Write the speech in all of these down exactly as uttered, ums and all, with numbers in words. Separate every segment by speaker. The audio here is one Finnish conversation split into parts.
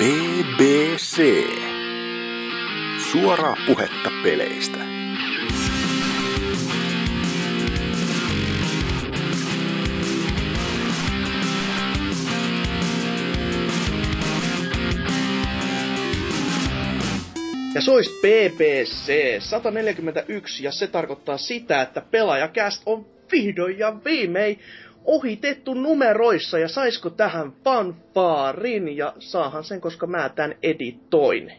Speaker 1: B B C. Suoraa puhetta peleistä.
Speaker 2: Ja se olisi B B C sata neljäkymmentäyksi, ja se tarkoittaa sitä, että Pelaajakäst on vihdoin ja viimein ohitettu numeroissa, ja saisko tähän fanfaarin, ja saahan sen, koska mä tän editoin.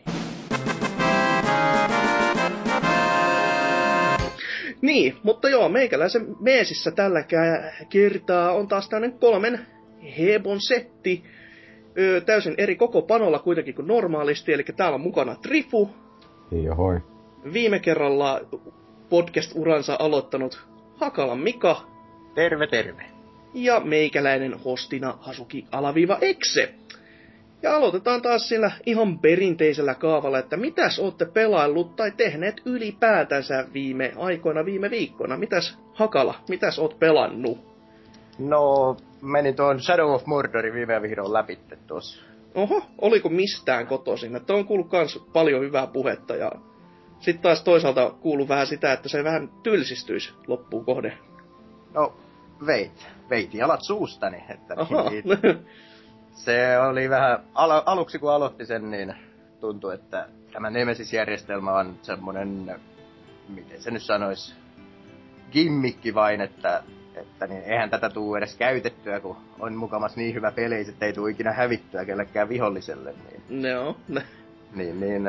Speaker 2: Niin, mutta joo, meikäläisen meesissä tällä kertaa on taas tämmönen kolmen hebon setti. Öö, täysin eri koko panolla kuitenkin kuin normaalisti, eli täällä on mukana Trifu.
Speaker 3: Johoi.
Speaker 2: Viime kerralla podcast-uransa aloittanut Hakalan Mika.
Speaker 4: Terve, terve.
Speaker 2: Ja meikäläinen hostina Hasuki alaviiva Exe. Ja aloitetaan taas sillä ihan perinteisellä kaavalla, että mitäs ootte pelaillut tai tehneet ylipäätänsä viime aikoina, viime viikkoina. Mitäs Hakala, mitäs oot pelannut?
Speaker 4: No, menin tuon Shadow of Mordorin viime vihdoin läpitte tuossa.
Speaker 2: Oho, oliko mistään kotoisin? Että on kuullut kans paljon hyvää puhetta ja sitten taas toisaalta kuuluu vähän sitä, että se vähän tylsistyisi loppuun kohde.
Speaker 4: No, veit. Veit jalat suustani. Että niin,
Speaker 2: niin,
Speaker 4: se oli vähän, al- aluksi kun aloitti sen, niin tuntui, että tämä Nemesis-järjestelmä on semmonen, miten se nyt sanois, gimmikki vain, että että niin eihän tätä tuu edes käytettyä, kun on mukamas niin hyvä peli, että ei tuu ikinä hävittyä kellekään viholliselle. Niin,
Speaker 2: no.
Speaker 4: niin, niin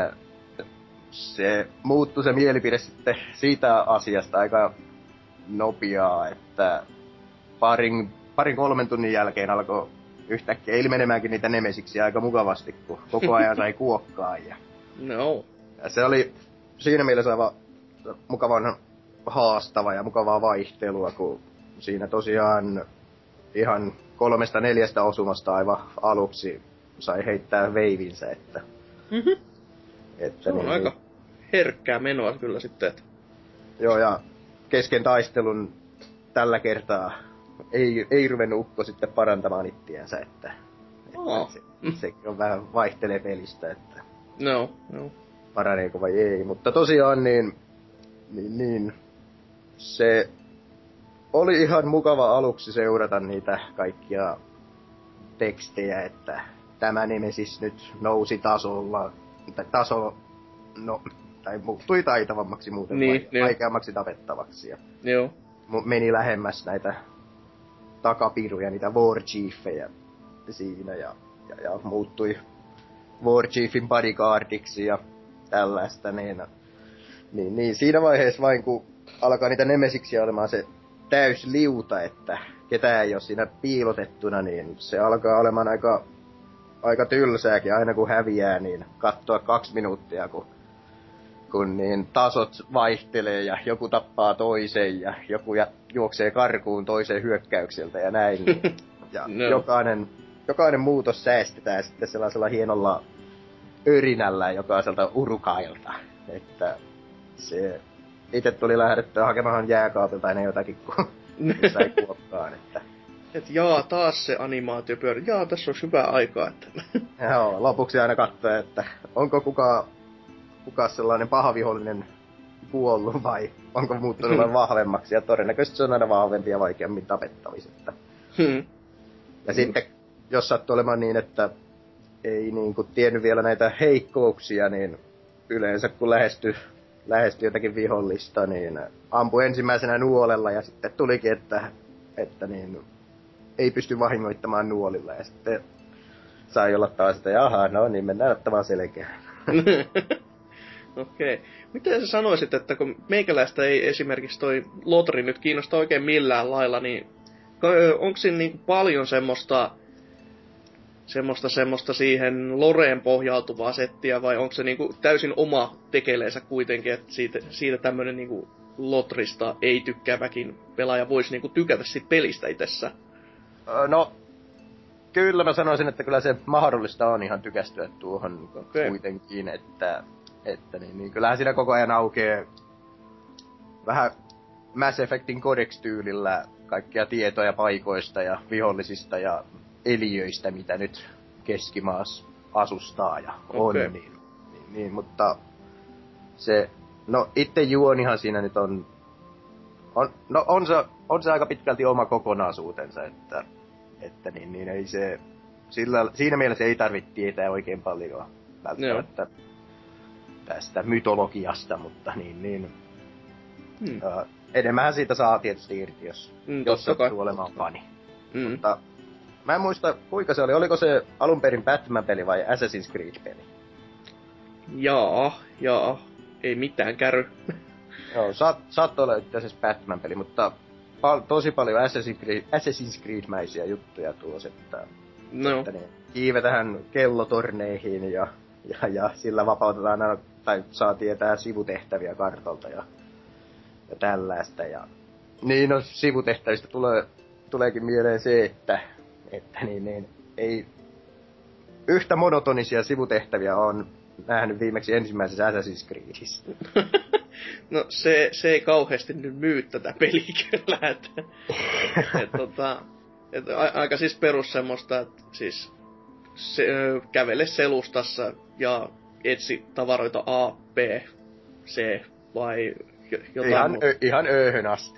Speaker 4: se muuttui se mielipide sitten siitä asiasta aika nopeaa, että parin, parin kolmen tunnin jälkeen alkoi yhtäkkiä ilmenemäänkin niitä nemesiksiä aika mukavasti, kun koko ajan sai kuokkaa. Ja,
Speaker 2: no.
Speaker 4: ja se oli siinä mielessä aivan mukavan haastava ja mukavaa vaihtelua, kun siinä tosiaan ihan kolmesta neljästä osumasta aivan aluksi sai heittää veivinsä, että...
Speaker 2: Mm-hmm.
Speaker 4: että
Speaker 2: se on
Speaker 4: niin,
Speaker 2: aika herkkää menoa kyllä sitten, että...
Speaker 4: Joo, ja kesken taistelun tällä kertaa ei, ei ruvennut ukko sitten parantamaan ittiänsä, että...
Speaker 2: Oh.
Speaker 4: että se, sekin on vähän vaihtelee pelistä, että...
Speaker 2: No, no.
Speaker 4: Paraneeko vai ei, mutta tosiaan niin... Niin, niin se... Oli ihan mukava aluksi seurata niitä kaikkia tekstejä, että tämä Nemesis nyt nousi tasolla, tai taso, no, tai muuttui taitavammaksi muuten,
Speaker 2: niin,
Speaker 4: vai, vaikeammaksi tapettavaksi. Ja
Speaker 2: joo.
Speaker 4: Meni lähemmäs näitä takapiruja, niitä Warchiefejä siinä, ja, ja, ja muuttui Warchiefin bodyguardiksi ja tällaista, niin, niin, niin siinä vaiheessa vain kun alkaa niitä Nemesiksiä olemaan se täys liuta, että ketään ei ole siinä piilotettuna, niin se alkaa olemaan aika, aika tylsääkin aina kun häviää, niin katsoa kaksi minuuttia, kun, kun niin tasot vaihtelee ja joku tappaa toisen ja joku juoksee karkuun toisen hyökkäykseltä ja näin. Ja no. jokainen, jokainen muutos säästetään sitten sellaisella hienolla örinällä jokaiselta urukailta, että se... Itse tuli lähdettyä hakemaan jääkaapilta aina jotakin, kun sai kuokkaan, että...
Speaker 2: Et jaa, taas se animaatio pyörii. Jaa, tässä on hyvää aikaa, että...
Speaker 4: Joo, lopuksi aina katsoa, että onko kuka, kuka sellainen paha vihollinen kuollut vai onko muuttunut vain vahvemmaksi. Ja todennäköisesti se on aina vahvempi ja vaikeammin tapettavissa.
Speaker 2: Hmm.
Speaker 4: Ja hmm. sitten, jos sattuu olemaan niin, että ei niinku tiennyt vielä näitä heikkouksia, niin yleensä kun lähestyy lähestyi jotakin vihollista, niin ampui ensimmäisenä nuolella ja sitten tulikin, että, että niin, ei pysty vahingoittamaan nuolilla. Ja sitten sai olla taas, että jaha, no niin, mennään ottamaan selkään.
Speaker 2: Okei. Okay. Miten sä sanoisit, että kun meikäläistä ei esimerkiksi toi Lotri nyt kiinnosta oikein millään lailla, niin onko siinä niin paljon semmoista semmoista semmoista siihen loreen pohjautuvaa settiä, vai onko se niinku täysin oma tekeleensä kuitenkin, että siitä, siitä tämmönen niinku Lotrista ei tykkääväkin pelaaja voisi niinku tykätä sit pelistä itsessä?
Speaker 4: No, kyllä mä sanoisin, että kyllä se mahdollista on ihan tykästyä tuohon okay. kuitenkin, että, että niin, niin kyllähän siinä koko ajan aukeaa vähän Mass Effectin Codex-tyylillä kaikkia tietoja paikoista ja vihollisista ja eliöistä, mitä nyt keskimaassa asustaa ja on
Speaker 2: Okei.
Speaker 4: niin, niin, niin, mutta se, no itse juonihan siinä nyt on, on no on se, on se aika pitkälti oma kokonaisuutensa, että, että niin, niin ei se, sillä, siinä mielessä ei tarvitse tietää oikein paljon välttämättä Joo. tästä mytologiasta, mutta niin, niin hmm. uh, enemmän siitä saa tietysti irti, jos, mm, jos sattuu olemaan fani. Mm. Mutta mä en muista, kuinka se oli. Oliko se alun perin Batman-peli vai Assassin's Creed-peli?
Speaker 2: Jaa, jaa. Ei mitään käry.
Speaker 4: Joo, saat, saattoi olla itse asiassa Batman-peli, mutta pal- tosi paljon Assassin's, Creed, Assassin's Creed-mäisiä juttuja tuossa, että,
Speaker 2: no.
Speaker 4: että niin, kiivetään kellotorneihin ja, ja, ja sillä vapautetaan aina, tai saa tietää sivutehtäviä kartalta ja, ja tällaista. Ja, niin no, sivutehtävistä tulee, tuleekin mieleen se, että, että niin, niin, ei yhtä monotonisia sivutehtäviä on nähnyt viimeksi ensimmäisessä Assassin's Creedissä.
Speaker 2: No se, se ei kauheasti nyt myy tätä peliä kyllä, että et, tota, et, a, aika siis perus semmoista, että siis se, kävele selustassa ja etsi tavaroita A, B, C vai jotain
Speaker 4: ihan,
Speaker 2: muuta.
Speaker 4: Ö, ihan ööhön asti.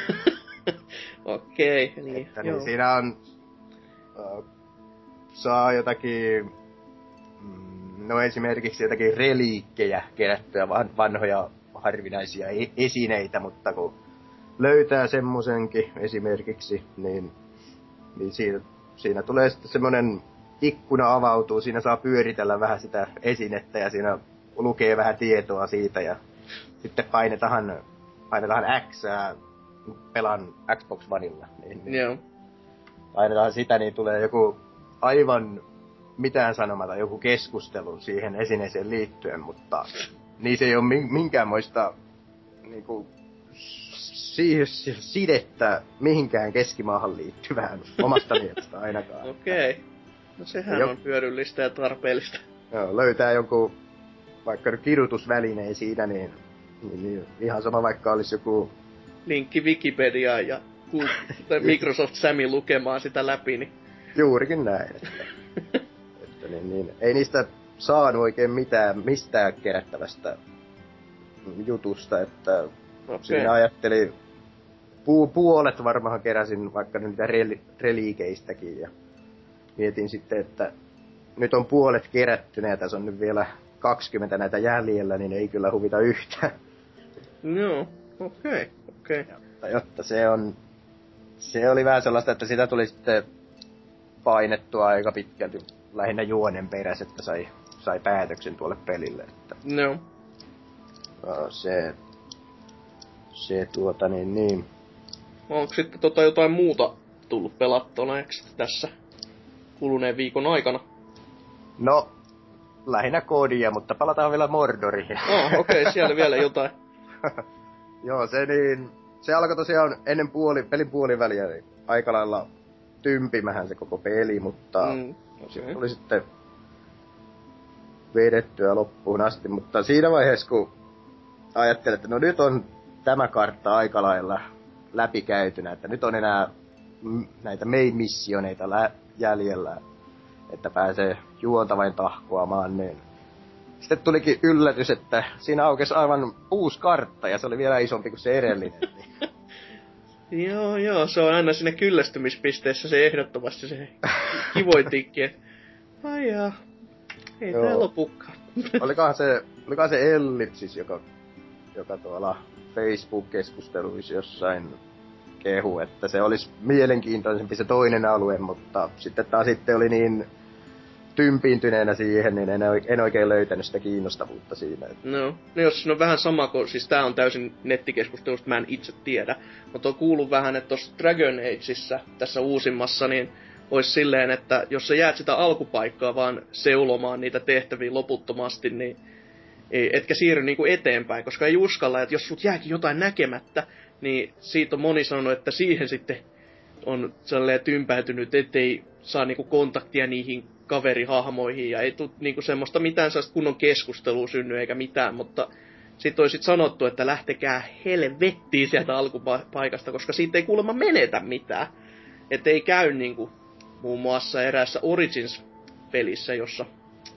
Speaker 2: Okei, okay, niin.
Speaker 4: Että niin siinä on, uh, saa jotakin, mm, no esimerkiksi jotakin reliikkejä kerättyä, van, vanhoja harvinaisia esineitä, mutta kun löytää semmosenkin esimerkiksi, niin, niin siinä, siinä tulee sitten semmonen ikkuna avautuu, siinä saa pyöritellä vähän sitä esinettä ja siinä lukee vähän tietoa siitä ja sitten painetaan, painetaan Xää, pelaan Xbox Oneilla, niin, niin
Speaker 2: Joo.
Speaker 4: painetaan sitä, niin tulee joku aivan mitään sanomatta, joku keskustelu siihen esineeseen liittyen, mutta niin se ei ole minkäänmoista niinku siihen sidettä mihinkään keskimaahan liittyvään omasta mielestä ainakaan.
Speaker 2: Okei. Okay. No sehän jo, on hyödyllistä ja tarpeellista.
Speaker 4: Joo, löytää jonkun vaikka kirjoitusvälineen siinä, niin, niin, niin ihan sama vaikka olisi joku
Speaker 2: linkki Wikipediaan ja Microsoft Sami lukemaan sitä läpi, niin
Speaker 4: juurikin näin. Että, että niin, niin, ei niistä saanut oikein mitään mistään kerättävästä jutusta, että okay. Siinä ajattelin, pu, puolet varmaan keräsin vaikka niitä rel, reliikeistäkin ja mietin sitten, että nyt on puolet kerättynä ja tässä on nyt vielä kaksikymmentä näitä jäljellä, niin ei kyllä huvita yhtään.
Speaker 2: No, okei, okay, okei. Okay.
Speaker 4: Jotta, jotta se on, se oli vähän sellaista, että sitä tuli sitten painettua aika pitkälti lähinnä juonen perässä, että sai, sai päätöksen tuolle pelille. Että
Speaker 2: no.
Speaker 4: Se, se tuota niin niin.
Speaker 2: Onko sitten tota jotain muuta tullut pelattoneeksi tässä kuluneen viikon aikana?
Speaker 4: No, lähinnä koodia, mutta palataan vielä Mordoriin.
Speaker 2: Oh, okei, okay, siellä vielä jotain.
Speaker 4: Joo, se niin, se alkoi tosiaan ennen puoli, pelin puoliväliä, niin aika lailla tympimähän se koko peli, mutta mm, okay. Se tuli sitten vedettyä loppuun asti, mutta siinä vaiheessa kun ajattelin, että no nyt on tämä kartta aika lailla läpikäytynä, että nyt on enää näitä main missioneita lä- jäljellä, että pääsee juonta vain tahkoamaan, niin sitten tulikin yllätys, että siinä aukesi aivan uusi kartta ja se oli vielä isompi kuin se edellinen. Niin.
Speaker 2: Joo, joo, se on aina siinä kyllästymispisteessä se ehdottomasti se kivoin tikki, että ai jaa, ei tää lopukaan.
Speaker 4: Olikohan se, olikohan se Ellipsis, joka, joka tuolla Facebook-keskusteluissa jossain kehu, että se olisi mielenkiintoisempi se toinen alue, mutta sitten taas sitten oli niin tympiintyneenä siihen, niin en, en oikein löytänyt sitä kiinnostavuutta siinä.
Speaker 2: No, no jos siinä on vähän sama kuin, siis tää on täysin nettikeskustelusta, mä en itse tiedä, mutta on kuullut vähän, että tossa Dragon Ageissa, tässä uusimmassa, niin olisi silleen, että jos sä jäät sitä alkupaikkaa vaan seulomaan niitä tehtäviä loputtomasti, niin ei, etkä siirry niinku eteenpäin, koska ei uskalla, että jos sut jääkin jotain näkemättä, niin siitä on moni sanonut, että siihen sitten on sellainen tympäytynyt, ettei saa niinku kontaktia niihin kaverihahmoihin ja ei tule niinku semmoista mitään sellaista kunnon keskustelua synny eikä mitään, mutta sitten olisi sanottu, että lähtekää helvettiin sieltä alkupaikasta, koska siitä ei kuulemma menetä mitään. Että ei käy niinku muun muassa eräässä Origins-pelissä, jossa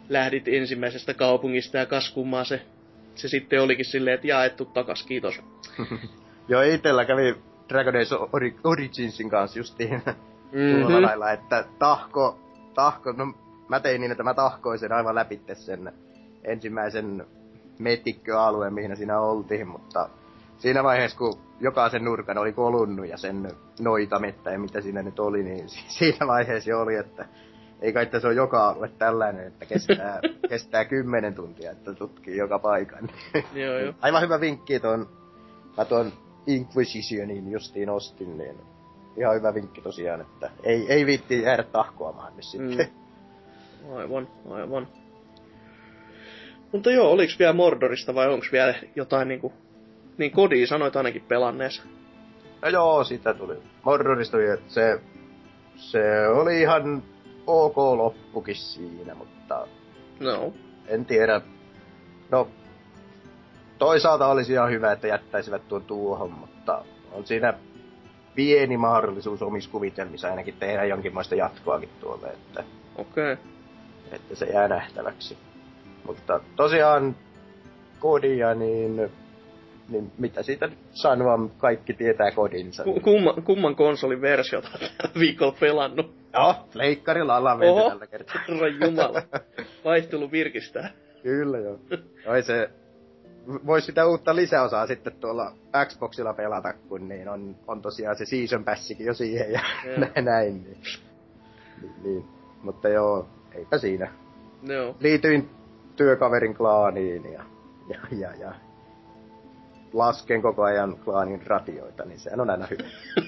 Speaker 2: lähdit ensimmäisestä kaupungista ja kas kummaa se, se sitten olikin silleen, että jaettu takas, kiitos.
Speaker 4: Joo, itellä kävi Dragon Age Originsin kanssa justiin
Speaker 2: Mm-hmm.
Speaker 4: tuolla lailla, että tahko, tahko, no mä tein niin, että mä tahkoin sen aivan läpitte sen ensimmäisen metikköalueen, mihin siinä oltiin, mutta siinä vaiheessa, kun jokaisen nurkan oli kolunnut ja sen noitamettä ja mitä siinä nyt oli, niin siinä vaiheessa jo oli, että ei kai se on joka alue tällainen, että kestää, kestää kymmenen tuntia, että tutkii joka paikan.
Speaker 2: Joo, joo.
Speaker 4: Aivan hyvä vinkki tuon, mä tuon Inquisitionin justiin ostin, niin ihan hyvä vinkki tosiaan, että ei, ei viitti jäädä tahkoamaan nyt sitten.
Speaker 2: Mm. Aivan, aivan. Mutta joo, oliks vielä Mordorista vai onks vielä jotain niinku... Niin Kodia sanoit ainakin pelanneessa.
Speaker 4: No joo, sitä tuli. Mordorista oli, että se... Se oli ihan ok loppukin siinä, mutta...
Speaker 2: No.
Speaker 4: En tiedä. No... Toisaalta olisi ihan hyvä, että jättäisivät tuon tuohon, mutta... On siinä pieni mahdollisuus omissa kuvitelmissa ainakin tehdä jonkinlaista jatkoakin tuolle, että...
Speaker 2: Okei. Okay.
Speaker 4: Että se jää nähtäväksi. Mutta tosiaan Kodia, niin, niin mitä siitä nyt sanoa, kaikki tietää Kodinsa.
Speaker 2: Ku, kumman, kumman konsolin versiota on tällä viikolla pelannut?
Speaker 4: Joo, pleikkarilla ollaan menty tällä kertaa.
Speaker 2: Herran jumala. Vaihtelu virkistää.
Speaker 4: Kyllä joo. Oi se, vois sitä uutta lisäosaa sitten tuolla Xboxilla pelata, kun niin on, on tosiaan se Season Passikin jo siihen ja näin. Niin. Niin, niin. Mutta joo, eipä siinä.
Speaker 2: Joo.
Speaker 4: Liityin työkaverin klaaniin ja, ja, ja, ja lasken koko ajan klaanin ratioita, niin sehän on aina hyvä.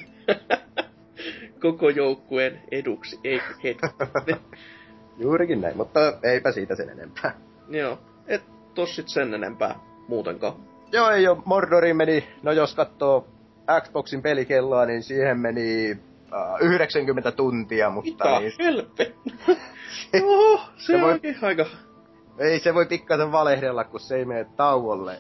Speaker 2: Koko joukkueen eduksi, eikö hetki?
Speaker 4: Juurikin näin, mutta eipä siitä sen enempää.
Speaker 2: Joo, et tossit sen enempää muutenkaan.
Speaker 4: Joo, ei oo. Mordoriin meni, no jos katsoo Xboxin pelikelloa, niin siihen meni uh, yhdeksänkymmentä tuntia, mutta...
Speaker 2: Mitä
Speaker 4: niin...
Speaker 2: helpet? Joo, se, se
Speaker 4: voi...
Speaker 2: onkin aika...
Speaker 4: Ei se voi pikkasen valehdella, kun se ei mene tauolle.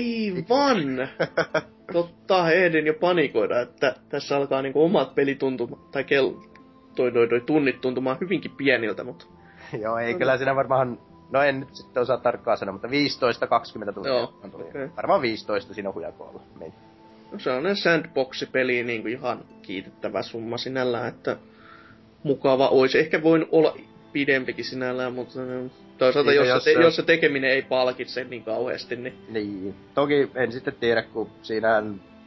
Speaker 2: Aivan! Totta, ehdin jo panikoida, että tässä alkaa niinku omat pelituntuma, tai kel... toi, toi, toi tunnit tuntumaan hyvinkin pieniltä, mutta...
Speaker 4: Joo, ei kyllä siinä varmaan... No en nyt sitten osaa tarkkaan sanoa, mutta viisitoista kaksikymmentä tuntia.
Speaker 2: Joo,
Speaker 4: okay. Varmaan viisitoista siinä hujakolla meni.
Speaker 2: No se on sandbox-peli niinku ihan kiitettävä summa sinällään, että mukava olisi. Ehkä voin olla pidempikin sinällään, mutta toisaalta jos, jos, se, te, jos se tekeminen ei palkitse niin kauheasti, niin...
Speaker 4: Niin. Toki en sitten tiedä, kun siinä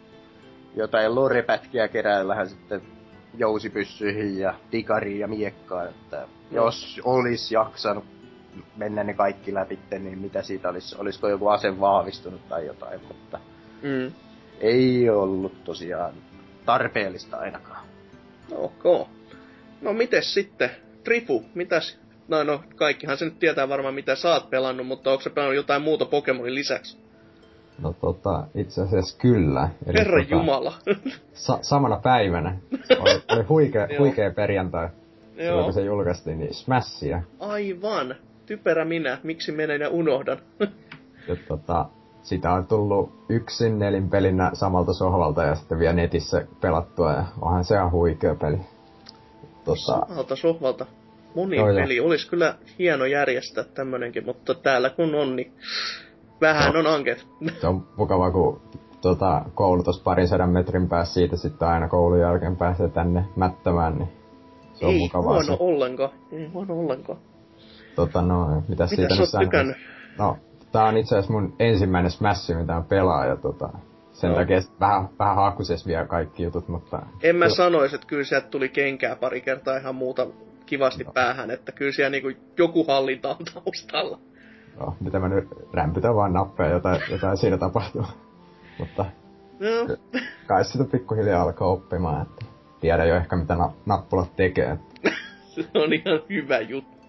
Speaker 4: jotain lorepätkiä keräillähän sitten jousipyssyihin ja tikariin ja miekkaan, että no. Jos olisi jaksanut mennä ne kaikki läpi, niin mitä siitä olisi, olisiko joku ase vahvistunut tai jotain, mutta
Speaker 2: mm.
Speaker 4: ei ollut tosiaan tarpeellista ainakaan.
Speaker 2: Okay. No mites sitten, Trifu, mitäs? No no, kaikkihan se nyt tietää varmaan mitä sä oot pelannut, mutta onko se pelannut jotain muuta Pokemonin lisäksi?
Speaker 3: No tota, itse asiassa kyllä. Eli
Speaker 2: Herra
Speaker 3: tota,
Speaker 2: jumala.
Speaker 3: sa- samana päivänä. Oli, oli huikea, huikea perjantai. Silloin kun se julkaistiin, niin Smashia.
Speaker 2: Aivan. Typerä minä. Miksi menen ja unohdan?
Speaker 3: Ja tota, sitä on tullut yksin nelinpelinä samalta sohvalta ja sitten vielä netissä pelattua. Ja onhan se ihan huikea peli.
Speaker 2: Tota, samalta sohvalta. Moni joo, peli. Jo. Olisi kyllä hieno järjestää tämmönenkin, mutta täällä kun on, niin vähän no, on anket.
Speaker 3: Se on mukavaa, kun tota, koulutus parin sadan metrin päässä siitä sitten aina koulun jälkeen pääsee tänne mättämään, niin se on
Speaker 2: ei
Speaker 3: mukavaa.
Speaker 2: Ei
Speaker 3: se.
Speaker 2: ollenkaan. Ei huono ollenkaan.
Speaker 3: Tota no, mitäs siitä
Speaker 2: nyt
Speaker 3: nyt
Speaker 2: tykännyt?
Speaker 3: No, tää on itse asiassa mun ensimmäinen Smash, mitä on pelaa, ja tota, sen no. takia vähän, vähän haakkuses vielä kaikki jutut, mutta...
Speaker 2: En mä kyllä sanois, että kyllä sieltä tuli kenkää pari kertaa ihan muuta kivasti no. päähän, että kyllä siellä niinku joku hallinta on taustalla.
Speaker 3: No, mitä mä nyt rämpytän vaan nappeja, jotain, jotain siinä tapahtuu. Mutta
Speaker 2: no.
Speaker 3: kai sitä pikkuhiljaa alkaa oppimaan, että tiedä jo ehkä mitä na- nappulat tekee.
Speaker 2: Se on ihan hyvä juttu.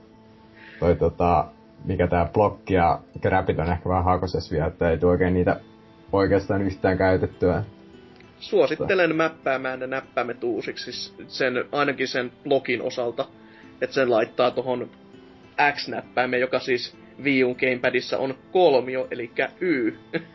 Speaker 3: Toi tota, mikä tää blokki ja grabit on ehkä vähän haakoses vielä, että ei tule oikein niitä oikeastaan yhtään käytettyä.
Speaker 2: Suosittelen mäppäämään ne näppäimet uusiksi, sen, ainakin sen blogin osalta, että sen laittaa tohon X-näppäimen, joka siis Wii U:n gamepadissa on kolmio, eli Y.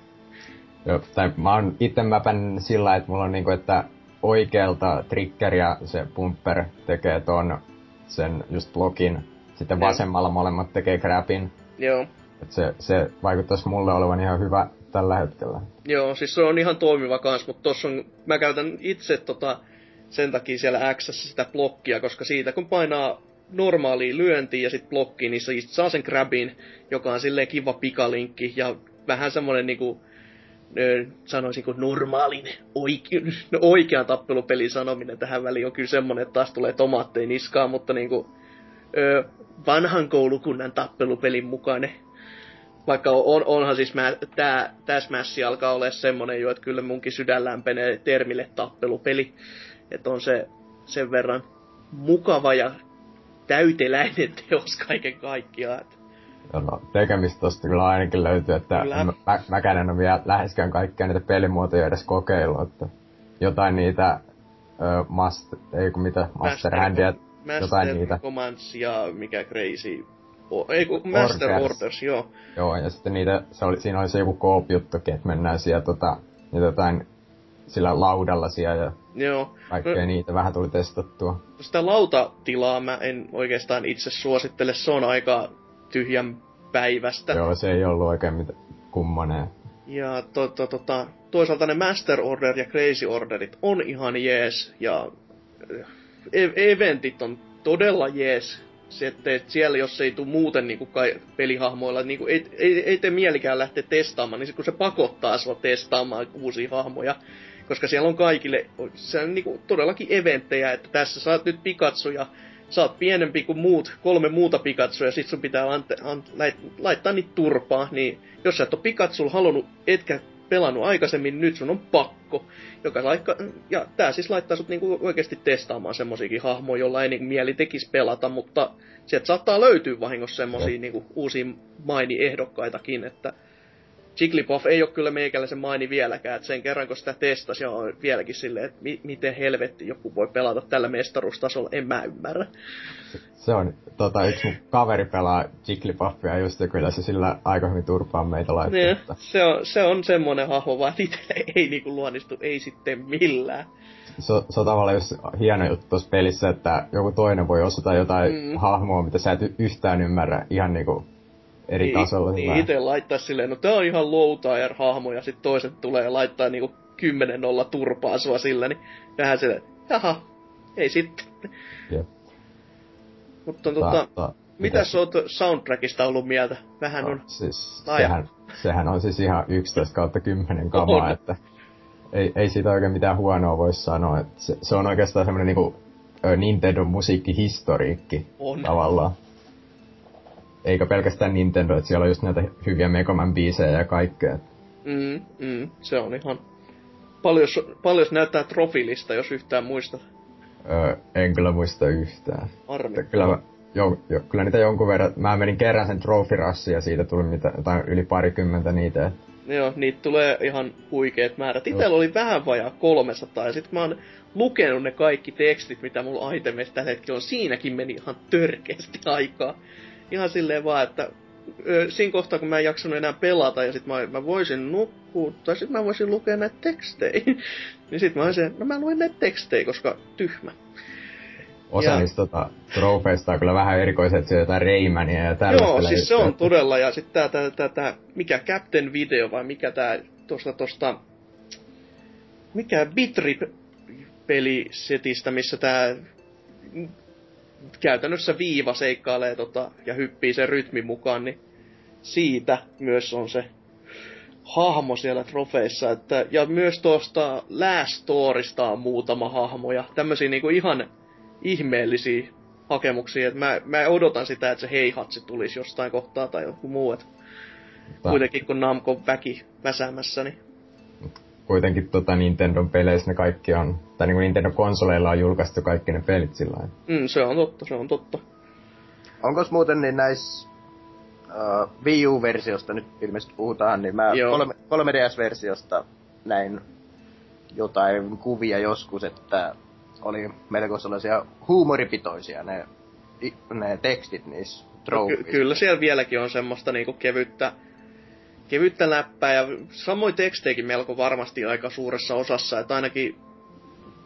Speaker 3: Joo, tai mä oon ite mäpän sillä, että mulla on niinku, että oikealta trigger ja se bumper tekee ton sen just blogin sitten
Speaker 2: Joo.
Speaker 3: vasemmalla molemmat tekee grabin.
Speaker 2: Joo.
Speaker 3: Et se, se vaikuttaisi mulle olevan ihan hyvä tällä hetkellä.
Speaker 2: Joo, siis se on ihan toimiva kans, mutta tossa on, mä käytän itse tota, sen takia siellä X:ssä sitä blokkia, koska siitä kun painaa normaalia lyöntiä ja sit blokkiin, niin se saa sen grabin, joka on silleen kiva pikalinkki ja vähän semmonen niinku, ö, sanoisinko normaalin oike, no, oikean tappelupelin sanominen tähän väliin on kyllä semmonen, että taas tulee tomaatteja niskaan, mutta niinku ö, vanhan koulukunnan tappelupelin mukainen. Vaikka on, onhan siis mä, tää, tää Smash alkaa olla semmonen jo, että kyllä munkin sydän lämpenee termille tappelupeli. Että on se sen verran mukava ja täyteläinen teos kaiken kaikkiaan.
Speaker 3: No, tekemistä tosta kyllä ainakin löytyy, että
Speaker 2: Kyllä.
Speaker 3: mä, mä, mäkään en ole vielä läheskään kaikkia niitä pelimuotoja edes kokeillut, että jotain niitä ö, master, ei kun mitä, Master Handia, jotain niitä.
Speaker 2: Commands ja mikä Crazy, o, ei kun Master Orders. Orders, joo.
Speaker 3: Joo, ja sitten niitä, se oli, siinä oli se joku koop-juttukin, että mennään siellä tota, niitä jotain sillä laudalla siellä ja
Speaker 2: joo.
Speaker 3: kaikkea no, niitä vähän tuli testattua.
Speaker 2: Sitä lautatilaa mä en oikeastaan itse suosittele, se on aika tyhjän päivästä.
Speaker 3: Joo, se ei ollut oikein mitään kummaneen.
Speaker 2: Ja to, to, to, to, toisaalta ne Master Order ja Crazy Orderit on ihan jees, ja e- eventit on todella jees. Se, että siellä jos ei tule muuten niinku kai pelihahmoilla, niinku ei, ei, ei tee mielikään lähteä testaamaan, niin kun se pakottaa sua testaamaan uusia hahmoja. Koska siellä on kaikille, se on niinku todellakin eventtejä, että tässä saat nyt Pikachu ja sä oot pienempi kuin muut, kolme muuta Pikachuja, ja sit sun pitää ante, ante, lait, laittaa niitä turpaa, niin jos sä et oo Pikachulla halunnut, etkä pelannut aikaisemmin, nyt sun on pakko. Joka laikka, ja tää siis laittaa sut niinku oikeesti testaamaan semmosiakin hahmoja, jolla ei niinku mieli tekis pelata, mutta sieltä saattaa löytyä vahingossa semmosia niinku uusia maini-ehdokkaitakin, että Jigglypuff ei oo kyllä meikäläisen maini vieläkään, että sen kerran kun sitä testasi ja on vieläkin silleen, että mi- miten helvetti joku voi pelata tällä mestaruustasolla, en mä ymmärrä.
Speaker 3: Se, se on, tota, yksi mun kaveri pelaa Jigglypuffia just ja kyllä se sillä aika hyvin turpaa meitä laittaa.
Speaker 2: Niin, se on, se on semmonen hahmo, vaan itelle ei niinku luonnistu, ei sitten millään.
Speaker 3: Se, se on tavallaan just hieno juttu tossa pelissä, että joku toinen voi osata jotain mm. hahmoa, mitä sä et yhtään ymmärrä ihan niinku eri niin, tasolla.
Speaker 2: Niin ite laittaa silleen, no tää on ihan low tier hahmo, ja sit toiset tulee ja laittaa niinku kymmenen nolla turpaa sua sillä, niin vähän silleen, jaha, ei sitten.
Speaker 3: Jep.
Speaker 2: Mutta tota, ta, mitäs sä oot soundtrackista ollut mieltä? Vähän no, on
Speaker 3: siis, sehän, sehän on siis ihan yksitoista kautta kymmenen kamaa, että ei, ei siitä oikein mitään huonoa voi sanoa. Että se, se on oikeastaan semmonen niinku Nintendo musiikkihistoriikki on tavallaan. Eikä pelkästään Nintendo, että siellä on just näitä hyviä Mega Man biisejä ja kaikkea.
Speaker 2: Mm, mm, se on ihan... Paljon, paljon näyttää trofilista, jos yhtään muistat.
Speaker 3: Öö, en kyllä muista yhtään.
Speaker 2: Armi.
Speaker 3: Kyllä, mä, jo, jo, kyllä niitä jonkun verran... Mä menin kerran sen Trophy Rushin ja siitä tuli mitä, jotain yli parikymmentä niitä. Et...
Speaker 2: Joo, niitä tulee ihan huikeet määrät. Itellä oli vähän vajaa kolmesataa ja sit mä oon lukenut ne kaikki tekstit, mitä mulla itemeissa tällä hetkellä on. Siinäkin meni ihan törkeästi aikaa. Ihan silleen vaan, että ö, siinä kohtaa kun mä en jaksanut enää pelata ja sit mä, mä voisin nukkua, tai sit mä voisin lukea näitä tekstejä. niin sit mä olisin, no mä luen näitä tekstejä, koska tyhmä.
Speaker 3: Osa ja... niistä tota, trofeista on kyllä vähän erikoisia, että siellä jotain Raymania ja tällaista.
Speaker 2: Joo, siis se on todella, ja sit tää, tää, tää, tää mikä Captain Video vai mikä tää tosta tosta, mikä Bitrip-pelisetistä, missä tää käytännössä viiva seikkailee tota, ja hyppii sen rytmin mukaan, niin siitä myös on se hahmo siellä trofeissa. Että, ja myös tuosta Last Storysta on muutama hahmo ja tämmösiä niinku ihan ihmeellisiä hakemuksia. Et mä, mä odotan sitä, että se Heihatsi tulisi jostain kohtaa tai joku muu. Et kuitenkin kun Namcon väki väsäämässä, niin...
Speaker 3: Kuitenkin tota Nintendon peleissä ne kaikki on, tai niinku Nintendo-konsoleilla on julkaistu kaikki ne pelit sillä lailla.
Speaker 2: Mm, se on totta, se on totta.
Speaker 4: Onkos muuten niin näissä uh, Wii U-versiosta nyt ilmeisesti puhutaan, niin mä kolme D S-versiosta näin jotain kuvia joskus, että oli melko sellaisia huumoripitoisia ne, ne tekstit niissä trophiissa.
Speaker 2: Ky- kyllä siellä vieläkin on semmoista niinku kevyttä kevyttä läppää ja samoin teksteikin melko varmasti aika suuressa osassa, että ainakin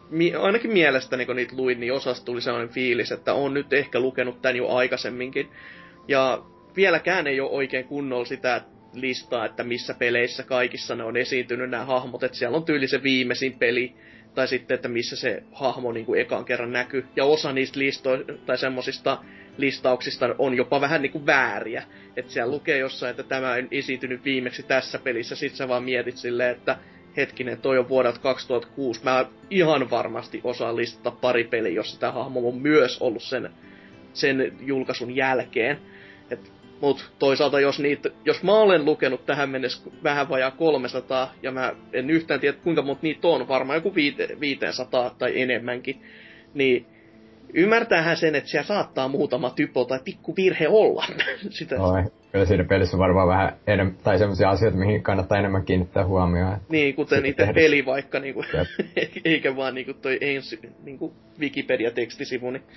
Speaker 2: mi- ainakin mielestäni kun niitä luin, niin osasta tuli sellainen fiilis, että on nyt ehkä lukenut tän jo aikaisemminkin. Ja vieläkään ei ole oikein kunnolla sitä listaa, että missä peleissä kaikissa ne on esiintynyt nämä hahmot. Että siellä on tyyli se viimeisin peli, tai sitten, että missä se hahmo niin kuin ekan kerran näkyy. Ja osa niistä listoista tai semmosista listauksista on jopa vähän niin kuin vääriä. Että siellä lukee jossain, että tämä on esiintynyt viimeksi tässä pelissä. Sit sä vaan mietit silleen, että hetkinen, toi on vuodelta kaksituhattakuusi. Mä ihan varmasti osaan listata pari peliä, jossa tämä hahmo on myös ollut sen, sen julkaisun jälkeen. Et, mut toisaalta, jos, niitä, jos mä olen lukenut tähän mennessä vähän vajaa kolmesataa, ja mä en yhtään tiedä, kuinka monta niitä on, varmaan joku viisisataa tai enemmänkin, niin ymmärtäähän sen, että siellä saattaa muutama typo tai pikku virhe olla. Sitä.
Speaker 3: Oi, kyllä siinä pelissä on varmaan vähän enemmän, tai semmoisia asioita, mihin kannattaa enemmän kiinnittää huomioon.
Speaker 2: Niin, kuten itse peli vaikka, niinku, eikä vaan niinku toi ensi niinku Wikipedia-tekstisivu, niin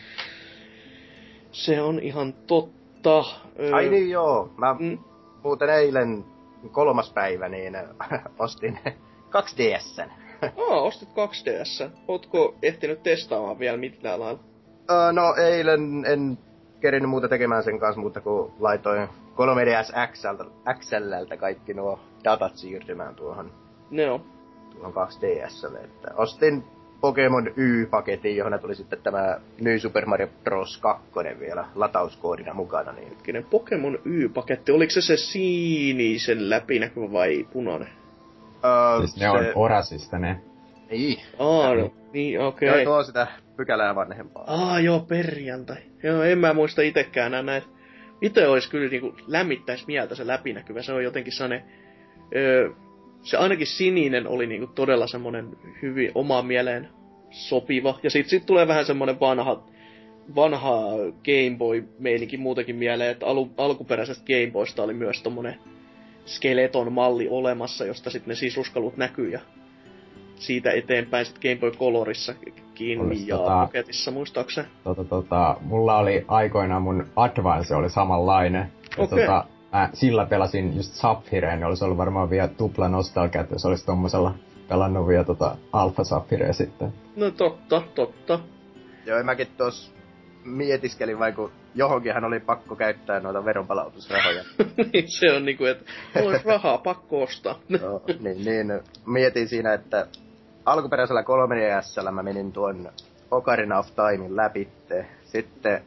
Speaker 2: se on ihan totta.
Speaker 4: Ai niin joo, mä
Speaker 2: mm.
Speaker 4: muuten eilen kolmas päivä niin ostin kaksi D S:n.
Speaker 2: Aa, ostit kaksi D S:n. Ootko ehtinyt testaamaan vielä mitään lailla?
Speaker 4: Uh, no eilen en kerinyt muuta tekemään sen kanssa, mutta kun laitoin kolme D S X L:ltä kaikki nuo datat siirtymään tuohon,
Speaker 2: no.
Speaker 4: tuohon kaksi D S:lle. Että ostin Pokemon Y-paketin, johon tuli sitten tämä New Super Mario Bros. kaksi vielä latauskoodina mukana. Niin...
Speaker 2: Hetkinen, Pokemon Y-paketti, oliko se se sinisen läpinäkyvä vai punainen?
Speaker 4: Uh,
Speaker 3: siis ne
Speaker 4: se...
Speaker 3: on Orasista ne.
Speaker 4: Ei.
Speaker 2: Aa, no, niin okei. Okay.
Speaker 4: Joo, tuo sitä pykälää vanhempaa.
Speaker 2: Aa, joo, perjantai. Joo, en mä muista itekään enää näitä. Ite ois kyllä niinku lämmittäis mieltä se läpinäkyvä. Se on jotenkin sellainen... Öö, se ainakin sininen oli niinku todella semmonen hyvin omaan mieleen sopiva. Ja sit, sit tulee vähän semmonen vanha, vanha Game Boy-meininki muutenkin mieleen, että alu, alkuperäisestä Game Boysta oli myös tommonen skeleton malli olemassa, josta sitten ne sisuskelut näkyy ja siitä eteenpäin sit Game Boy Colorissa kiinni ja
Speaker 3: tota,
Speaker 2: Pocketissa muistaakseni.
Speaker 3: Tota, tota, mulla oli aikoinaan mun Advance oli samanlainen. Ja
Speaker 2: okay.
Speaker 3: tota, mä sillä pelasin just Saphireen, niin olisi ollut varmaan vielä tupla nostalgia, että jos olisi tommosella pelannut vielä tota Alpha Saphirea sitten.
Speaker 2: No totta, totta.
Speaker 4: Joo, mäkin tuossa mietiskelin, vaikka johonkinhan oli pakko käyttää noita veronpalautusrahoja.
Speaker 2: Niin, se on niinku, että olisi rahaa, pakko ostaa.
Speaker 4: Joo, niin, niin, mietin siinä, että alkuperäisellä kolme D S:llä mä menin tuon Ocarina of Timein läpitte. Sitten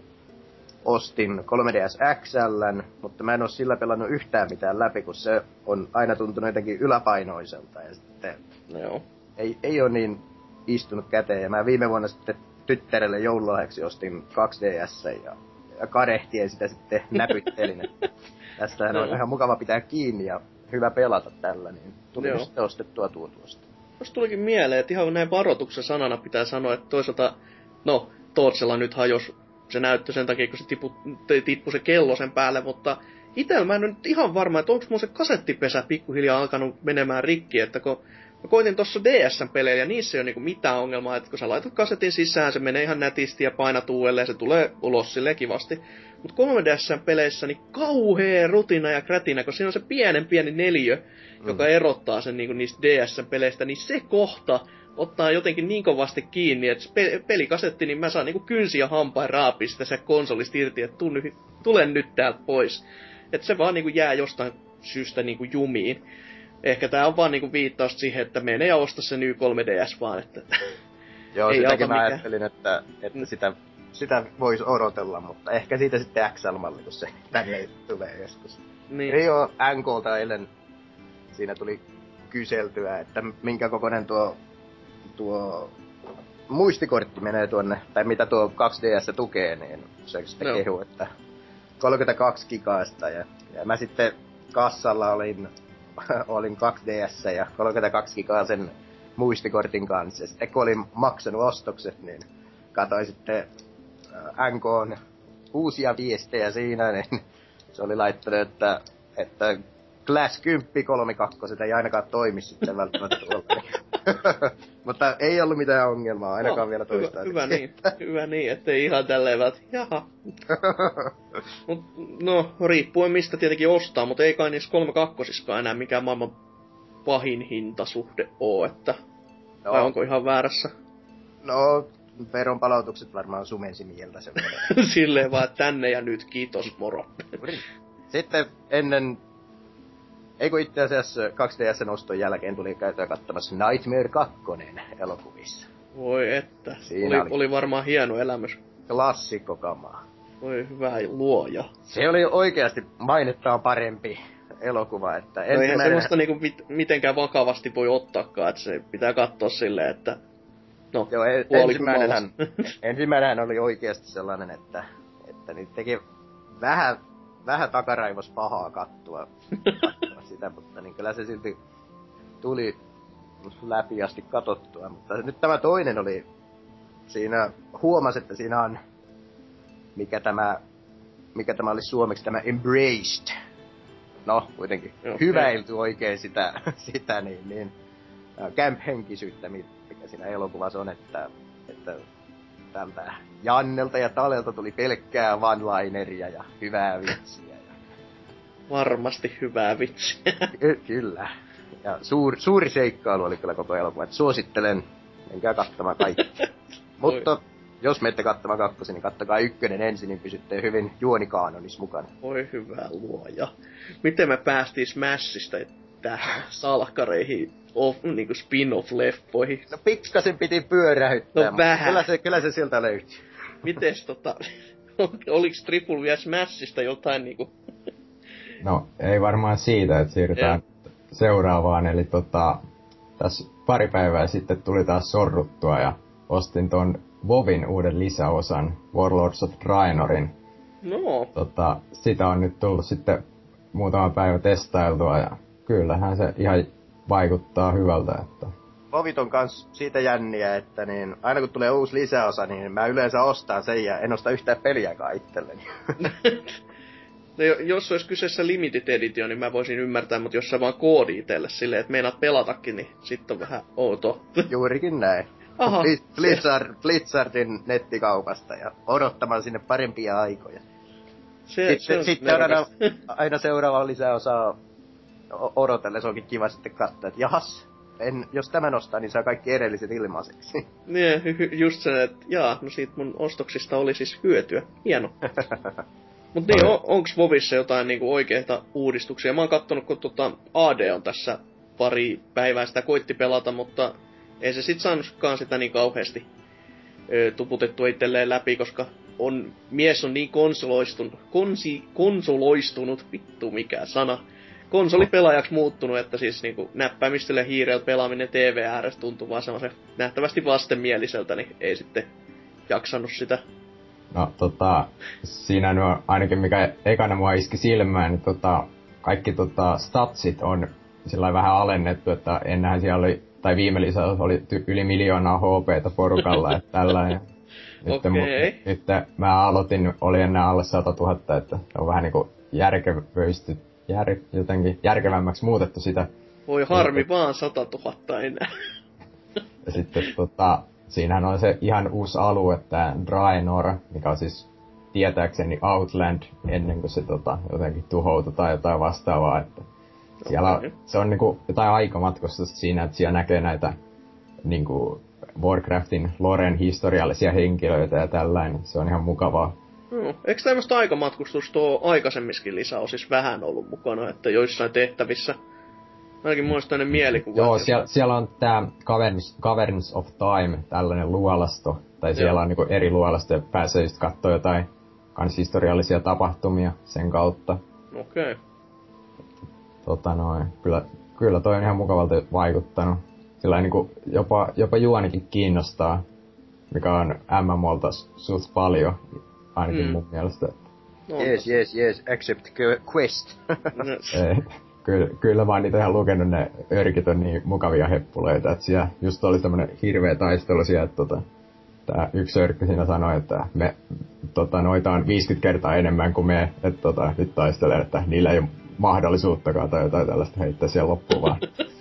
Speaker 4: ostin kolme D S X L:n, mutta mä en oo sillä pelannut yhtään mitään läpi, kun se on aina tuntunut jotenkin yläpainoiselta. Ja sitten
Speaker 2: no joo.
Speaker 4: Ei, ei oo niin istunut käteen. Ja mä viime vuonna sitten tyttärelle joululahjaksi ostin kaksi D S ja, ja kadehtien sitä sitten näpyttelin, että tästähän no. on ihan mukava pitää kiinni ja hyvä pelata tällä, niin tuli no. sitten ostettua tuo tuosta.
Speaker 2: Musta tulikin mieleen, että ihan näin varoituksen sanana pitää sanoa, että toisaalta, no, Tootsella nyt hajos se näyttö sen takia, kun se tipu, tippui se kello sen päälle, mutta itellä mä en nyt ihan varma, että onko mun se kasettipesä pikkuhiljaa alkanut menemään rikki, että kun mä koitin tossa D S-pelejä ja niissä ei ole niinku mitään ongelmaa, että kun sä laitat kasetin sisään, se menee ihan nätisti ja painat uudelleen, se tulee ulos silleen kivasti. Mut kolme D S-peleissä niin kauhea rutina ja krätinä, kun siinä on se pienen pieni neliö, mm. joka erottaa sen niinku niistä D S-peleistä, niin se kohta ottaa jotenkin niin kovasti kiinni, että pe- pelikasetti, niin mä saan niinku kynsi ja hampain raapia sitä se konsolista irti, että tunny, tulen nyt täältä pois. Että se vaan niinku jää jostain syystä niinku jumiin. Ehkä tää on vaan niinku viittaus siihen, että menee ja osta se ny kolme D S vaan, että
Speaker 4: joo, sitäkin mä ajattelin, että, että mm. sitä, sitä voisi odotella, mutta ehkä siitä sitten X L-malli, kun se tänne tulee joskus. Niin. Rio N K:lta eilen siinä tuli kyseltyä, että minkä kokoinen tuo, tuo muistikortti menee tuonne, tai mitä tuo kaksi D S tukee, niin se sitten no. kehu, että kolmekymmentäkaksi gigaista, ja, ja mä sitten kassalla olin olin kaksi D S ja kolmekymmentäkaksi gigaa sen muistikortin kanssa. Ja sitten kun olin maksanut ostokset, niin katsoin sitten N K:n uusia viestejä siinä, niin se oli laittanut, että, että Class kymmenen kolmekymmentäkaksi ei ainakaan toimi sitten välttämättä tuolla. Mutta ei ollut mitään ongelmaa, ainakaan no, vielä toistaiseksi.
Speaker 2: Hyvä, hyvä niin, hyvä niin, ettei ihan tälleen välttämättä, jaha. Mut, no, riippuen mistä tietenkin ostaa, mutta ei kai niissä kolmekymmentäkaksi enää mikään maailman pahin hintasuhde oo, että... No. Vai onko ihan väärässä?
Speaker 4: No, veronpalautukset varmaan sumensi mieltä sen verran.
Speaker 2: Silleen vaan tänne ja nyt, kiitos, moro.
Speaker 4: Sitten ennen... Eikö itse asiassa kaksi D S:n oston jälkeen tuli käytyä katsomassa Nightmare kaksi elokuvissa.
Speaker 2: Voi että.
Speaker 4: Siinä
Speaker 2: oli, oli... oli varmaan hieno elämys.
Speaker 4: Klassikkokamaa.
Speaker 2: Voi hyvä luoja.
Speaker 4: Se oli oikeasti mainettaan parempi elokuva, että
Speaker 2: no eihän semmoista niinku mit, mitenkään vakavasti voi ottaakaan, että se pitää katsoa silleen, että no,
Speaker 4: joo, ensimmäinenhän, ensimmäinenhän oli oikeasti sellainen, että, että niin teki vähän, vähän takaraivos pahaa kattua, kattua sitä, mutta niin kyllä se silti tuli läpi asti katsottua, mutta nyt tämä toinen oli, siinä huomasi, että siinä on, mikä tämä, mikä tämä oli suomeksi, tämä Embraced. No, kuitenkin. Okay. Hyväilty oikein sitä, sitä niin, niin camp-henkisyyttä, mikä siinä elokuvassa on, että, että tältä Jannelta ja Talelta tuli pelkkää one-lineria ja hyvää vitsiä. Ja...
Speaker 2: Varmasti hyvää vitsiä.
Speaker 4: Ky- kyllä. Ja suuri, suuri seikkailu oli kyllä koko elokuva, että suosittelen, menkää katsomaan kaikki. Mutta jos menette katsomaan kakkosen, niin kattokaa ykkönen ensin, niin pysytte hyvin juonikaanonis mukana.
Speaker 2: Oi hyvä luoja. Miten me päästiin Smashista tähän salkkareihin, off, niinku spin-off-leffoihin?
Speaker 4: No pikkasen piti pyörähyttää,
Speaker 2: no vähän.
Speaker 4: Kyllä se, kyllä se sieltä löytyy.
Speaker 2: Mites tota, oliks Triple vielä Smashista jotain niinku...
Speaker 3: No, ei varmaan siitä, että siirrytään ja. seuraavaan, eli tota, tässä pari päivää sitten tuli taas sorruttua ja ostin ton WoWin uuden lisäosan, Warlords of Draenorin.
Speaker 2: No.
Speaker 3: Tota, sitä on nyt tullut sitten muutama päivä testailtua ja kyllähän se ihan vaikuttaa hyvältä. Että...
Speaker 4: WoWit on kans siitä jänniä, että niin, aina kun tulee uusi lisäosa, niin mä yleensä ostan sen ja en osta yhtään peliäkään itselleni.
Speaker 2: No, jos olisi kyseessä Limited Edition, niin mä voisin ymmärtää, mutta jos sä vaan koodi itselle silleen, että meinaat pelatakin, niin sitten on vähän outo.
Speaker 4: Juurikin näin. Aha. Blizzard, Blizzardin nettikaupasta ja odottamaan sinne parempia aikoja.
Speaker 2: Se,
Speaker 4: sitten
Speaker 2: se on
Speaker 4: sitten aina, aina seuraava lisäosa odotelle, se onkin kiva sitten katsoa, että jahas, en, jos tämä nostaa, niin saa kaikki edelliset ilmaiseksi.
Speaker 2: Niin, just se, että jaa, no siitä mun ostoksista oli siis hyötyä. Hieno. Mut niin, on, onks WoWissa jotain niinku oikeita uudistuksia? Mä oon kattonut, kun tota A D on tässä pari päivää sitä koitti pelata, mutta ei se sit saanutkaan sitä niin kauheasti ö, tuputettua itselleen läpi, koska on, mies on niin konsoloistunut, konsi, konsoloistunut, vittu mikä sana, konsolipelaajaksi muuttunut, että siis niinku näppäimistöllä hiirellä pelaaminen T V ääressä tuntuu vaan semmoisen nähtävästi vastenmieliseltä, niin ei sitten jaksanut sitä.
Speaker 3: No tota, siinä on ainakin mikä ekana mua iski silmään, niin tota, kaikki tota statsit on sillä vähän alennettu, että ennenhän siellä oli, tai viime lisäys oli ty- yli miljoonaa H P:tä porukalla, että tällainen. Nyt,
Speaker 2: okay.
Speaker 3: mu- nyt mä aloitin, oli ennen alle sata tuhatta, että on vähän niinku järkevöisty, jär, jotenkin järkevämmäksi muutettu sitä.
Speaker 2: Voi harmi ja, vaan sata tuhatta enää.
Speaker 3: Ja sitten tota, siinähän on se ihan uusi alue, tää Draenor, mikä on siis tietääkseni Outland ennen kuin se tota, jotenkin tuhoutui tai jotain vastaavaa, että siellä okay. Se on niinku jotain aikamatkustusta siinä, että siellä näkee näitä niinku Warcraftin loren historiallisia henkilöitä ja tällainen. Se on ihan mukavaa.
Speaker 2: No, eikö tämmöistä aikamatkustusta ole aikaisemmiskin lisäosissa vähän ollut mukana, että joissain tehtävissä? Ainakin muistainen mielikuva.
Speaker 3: Joo, siellä, siellä on tää Caverns, Caverns of Time, tällainen luolasto. Tai Joo. Siellä on niinku eri luolasto ja pääsee just kattoo jotain kans historiallisia tapahtumia sen kautta.
Speaker 2: Okei. Okay.
Speaker 3: Tota noin, kyllä, kyllä toi on ihan mukavalta vaikuttanut. Sillä niinku jopa, jopa juonikin kiinnostaa, mikä on M M O:lta suht paljon, ainakin mm. mun mielestä.
Speaker 4: No, yes, yes, yes, accept quest.
Speaker 3: Ei, kyllä, kyllä vaan niitä ihan lukenut, ne örkit on niin mukavia heppuleita, että siellä just oli tämmönen hirveä taistelu siellä, että tota, tää yksi örkki siinä sanoi, että me, tota, noita on viisikymmentä kertaa enemmän kuin me, että tota, nyt taistelee, että niillä ei ole mahdollisuuttakaan tai jotain tällaista heittää siellä loppuun vaan.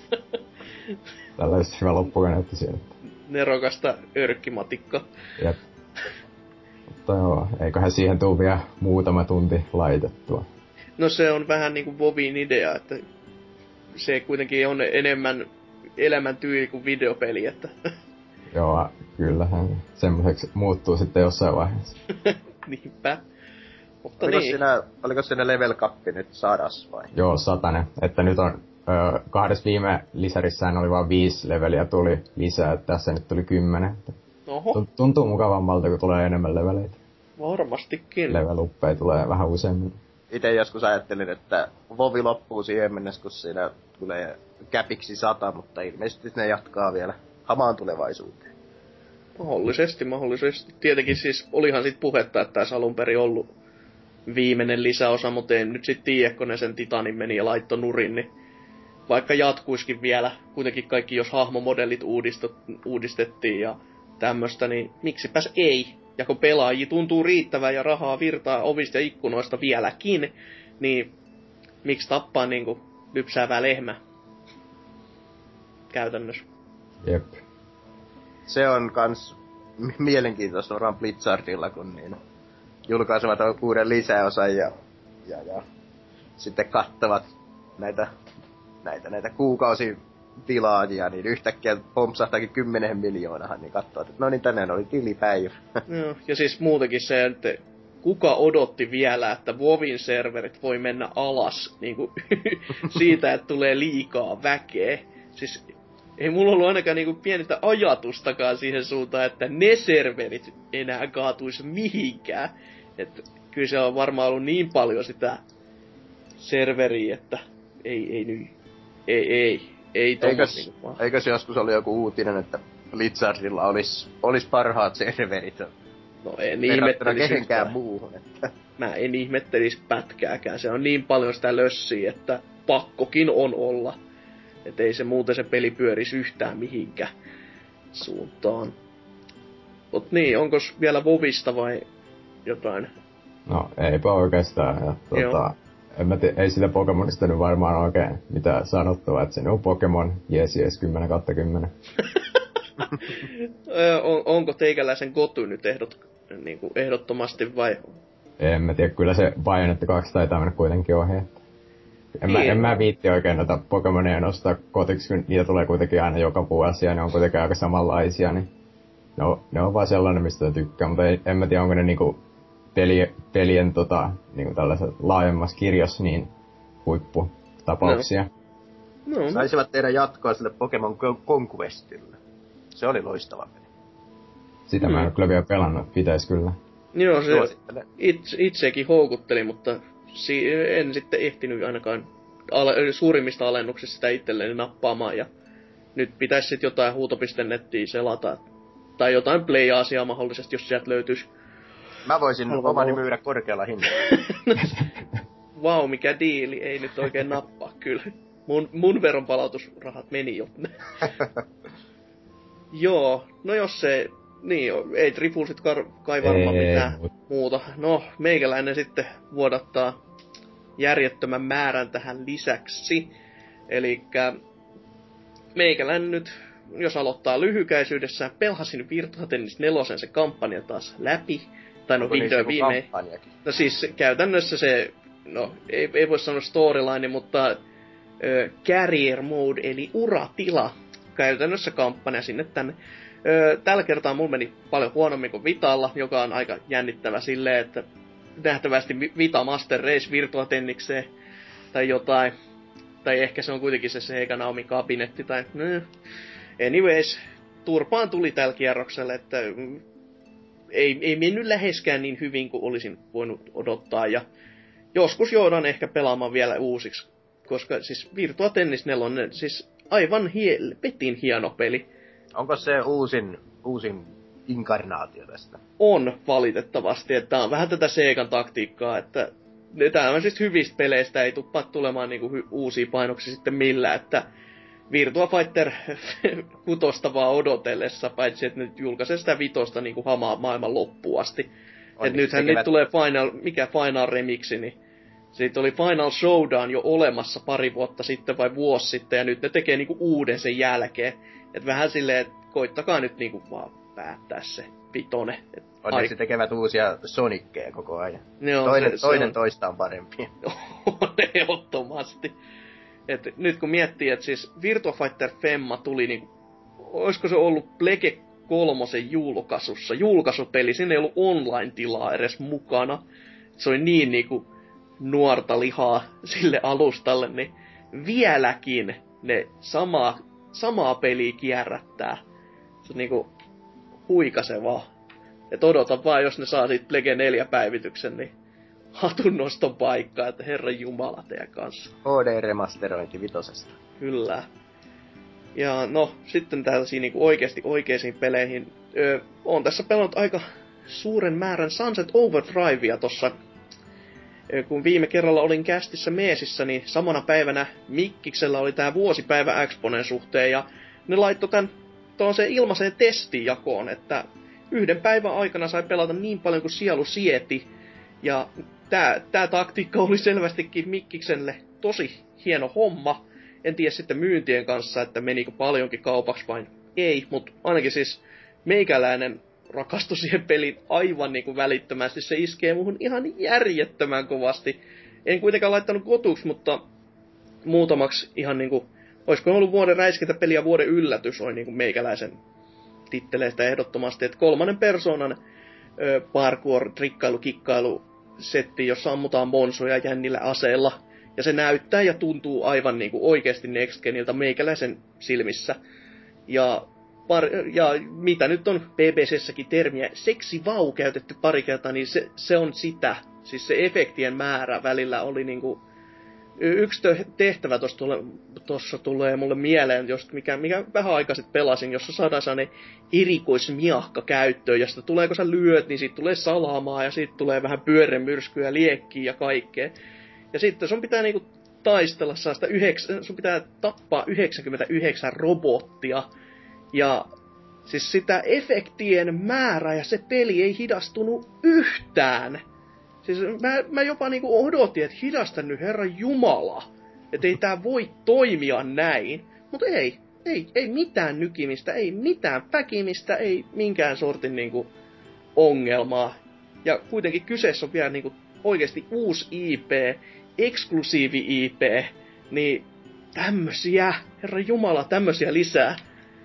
Speaker 3: Tällaista hyvä loppuun näytti siellä.
Speaker 2: Nerokasta örkkimatikka.
Speaker 3: Jep. Mutta joo, eiköhän siihen tuu vielä muutama tunti laitettua.
Speaker 2: No se on vähän niinku WoWin idea, että se kuitenkin on enemmän elämäntyyli kuin videopeli, että...
Speaker 3: Joo, Kyllähän semmoiseksi muuttuu sitten jossain vaiheessa.
Speaker 2: Niinpä. Mutta
Speaker 4: oliko,
Speaker 2: niin.
Speaker 4: siinä, oliko siinä level cap nyt sadas vai?
Speaker 3: Joo, satanen. Että nyt on öö, kahdessa viime lisärissään oli vain viisi leveliä tuli lisää, että tässä nyt tuli kymmenen.
Speaker 2: Oho.
Speaker 3: Tuntuu mukavammalta, kun tulee enemmän leveleitä.
Speaker 2: Varmastikin.
Speaker 3: Level-uppeja tulee vähän useammin.
Speaker 4: Itse joskus ajattelin, että Vovi loppuu siihen mennessä, kun siinä tulee käpiksi sata, mutta ilmeisesti ne jatkaa vielä hamaan tulevaisuuteen.
Speaker 2: Mahdollisesti, mahdollisesti. Tietenkin siis olihan sit puhetta, että tässä alun perin ollut viimeinen lisäosa, mutta en nyt sit tiedä, kun ne sen Titanin meni ja laittoi nurin, niin vaikka jatkuiskin vielä, kuitenkin kaikki jos hahmomodellit uudistettiin ja tämmöstä, niin miksipäs ei? Ja kun pelaajia tuntuu riittävän ja rahaa virtaa ovista ja ikkunoista vieläkin, niin miksi tappaa niinku lypsäävää lehmää? Käytännössä.
Speaker 3: Jep.
Speaker 4: Se on kans m- mielenkiintoista varmaan Blizzardilla, kun niin julkaisevat uuden lisäosan ja, ja, ja sitten kattavat näitä, näitä, näitä kuukausipilaajia, niin yhtäkkiä pompsahtakin kymmenen miljoonahan, niin katsovat, että no niin tänään oli tilipäivä.
Speaker 2: Joo, ja siis muutenkin se, että kuka odotti vielä, että WoWin serverit voi mennä alas niin kuin siitä, että tulee liikaa väkeä. Siis ei mulla ollut ainakaan niinku pienintä ajatustakaan siihen suuntaan, että ne serverit enää kaatuisi mihinkään. Että kyllä se on varmaan ollut niin paljon sitä serveriä, että ei, ei nyt, ei, ei, ei
Speaker 4: Eikös,
Speaker 2: niinku vaan.
Speaker 4: eikös joskus oli joku uutinen, että Blizzardilla olisi olis parhaat serverit
Speaker 2: No en
Speaker 4: verrattuna
Speaker 2: ihmettelisi
Speaker 4: kehenkään
Speaker 2: yhtään.
Speaker 4: muuhun. Että.
Speaker 2: Mä en ihmettelisi pätkääkään. Se on niin paljon sitä lössiä, että pakkokin on olla. Että ei se muuten se peli pyörisi yhtään mihinkään suuntaan. Mut niin, onkos vielä Vovista vai jotain?
Speaker 3: No eipä oikeastaan. Ja, tuota, en mä te, ei sitä Pokemonista nyt varmaan oikein mitään sanottavaa, että se on Pokemon, jes jes, kymmenen kautta kymmenen.
Speaker 2: on, onko teikäläisen Gotu nyt ehdot, niin kuin ehdottomasti vai?
Speaker 3: En mä tiedä, kyllä se Bayonetta kaksi taitaa mennä kuitenkin ohi. En mä, en mä viitti oikein noita Pokemonia nostaa kotiksi, kun niitä tulee kuitenkin aina joka vuosi ja ne on kuitenkin aika samanlaisia, niin ne on, ne on vaan sellainen, mistä tykkää, mutta ei, en mä tiedä, onko ne niinku peli, pelien tota, niinku tällaiset laajemmassa kirjossa niin huipputapauksia.
Speaker 2: No. No,
Speaker 4: Saisivat tehdä jatkoa sille Pokemon Conquestille. Se oli loistava peli.
Speaker 3: Sitä hmm. mä en kyllä vielä pelannut, pitäis kyllä.
Speaker 2: Joo, se itse, itsekin houkutteli, mutta si- en sitten ehtinyt ainakaan ale- suurimmista alennuksista sitä itselleni nappaamaan. Ja nyt pitäisi sitten jotain huuto.nettiä selata. Tai jotain Play-asiaa mahdollisesti, jos sieltä löytyisi.
Speaker 4: Mä voisin omani myydä korkealla hinnalla.
Speaker 2: Vau, wow, mikä diili. Ei nyt oikein nappaa kyllä. Mun, mun veronpalautusrahat meni jo. Joo, no jos se... Niin, ei Trifusit kai varmaan ei, mitään mut. muuta. No, meikäläinen sitten vuodattaa järjettömän määrän tähän lisäksi. Elikkä meikäläinen nyt, jos aloittaa lyhykäisyydessään, pelhasin Virtua Tennis nelosen se kampanja taas läpi. Tai no vihdoin viimein. No siis käytännössä se, no ei, ei voi sanoa storyline, mutta ö, carrier mode eli uratila. Käytännössä kampanja sinne tänne. Öö, tällä kertaa mulla meni paljon huonommin kuin Vitalla, joka on aika jännittävä silleen, että nähtävästi Vita Master Race Virtua Tennikseen tai jotain. Tai ehkä se on kuitenkin se Sega Naomi kabinetti tai... No. Anyways, turpaan tuli tällä kierroksella, että ei, ei mennyt läheskään niin hyvin kuin olisin voinut odottaa. Ja joskus joudun ehkä pelaamaan vielä uusiksi, koska siis Virtua Tennis neljä, siis aivan hie- petin hieno peli.
Speaker 4: Onko se uusin, uusin inkarnaatio tästä?
Speaker 2: On valitettavasti, että on vähän tätä Segan taktiikkaa, että tämä on siis hyvistä peleistä, ei tuppa tulemaan niinku hy- uusia painoksia sitten millään, että Virtua Fighter kutosta vaan odotellessa, paitsi että nyt julkaisee sitä vitosta niinku hamaa maailman loppuun asti. Että nythän tekevät... nyt tulee Final, mikä Final Remixi, niin siitä oli Final Showdown jo olemassa pari vuotta sitten vai vuosi sitten, ja nyt ne tekee niinku uuden sen jälkeen. Et vähän silleen, että koittakaa nyt niinku vaan päättää se vitone.
Speaker 4: Onneksi ai... tekevät uusia Sonickeja koko ajan.
Speaker 2: Joo,
Speaker 4: toinen
Speaker 2: se,
Speaker 4: toinen
Speaker 2: se on...
Speaker 4: toistaan parempi.
Speaker 2: On ehdottomasti. Et nyt kun miettii, että siis Virtua Fighter Femma tuli niinku... Olisiko se ollut Plege kolmosen julkaisussa, julkaisupeli, siinä ei ollut online-tilaa edes mukana. Se oli niin niinku nuorta lihaa sille alustalle, niin vieläkin ne samaa, samaa peliä kierrättää. Se on niinku huikasevaa. Et odota vaan, jos ne saa siitä Plege neljä päivityksen, niin hatunnoston paikkaa, että herran jumala teidän kanssa.
Speaker 4: H D-remasterointi vitosesta.
Speaker 2: Kyllä. Ja no, sitten tällaisiin niinku oikeasti oikeisiin peleihin. Öö, oon tässä pelannut aika suuren määrän Sunset Overdrivea tossa. Öö, kun viime kerralla olin kästissä Meesissä, niin samana päivänä Mikkiksellä oli tää vuosipäivä Exponen suhteen, ja ne laittoi tän tuollaiseen ilmaiseen testiin jakoon, että yhden päivän aikana sai pelata niin paljon kuin sielu sieti. Ja tää, tää taktiikka oli selvästikin Mikkikselle tosi hieno homma. En tiedä sitten myyntien kanssa, että menikö paljonkin kaupaksi vai ei, mutta ainakin siis meikäläinen rakastui siihen peliin aivan niinku välittömästi. Se iskee muhun ihan järjettömän kovasti. En kuitenkaan laittanut kotuksi, mutta muutamaksi ihan niinku, olisiko ollut vuoden räiskintä peli ja vuoden yllätys, oli niinku meikäläisen titteleistä ehdottomasti. Että kolmannen persoonan ö, parkour, trikkailu, kikkailu setti, jossa ammutaan monsoja jännillä aseilla. Ja se näyttää ja tuntuu aivan niinku oikeesti Next Geniltä meikäläisen silmissä. Ja, par, ja mitä nyt on B B C:ssäkin termiä, seksi vau käytetty pari kertaa, niin se, se on sitä. Siis se efektien määrä välillä oli niinku... Yksi tehtävä tossa tulee, tossa tulee mulle mieleen, just mikä, mikä vähän aikaa sitten pelasin, jossa saadaan sellainen erikoismiahka käyttöön, josta tulee, kun sä lyöt, niin siitä tulee salamaa ja siitä tulee vähän pyörremyrskyä, liekkiä ja kaikkea. Ja sitten sun pitää niinku taistella sitä yhdeksän, sun pitää tappaa yhdeksänkymmentäyhdeksän robottia. Ja siis sitä efektien määrä ja se peli ei hidastunut yhtään. Siis mä, mä jopa niinku odotin, että hidasta nyt herran jumala. Että ei tää voi toimia näin. Mutta ei, ei, ei mitään nykimistä, ei mitään päkimistä, ei minkään sortin niinku ongelmaa. Ja kuitenkin kyseessä on vielä niinku oikeesti uusi I P, eksklusiivi I P, niin tämmösiä, herran jumala, tämmösiä lisää.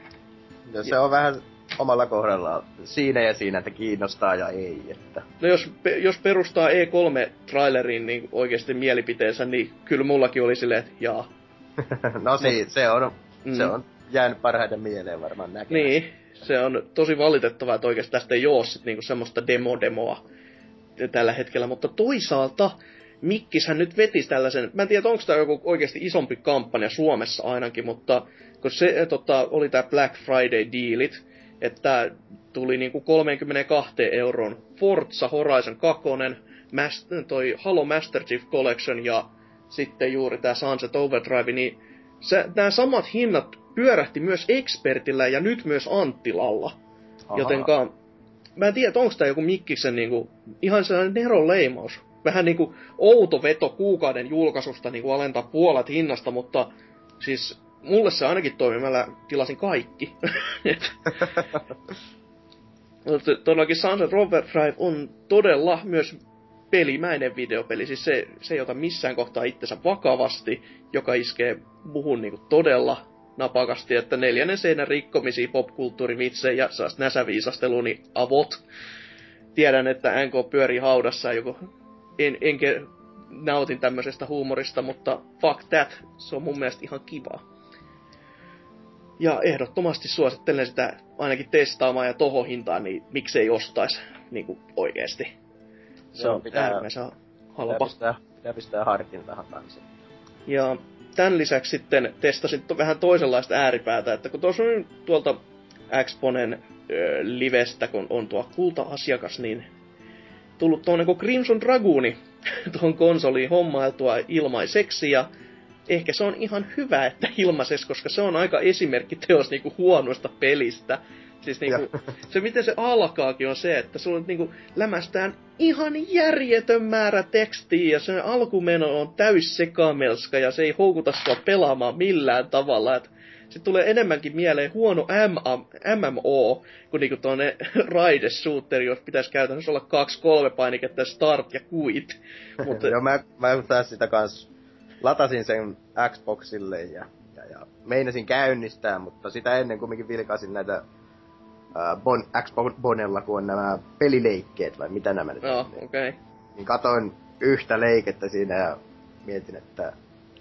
Speaker 4: Ja se on vähän omalla kohdallaan siinä ja siinä, että kiinnostaa ja ei. Että.
Speaker 2: No jos, jos perustaa E kolme traileriin niin oikeesti mielipiteensä, niin kyllä mullakin oli silleen, että jaa.
Speaker 4: no si, se, on, mm. se on jäänyt parhaiten mieleen varmaan näkemässä.
Speaker 2: Niin, se on tosi valitettavaa, että oikeesti tästä ei oo sit niinku semmoista demo-demoa tällä hetkellä, mutta toisaalta Mikkishän nyt vetisi tällaisen, mä en tiedä, onko tämä joku oikeasti isompi kampanja Suomessa ainakin, mutta kun se tota, oli tää Black Friday-dealit, että tuli niinku kolmekymmentäkaksi euron Forza Horizon kaksi, Master, toi Halo Master Chief Collection ja sitten juuri tää Sunset Overdrive, niin se, nämä samat hinnat pyörähti myös Expertillä ja nyt myös Anttilalla. Aha. Jotenka mä en tiedä, onko tää joku Mikkiksen niinku, ihan sellainen neroleimaus. Vähän niinku outo veto kuukauden julkaisusta niinku alentaa puolet hinnasta, mutta siis mulle se ainakin toimi, mä tilasin kaikki. Mutta todellakin Sunset Overdrive on todella myös pelimäinen videopeli. Siis se, se ei ota missään kohtaa itsensä vakavasti, joka iskee muhun niinku todella napakasti, että neljännen seinän rikkomisia, popkulttuurivitsejä ja sellaista näsäviisastelua, niin avot. Tiedän, että N K pyörii haudassa joku... En, enkä nautin tämmöisestä huumorista, mutta fuck that, se on mun mielestä ihan kivaa. Ja ehdottomasti suosittelen sitä ainakin testaamaan ja tohon hintaan, niin miksei ostais niinku oikeesti. Se Joo, on pitää, äärimmäisen halpa.
Speaker 4: Pitää pistää, pitää pistää harkintahan kanssa.
Speaker 2: Ja tän lisäksi sitten testasin to, vähän toisenlaista ääripäätä, että kun tuossa on tuolta Exponen äh, livestä, kun on tuo kulta-asiakas, niin tullut tuonne kuin Crimson Dragooni tuohon konsoliin hommailtua ilmaiseksi, ja ehkä se on ihan hyvä, että ilmaiseksi, koska se on aika esimerkkiteos niinku huonosta pelistä. Siis niinku, se miten se alkaakin on se, että sulla niinku lämästään ihan järjetön määrä tekstiä, ja se alkumeno on täys sekamelska, ja se ei houkuta sua pelaamaan millään tavalla, että se tulee enemmänkin mieleen huono M M O, kuin niinku tuonne Raide Shooteri, jos pitäisi käytännössä olla kaksi kolme painiketta, start ja quit.
Speaker 4: Mutta joo, mä, mä taas sitä kans latasin sen Xboxille ja, ja, ja meinasin käynnistää, mutta sitä ennen kumminkin vilkaisin näitä äh, bon, Xbox-bonella, kun on nämä pelileikkeet, vai mitä nämä nyt on.
Speaker 2: Joo, okei. Okay.
Speaker 4: Niin katoin yhtä leikettä siinä ja mietin, että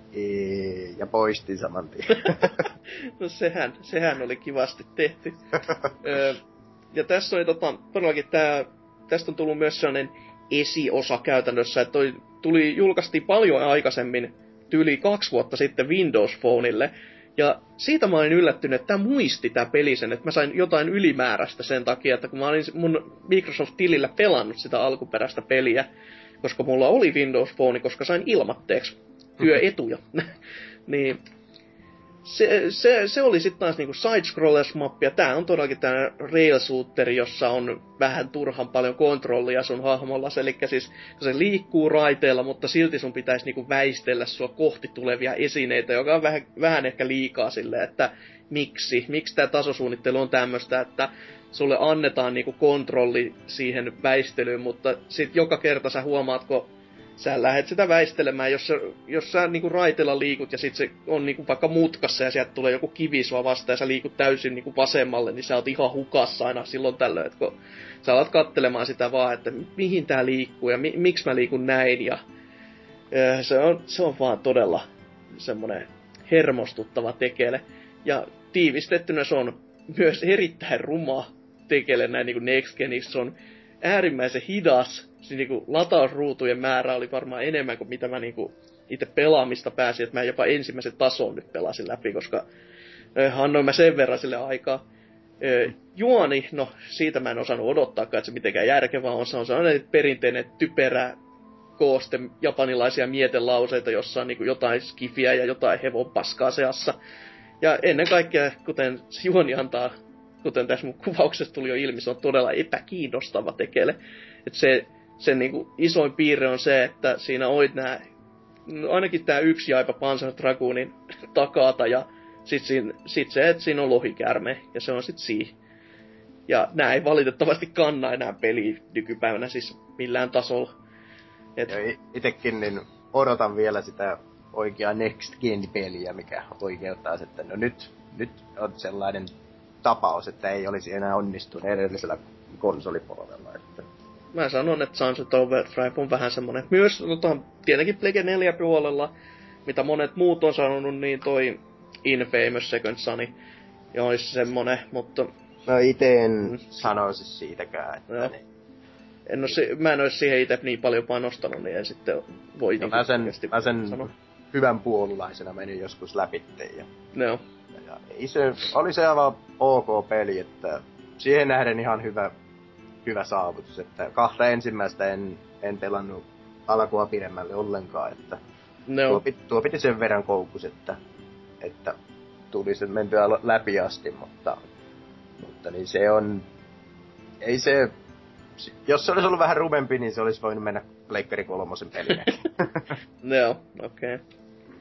Speaker 4: ei, ja poistin saman tien.
Speaker 2: No sehän, sehän oli kivasti tehty. Öö, ja tässä oli tota, todellakin tää, tästä on tullut myös sellainen esiosa käytännössä, että toi tuli, julkaistiin paljon aikaisemmin, yli kaksi vuotta sitten Windows Phoneille. Ja siitä mä olin yllättynyt, että tää muisti tää peli sen, että mä sain jotain ylimääräistä sen takia, että kun mä olin mun Microsoft-tilillä pelannut sitä alkuperäistä peliä, koska mulla oli Windows Phone, koska sain ilmatteeksi työetuja, niin se, se, se oli sitten taas niinku side-scrollers-mappi, ja tää on todellakin tää rail-shooteri, jossa on vähän turhan paljon kontrollia sun hahmolla, eli siis se liikkuu raiteilla, mutta silti sun pitäisi niinku väistellä sua kohti tulevia esineitä, joka on vähän, vähän ehkä liikaa silleen, että miksi, miksi tää tasosuunnittelu on tämmöstä, että sulle annetaan niinku kontrolli siihen väistelyyn, mutta sit joka kerta sä huomaat, kun sä lähet sitä väistelemään, jos sä, jos sä niinku raiteella liikut ja sit se on niinku vaikka mutkassa ja sieltä tulee joku kivi sua vastaan ja sä liikut täysin niinku vasemmalle, niin sä oot ihan hukassa aina silloin tällöin, että kun sä alat kattelemaan sitä vaan, että mihin tää liikkuu ja mi, miksi mä liikun näin ja äh, se, on, se on vaan todella semmonen hermostuttava tekele. Ja tiivistettynä se on myös erittäin ruma tekele näin niinku Next Genissä, se on äärimmäisen hidas. Siis niinku latausruutujen määrä oli varmaan enemmän kuin mitä mä niinku itse pelaamista pääsin, että mä jopa ensimmäisen tason nyt pelasin läpi, koska äh, annoin mä sen verran sille aikaa. Äh, juoni, no siitä mä en osannut odottaakaan, että se mitenkään järkevää on. Se on sellainen perinteinen typerä kooste japanilaisia mietelauseita, jossa on niinku jotain skifiä ja jotain hevon paskaa seassa. Ja ennen kaikkea, kuten juoni antaa, kuten tässä mun kuvauksessa tuli jo ilmi, se on todella epäkiinnostava tekele. Että se sen niinku isoin piirre on se, että siinä oit nää, no ainakin tää yksi jaipa Panzer Dragoonin takata ja sit, siinä, sit se, että siinä on lohikärme ja se on sit siihen. Ja nää ei valitettavasti kanna enää peliä nykypäivänä siis millään tasolla. Et...
Speaker 4: Itekin niin odotan vielä sitä oikeaa Next Gen-peliä, mikä oikeuttaa sitten, no nyt, nyt on sellainen tapaus, että ei olisi enää onnistunut edellisellä konsolipolvella. Että...
Speaker 2: Mä sanon, että Sunset Overdrive on vähän semmonen, myös tota, tietenkin Plege neljä puolella, mitä monet muut on sanonut, niin toi Infamous Second Son ja olisi semmonen, mutta...
Speaker 4: No ite en mm. sanoisi siitäkään, että...
Speaker 2: No. Niin. En oo, mä en ois siihen ite niin paljon panostanut, niin en sitten voi...
Speaker 4: No, niin mä sen, mä sen hyvän puolulaisena menin joskus läpitteen ja...
Speaker 2: No.
Speaker 4: Ja se, oli se aivan ok peli, että siihen nähden ihan hyvä, hyvä saavutus, että kahta ensimmäistä en, en pelannut alkua pidemmälle ollenkaan, että no. tuo, piti, tuo piti sen verran koukus, että, että tuli sen mentyä läpi asti, mutta, mutta niin se on, ei se, jos se olisi ollut vähän rumempi, niin se olisi voinut mennä Pleikkari kolmosen pelinä.
Speaker 2: No, okei. Okay.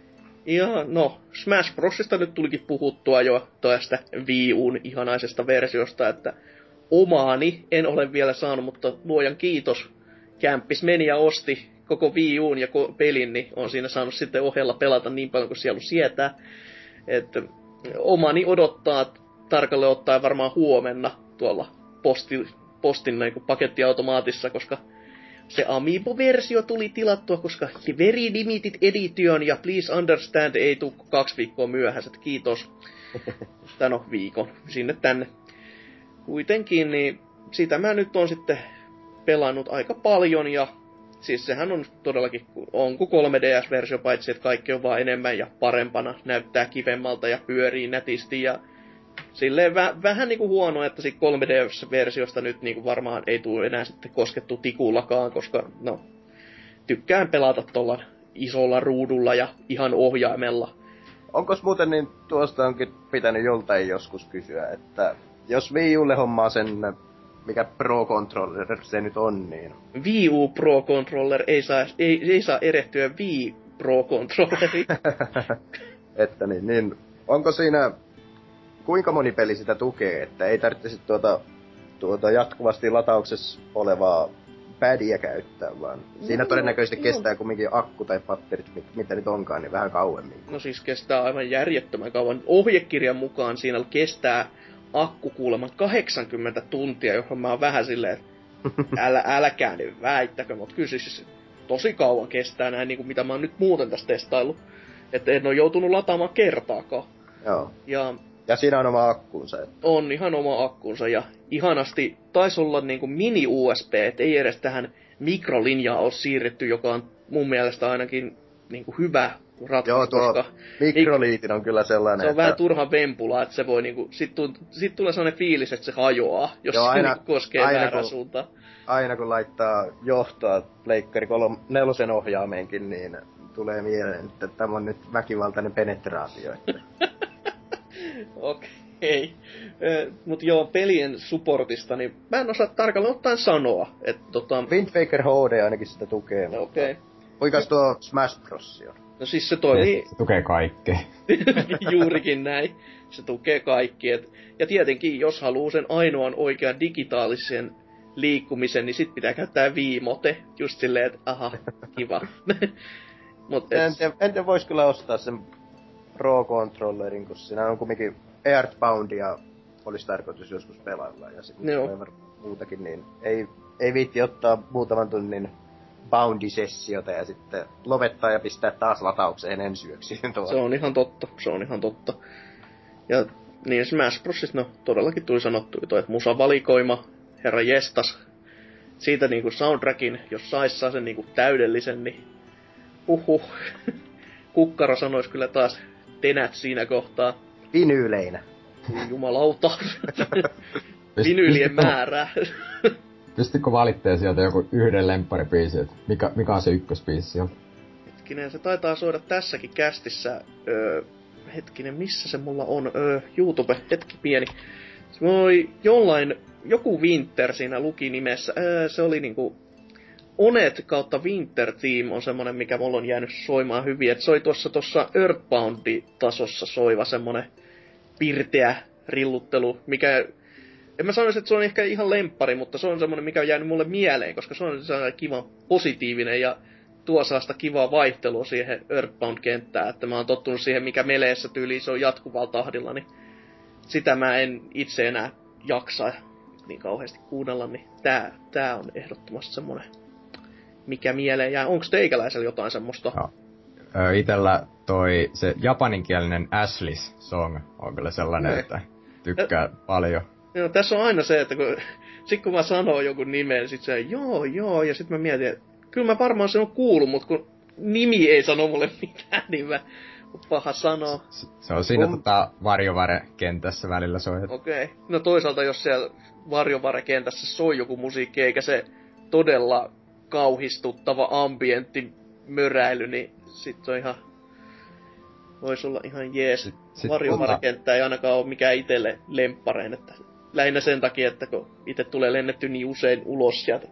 Speaker 2: Ja no, Smash Brosista nyt tulikin puhuttua jo tästä Wii U:n ihanaisesta versiosta, että omaani en ole vielä saanut, mutta luojan kiitos. Kämppis meni ja osti koko Wii U:n ja pelin, niin on siinä saanut sitten ohella pelata niin paljon kuin sielu sietää. Että omani odottaa tarkalleen ottaen varmaan huomenna tuolla posti, postin niin kuin pakettiautomaatissa, koska se Amiibo-versio tuli tilattua, koska Very Limited Edition ja Please Understand ei tuu kaksi viikkoa myöhässä. Kiitos. Tai no, viikon. Sinne tänne. Kuitenkin, niin sitä mä nyt on sitten pelannut aika paljon ja siis sehän on todellakin, on kuin kolme D S-versio, paitsi että kaikki on vaan enemmän ja parempana, näyttää kivemmalta ja pyörii nätisti ja silleen väh, vähän niinku huono, että sit kolme D S-versiosta nyt niinku varmaan ei tule enää sitten koskettu tikullakaan, koska no, tykkään pelata tuolla isolla ruudulla ja ihan ohjaimella.
Speaker 4: Onkos muuten niin, tuosta onkin pitänyt joltain joskus kysyä, että jos Wii Ulle hommaa sen, mikä Pro Controller se nyt on, niin...
Speaker 2: Wii U Pro Controller ei saa, ei, ei saa erehtyä Wii Pro Controlleri.
Speaker 4: Että niin, niin, onko siinä... Kuinka moni peli sitä tukee, että ei tarvitse tuota, tuota jatkuvasti latauksessa olevaa pädiä käyttää, vaan no, siinä todennäköisesti no. kestää kumminkin akku tai patterit, mitä nyt onkaan, niin vähän kauemmin.
Speaker 2: No siis kestää aivan järjettömän kauan. Ohjekirjan mukaan siinä kestää akku kuuleman kahdeksankymmentä tuntia, johon mä oon vähän silleen, että älä, älkää nyt väittäkö, mut kyllä siis tosi kauan kestää näin, niin kuin mitä mä oon nyt muuten tässä testaillut. Että en oo joutunut lataamaan kertaakaan.
Speaker 4: Joo.
Speaker 2: Ja,
Speaker 4: ja siinä on oma akkunsa. Että...
Speaker 2: On ihan oma akkunsa ja ihanasti taisi olla niinku mini-U S B, et ei edes tähän mikrolinjaan ole siirretty, joka on mun mielestä ainakin niinku hyvä ratkaisu.
Speaker 4: Joo, tuo
Speaker 2: koska
Speaker 4: mikroliitin on kyllä sellainen,
Speaker 2: se on
Speaker 4: että...
Speaker 2: vähän turha vempula, että se voi niinku, sit, tu, sit tulee sellainen fiilis, että se hajoaa, jos
Speaker 4: Joo, aina,
Speaker 2: se niinku koskee
Speaker 4: aina,
Speaker 2: väärään
Speaker 4: kun,
Speaker 2: suuntaan.
Speaker 4: Aina kun laittaa johtoa pleikkari kolm, nelosen ohjaameenkin, niin tulee mieleen, että tämä on nyt väkivaltainen penetraatio. Että...
Speaker 2: Okei. Ei. Mut joo, pelien supportista, niin mä en osaa tarkalleen ottaen sanoa, että tota...
Speaker 4: Wind Waker H D ainakin sitä tukee,
Speaker 2: no, okei. Okay.
Speaker 4: Kuinkas tuo Smash Bros. On?
Speaker 2: No siis se toimii...
Speaker 3: Se tukee kaikkea.
Speaker 2: Juurikin näin. Se tukee kaikki. Et... Ja tietenkin, jos haluaa sen ainoan oikean digitaalisen liikkumisen, niin sit pitää käyttää Wiimote. Just silleen, että aha, kiva. Mut et...
Speaker 4: En tiedä, en tiedä vois kyllä ostaa sen Pro-controllerin, kun siinä on kumminkin Earthboundia olisi tarkoitus joskus pelailla, ja sitten muutakin, niin ei, ei viitti ottaa muutaman tunnin Boundy-sessiota ja sitten lopettaa ja pistää taas lataukseen ensi yöksi.
Speaker 2: Se on ihan totta, se on ihan totta. Ja niin Smash Bros. No todellakin tuli sanottu, että musavalikoima, herra jestas, siitä niinku soundtrackin, jos sais saa sen niinku täydellisen, niin uhuh. Kukkaro sanois kyllä taas tenät siinä kohtaa.
Speaker 4: Vinyyleinä.
Speaker 2: Jumalauta. Vinyylien määrää.
Speaker 3: Pystytkö valitteen sieltä joku yhden lempparibiisi, että mikä, mikä on se ykkösbiisi sieltä?
Speaker 2: Hetkinen, se taitaa soida tässäkin kästissä. Öö, hetkinen, missä se mulla on? Öö, YouTube, hetki pieni. Se oli jollain, joku Winter siinä luki nimessä. Öö, se oli niinku... Onet kautta Winter Team on semmonen, mikä mulla on jäänyt soimaan hyvin. Et se oli tuossa tossa Earthbound-tasossa soiva semmonen pirteä rilluttelu, mikä... En mä sanoisi, että se on ehkä ihan lemppari, mutta se on semmonen, mikä on jäänyt mulle mieleen, koska se on sellainen kiva positiivinen ja tuo sellaista kivaa vaihtelua siihen Earthbound-kenttään, että mä oon tottunut siihen, mikä meleessä tyyliin se on jatkuvalla tahdilla, niin sitä mä en itse enää jaksa niin kauheasti kuunnella, niin tää, tää on ehdottomasti semmonen, mikä mieleen jää. Onko teikäläisellä jotain semmoista?
Speaker 3: No. Ö, itellä toi se japaninkielinen Ashley's Song on kyllä sellainen, ne. Että tykkää ja, paljon.
Speaker 2: Joo, tässä on aina se, että kun, sit kun mä sanon joku nimen, niin sit se joo, joo, ja sit mä mietin, että kyllä mä varmaan sen on kuullut, mutta kun nimi ei sano mulle mitään, niin mä paha sanoa.
Speaker 3: Se, se on siinä um... tota varjovare-kentässä välillä soi.
Speaker 2: Okei. Okay. No toisaalta, jos siellä varjovare-kentässä soi joku musiikki, eikä se todella kauhistuttava ambientti möräily, niin sit se on ihan... Vois olla ihan jees. Varjovarakenttä ei ainakaan ole mikään itelle lempparein, että lähinnä sen takia, että kun itse tulee lennetty niin usein ulos sieltä.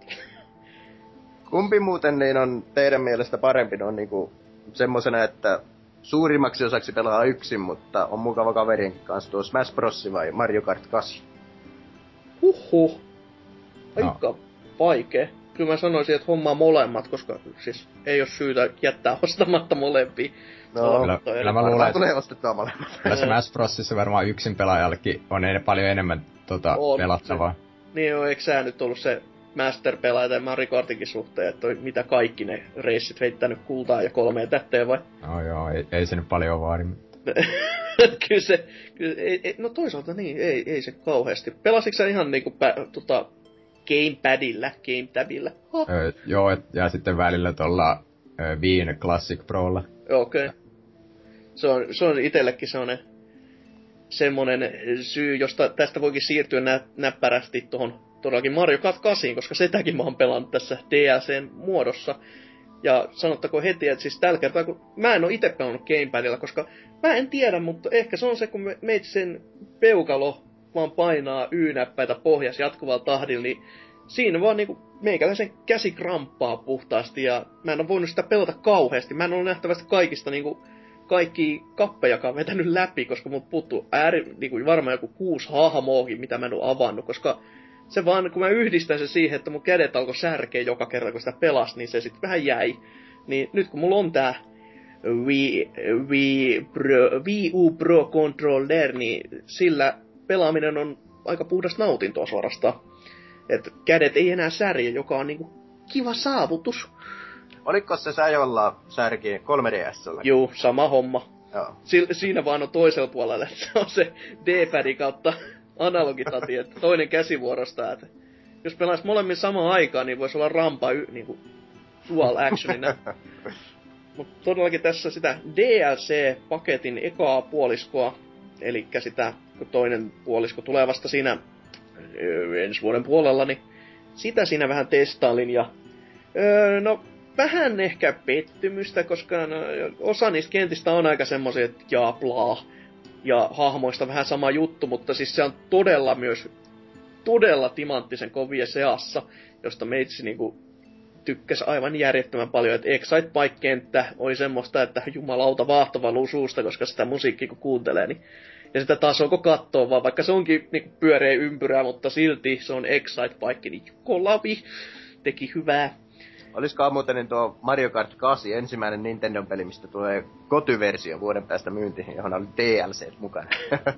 Speaker 4: Kumpi muuten niin on teidän mielestä parempi on niinku semmosena, että suurimmaksi osaksi pelaa yksin, mutta on mukava kaverienkin kanssa tuo Smash Bros. Vai Mario Kart kahdeksan?
Speaker 2: Huhhuh. Aika no. Vaikee. Kyllä mä sanoisin, että hommaa molemmat, koska siis ei ole syytä jättää ostamatta molempia.
Speaker 4: No,
Speaker 3: kyllä, kyllä mä luulen,
Speaker 4: tulee ostettua molemmat.
Speaker 3: Kyllä Smash Brosissa varmaan yksin pelaajallekin on en, paljon enemmän tota, on, pelattavaa. Se,
Speaker 2: niin joo, eikö sä nyt ollut se Master-pelaaja tai Mario Kartinkin suhteen, että mitä kaikki ne reissit heittänyt kultaa ja kolmeen tähteen vai?
Speaker 3: No joo, ei, ei se nyt paljon vaadi.
Speaker 2: kyllä se, kyllä, ei, ei, no toisaalta niin, ei, ei se kauheasti. Pelasitko sä ihan niinku pä, tota, gamepadillä, gametabillä?
Speaker 3: Öö, joo, et, ja sitten välillä tuolla Wien Classic Prolla.
Speaker 2: Okei. Okay. Se on, se on itsellekin semmonen, semmonen syy, josta tästä voikin siirtyä nä, näppärästi tuohon todellakin Mario Kart kahdeksan, koska sitäkin mä oon pelannut tässä D L C:n muodossa. Ja sanottakoon heti, että siis tällä kertaa, kun mä en oo ite pelannut gamepadilla, koska mä en tiedä, mutta ehkä se on se, kun me, meitä sen peukalo vaan painaa Y-näppäitä pohjas jatkuvalla tahdilla, niin siinä vaan niinku meikäläisen käsi kramppaa puhtaasti, ja mä en oo voinut sitä pelata kauheasti. Mä en oo nähtävästi kaikista niinku kaikki kappejakaan vetänyt läpi, koska mut puuttuu ääri, niinku varmaan joku kuusi hahmoakin, mitä mä en oo avannut, koska se vaan, kun mä yhdistän se siihen, että mun kädet alkoi särkeä joka kerta, kun sitä pelasi, niin se sit vähän jäi. Niin nyt kun mulla on tää Wii, Wii, Pro, Wii U Pro Controller, niin sillä pelaaminen on aika puhdas nautintoa suorastaan. Että kädet ei enää särje, joka on niinku kiva saavutus.
Speaker 4: Oliko se sä, jolla särki kolme D S:llä?
Speaker 2: Juu, sama homma.
Speaker 4: Joo.
Speaker 2: Si- siinä vaan on toisella puolella, että se on se D-padi kautta analogitati, että toinen käsivuorosta, että jos pelais molemmin samaan aikaan, niin voisi olla rampa y- niinku dual actionina. Mutta todellakin tässä sitä D L C-paketin ekaa puoliskoa, eli sitä, kun toinen puolisko tulee vasta siinä öö, ensi vuoden puolella, niin sitä siinä vähän testailin ja öö, no vähän ehkä pettymystä, koska no, osa niistä kentistä on aika semmosia, että jaa blaa, ja hahmoista vähän sama juttu, mutta siis se on todella myös todella timanttisen kovia seassa, josta meitsi niinku tykkäs aivan järjettömän paljon, että Excite Bike-kenttä oli semmoista, että jumalauta vaahto valuu suusta, koska sitä musiikkia kun kuuntelee, niin ja sitä taas onko kattoo vaan, vaikka se onkin niinku pyöreä ympyrää, mutta silti se on Excite Bike, niin kolavi teki hyvää.
Speaker 4: Olisikohan muuten niin tuo Mario Kart kahdeksan ensimmäinen Nintendo-peli, mistä tulee kotyversio vuoden päästä myyntiin, johon oli D L C mukana.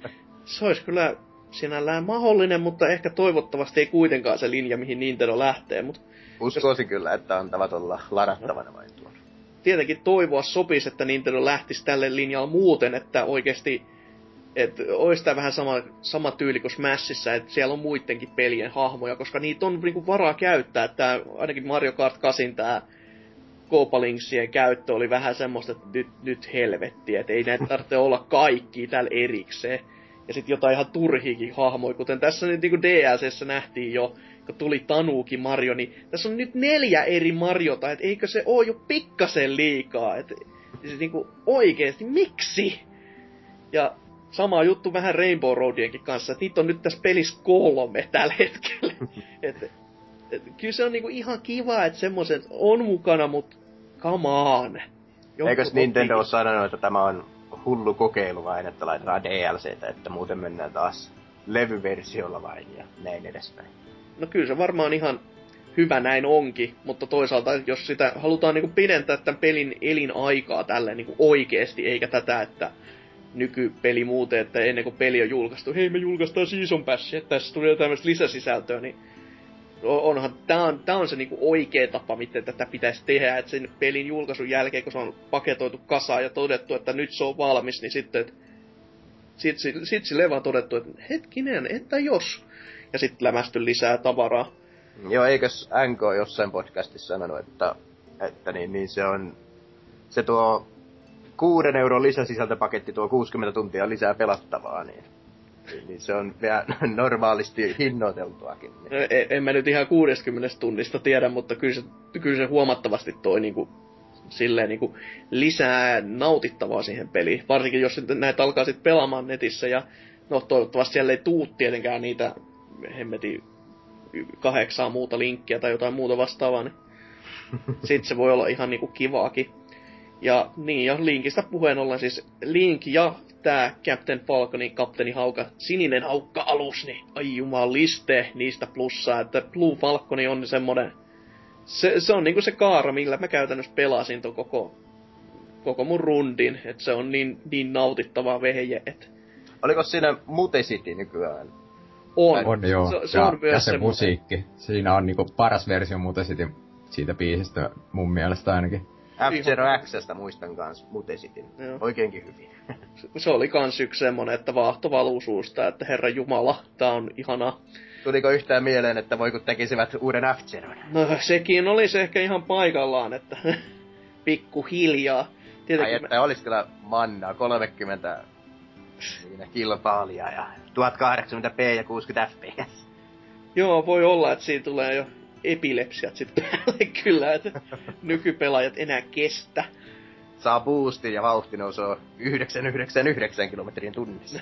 Speaker 2: Se olisi kyllä sinällään mahdollinen, mutta ehkä toivottavasti ei kuitenkaan se linja, mihin Nintendo lähtee. Mutta
Speaker 4: uskoisin jos kyllä, että antavat olla ladattavana vain tuon.
Speaker 2: Tietenkin toivoa sopisi, että Nintendo lähtisi tälle linjalle muuten, että oikeasti että olisi tämä vähän sama, sama tyyli kuin Smashissa, että siellä on muidenkin pelien hahmoja, koska niitä on niinku varaa käyttää. Että ainakin Mario Kart kahdeksan tämä Koopalingsien käyttö oli vähän semmoista, että nyt, nyt helvetti, että ei näitä tarvitse olla kaikki täällä erikseen. Ja sitten jotain ihan turhiikin hahmoja, kuten tässä nyt niinku D L C:ssä nähtiin jo, kun tuli Tanuki Mario, niin tässä on nyt neljä eri Mariota, että eikö se oo jo pikkasen liikaa, että se niinku oikeesti, miksi? Ja sama juttu vähän Rainbow Roadienkin kanssa, että niitä on nyt tässä pelissä kolme tällä hetkellä. et, et, kyllä se on niinku ihan kiva, että semmoiset on mukana, mut come on.
Speaker 4: Eikös Nintendo ole sanonut, että tämä on hullu kokeilu vain, että laitetaan D L C:tä, että muuten mennään taas levyversiolla vain ja näin edespäin.
Speaker 2: No kyllä se varmaan ihan hyvä näin onkin, mutta toisaalta jos sitä halutaan niinku pidentää tämän pelin elinaikaa tälleen niinku oikeesti, eikä tätä, että nykypeli muuten, että ennen kuin peli on julkaistu, hei me julkaistaan Season Pass, että tässä tulee tämmöistä lisäsisältöä, niin onhan, tää on, tää on se niinku oikea tapa, miten tätä pitäisi tehdä, että sen pelin julkaisun jälkeen, kun se on paketoitu kasaan ja todettu, että nyt se on valmis, niin sitten, että sit, sit, sit silleen vaan todettu, että hetkinen, että jos, ja sitten lämästy lisää tavaraa.
Speaker 4: Joo, eikös N K jossain podcastissa sanonut, että, että niin, niin se on, se tuo kuuden euron lisäsisältöpaketti tuo kuusikymmentä tuntia lisää pelattavaa, niin, niin se on vielä normaalisti hinnoiteltuakin. Niin.
Speaker 2: En, en mä nyt ihan kuudestakymmenestä tunnista tiedä, mutta kyllä se, kyllä se huomattavasti toi niinku, silleen niinku lisää nautittavaa siihen peliin. Varsinkin jos näitä alkaa sitten pelaamaan netissä ja no toivottavasti siellä ei tuu tietenkään niitä hemmetin kahdeksaa muuta linkkiä tai jotain muuta vastaavaa, niin sit se voi olla ihan niinku kivaakin. Ja niin, ja Linkistä puheen ollen siis Link ja tää Captain Falconin Kapteeni Hauka, sininen haukka-alus, niin ai jumaliste niistä plussaa, että Blue Falconi on semmonen, se, se on niinku se kaara, millä mä käytännössä pelasin ton koko, koko mun rundin, että se on niin, niin nautittavaa vehje, et.
Speaker 4: Oliko siinä Mutesity nykyään?
Speaker 2: On,
Speaker 3: on joo,
Speaker 2: se, se
Speaker 3: ja,
Speaker 2: on myös
Speaker 3: ja se
Speaker 2: semmoinen
Speaker 3: musiikki, siinä on niinku paras versio Mutesity siitä biisistä mun mielestä ainakin.
Speaker 4: F-Zero X:stä muistan kans Mutesityn. Oikeinkin hyvin.
Speaker 2: Se oli kans yksi semmonen, että vaahto valuu suusta, että herra jumala, tää on ihanaa.
Speaker 4: Tuliko yhtään mieleen, että voiko tekisivät uuden F-Zeron?
Speaker 2: No sekin olisi ehkä ihan paikallaan, että pikku hiljaa.
Speaker 4: Ai että mä... olis kyllä mannaa, kolmekymmentä siinä kilpailijaa ja tuhatkahdeksankymmentä p ja kuusikymmentä f p s.
Speaker 2: Joo, voi olla, että siinä tulee jo epilepsiat sit päälle kyllä, että nykypelaajat enää kestä.
Speaker 4: Saa boostin ja vauhti nousee yhdeksän yhdeksän yhdeksän kilometrin tunnissa.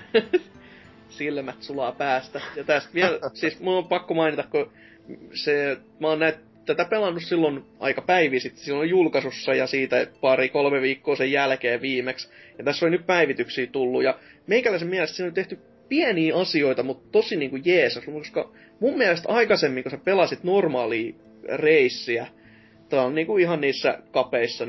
Speaker 2: Silmät sulaa päästä. Ja tästä vielä, siis mun on pakko mainita, kun se, mä oon näet, tätä pelannut silloin aika päivi sitten, silloin julkaisussa ja siitä pari, kolme viikkoa sen jälkeen viimeksi. Ja tässä on nyt päivityksiä tullut ja meikäläisen mielestä siinä on tehty pieniä asioita, mutta tosi niinku jeesas, koska mun mielestä aikaisemmin, kun sä pelasit normaalia reissiä, tää on niinku ihan niissä kapeissa, niin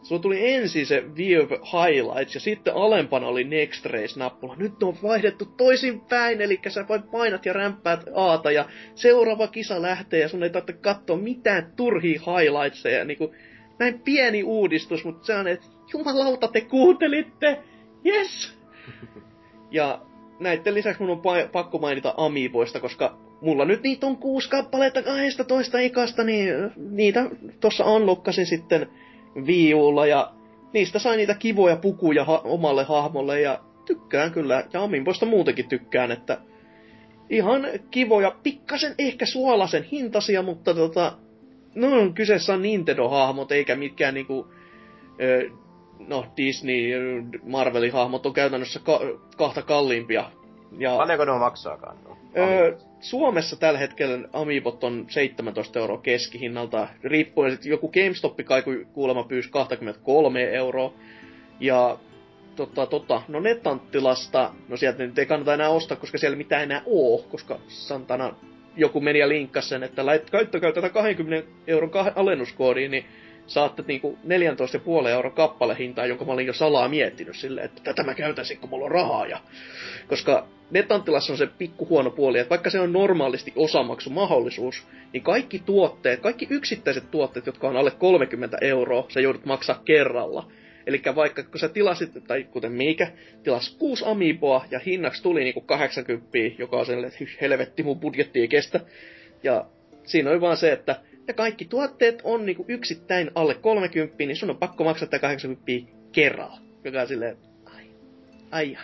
Speaker 2: sulla tuli ensin se View Highlights ja sitten alempana oli Next Race-nappula. Nyt on vaihdettu toisinpäin, eli sä vain painat ja rämpäät Aata ja seuraava kisa lähtee ja sun ei tarvitse katsoa mitään turhia highlightseja. Niinku, näin pieni uudistus, mutta se on, että jumalauta te kuuntelitte! Yes! Ja näitten lisäksi mun on pa- pakko mainita Amiiboista, koska mulla nyt niitä on kuusi kappaletta kaksitoista ikasta, niin niitä tossa unlockasin sitten Wii U:lla ja niistä sai niitä kivoja pukuja ha- omalle hahmolle ja tykkään kyllä. Ja Amiiboista muutenkin tykkään, että ihan kivoja, pikkasen ehkä suolasen hintaisia, mutta tota, no kyseessä on Nintendo-hahmot eikä mitkään niinku, ö, no Disney, Marvelin hahmot on käytännössä ka- kahta kalliimpia. Ja,
Speaker 4: paljonko ne maksaakaan? No?
Speaker 2: Öö, Suomessa tällä hetkellä Amiibot on seitsemäntoista euroa keskihinnalta. Riippuen sitten joku GameStop kai kuulemma pyysi kaksikymmentäkolme euroa. Ja tota, tota, no Netanttilasta, no sieltä nyt ei kannata enää ostaa, koska siellä mitään enää oo, koska santana joku meni ja linkkasi sen, että lait, käyttäkää tätä kaksikymmentä euron kah- alennuskoodiin, niin saatte niinku neljätoista pilkku viisi euron kappalehintaa, jonka mä olin jo salaa miettinyt silleen, että tätä mä käytäisin, kun mulla on rahaa. Ja... koska Netanttilassa on se pikku huono puoli, että vaikka se on normaalisti osamaksumahdollisuus, niin kaikki tuotteet, kaikki yksittäiset tuotteet, jotka on alle kolmekymmentä euroa, sä joudut maksaa kerralla. Eli vaikka kun sä tilasit, tai kuten Miikä, tilas kuusi Amiiboa ja hinnaksi tuli niinku kahdeksankymmentä, joka on sellainen, että helvetti mun budjetti ei kestä. Ja siinä oli vaan se, että ja kaikki tuotteet on niinku yksittäin alle kolmekymmentä, niin sun on pakko maksaa tää kahdeksankymmentä kerralla. Joka on silleen, ai, ai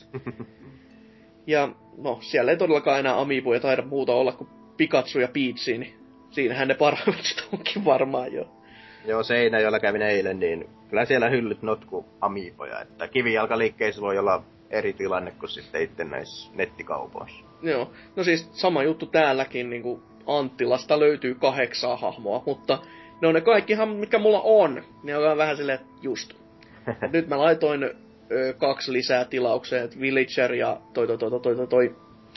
Speaker 2: ja no, siellä ei todellakaan enää Amiiboja taida muuta olla kuin Pikachu ja Peach, niin siinähän ne parhaimmat onkin varmaan jo.
Speaker 4: Joo, Seinäjoella kävin eilen, niin kyllä siellä hyllyt notku Amiiboja, että kivijalkaliikkeissä voi olla eri tilanne kuin sitten itse näissä nettikaupoissa.
Speaker 2: Joo, no siis sama juttu täälläkin, niin kuin Anttilasta löytyy kahdeksaa hahmoa, mutta ne on ne kaikki hahmot, mitkä mulla on. Ne on vähän silleen, just. Nyt mä laitoin ö, kaksi lisää tilaukseen, että Villager ja toi toi toi toi toi, toi, toi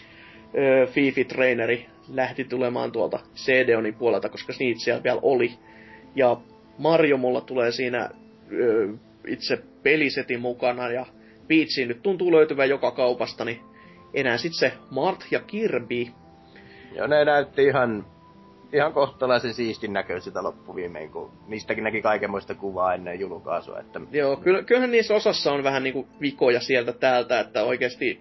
Speaker 2: ö, Fifi Traineri lähti tulemaan tuolta C D-onin puolelta, koska niitä siellä vielä oli. Ja Mario mulla tulee siinä ö, itse pelisetin mukana ja Peachiin nyt tuntuu löytyvän joka kaupasta, niin enää sit se Mart ja Kirby.
Speaker 4: Joo, ne näytti ihan, ihan kohtalaisen siistin näköisiltä loppuviimein, kun niistäkin näki kaikenmoista kuvaa ennen julkaisua. Että...
Speaker 2: Joo, kyllä, kyllähän niissä osassa on vähän niinku vikoja sieltä täältä, että oikeesti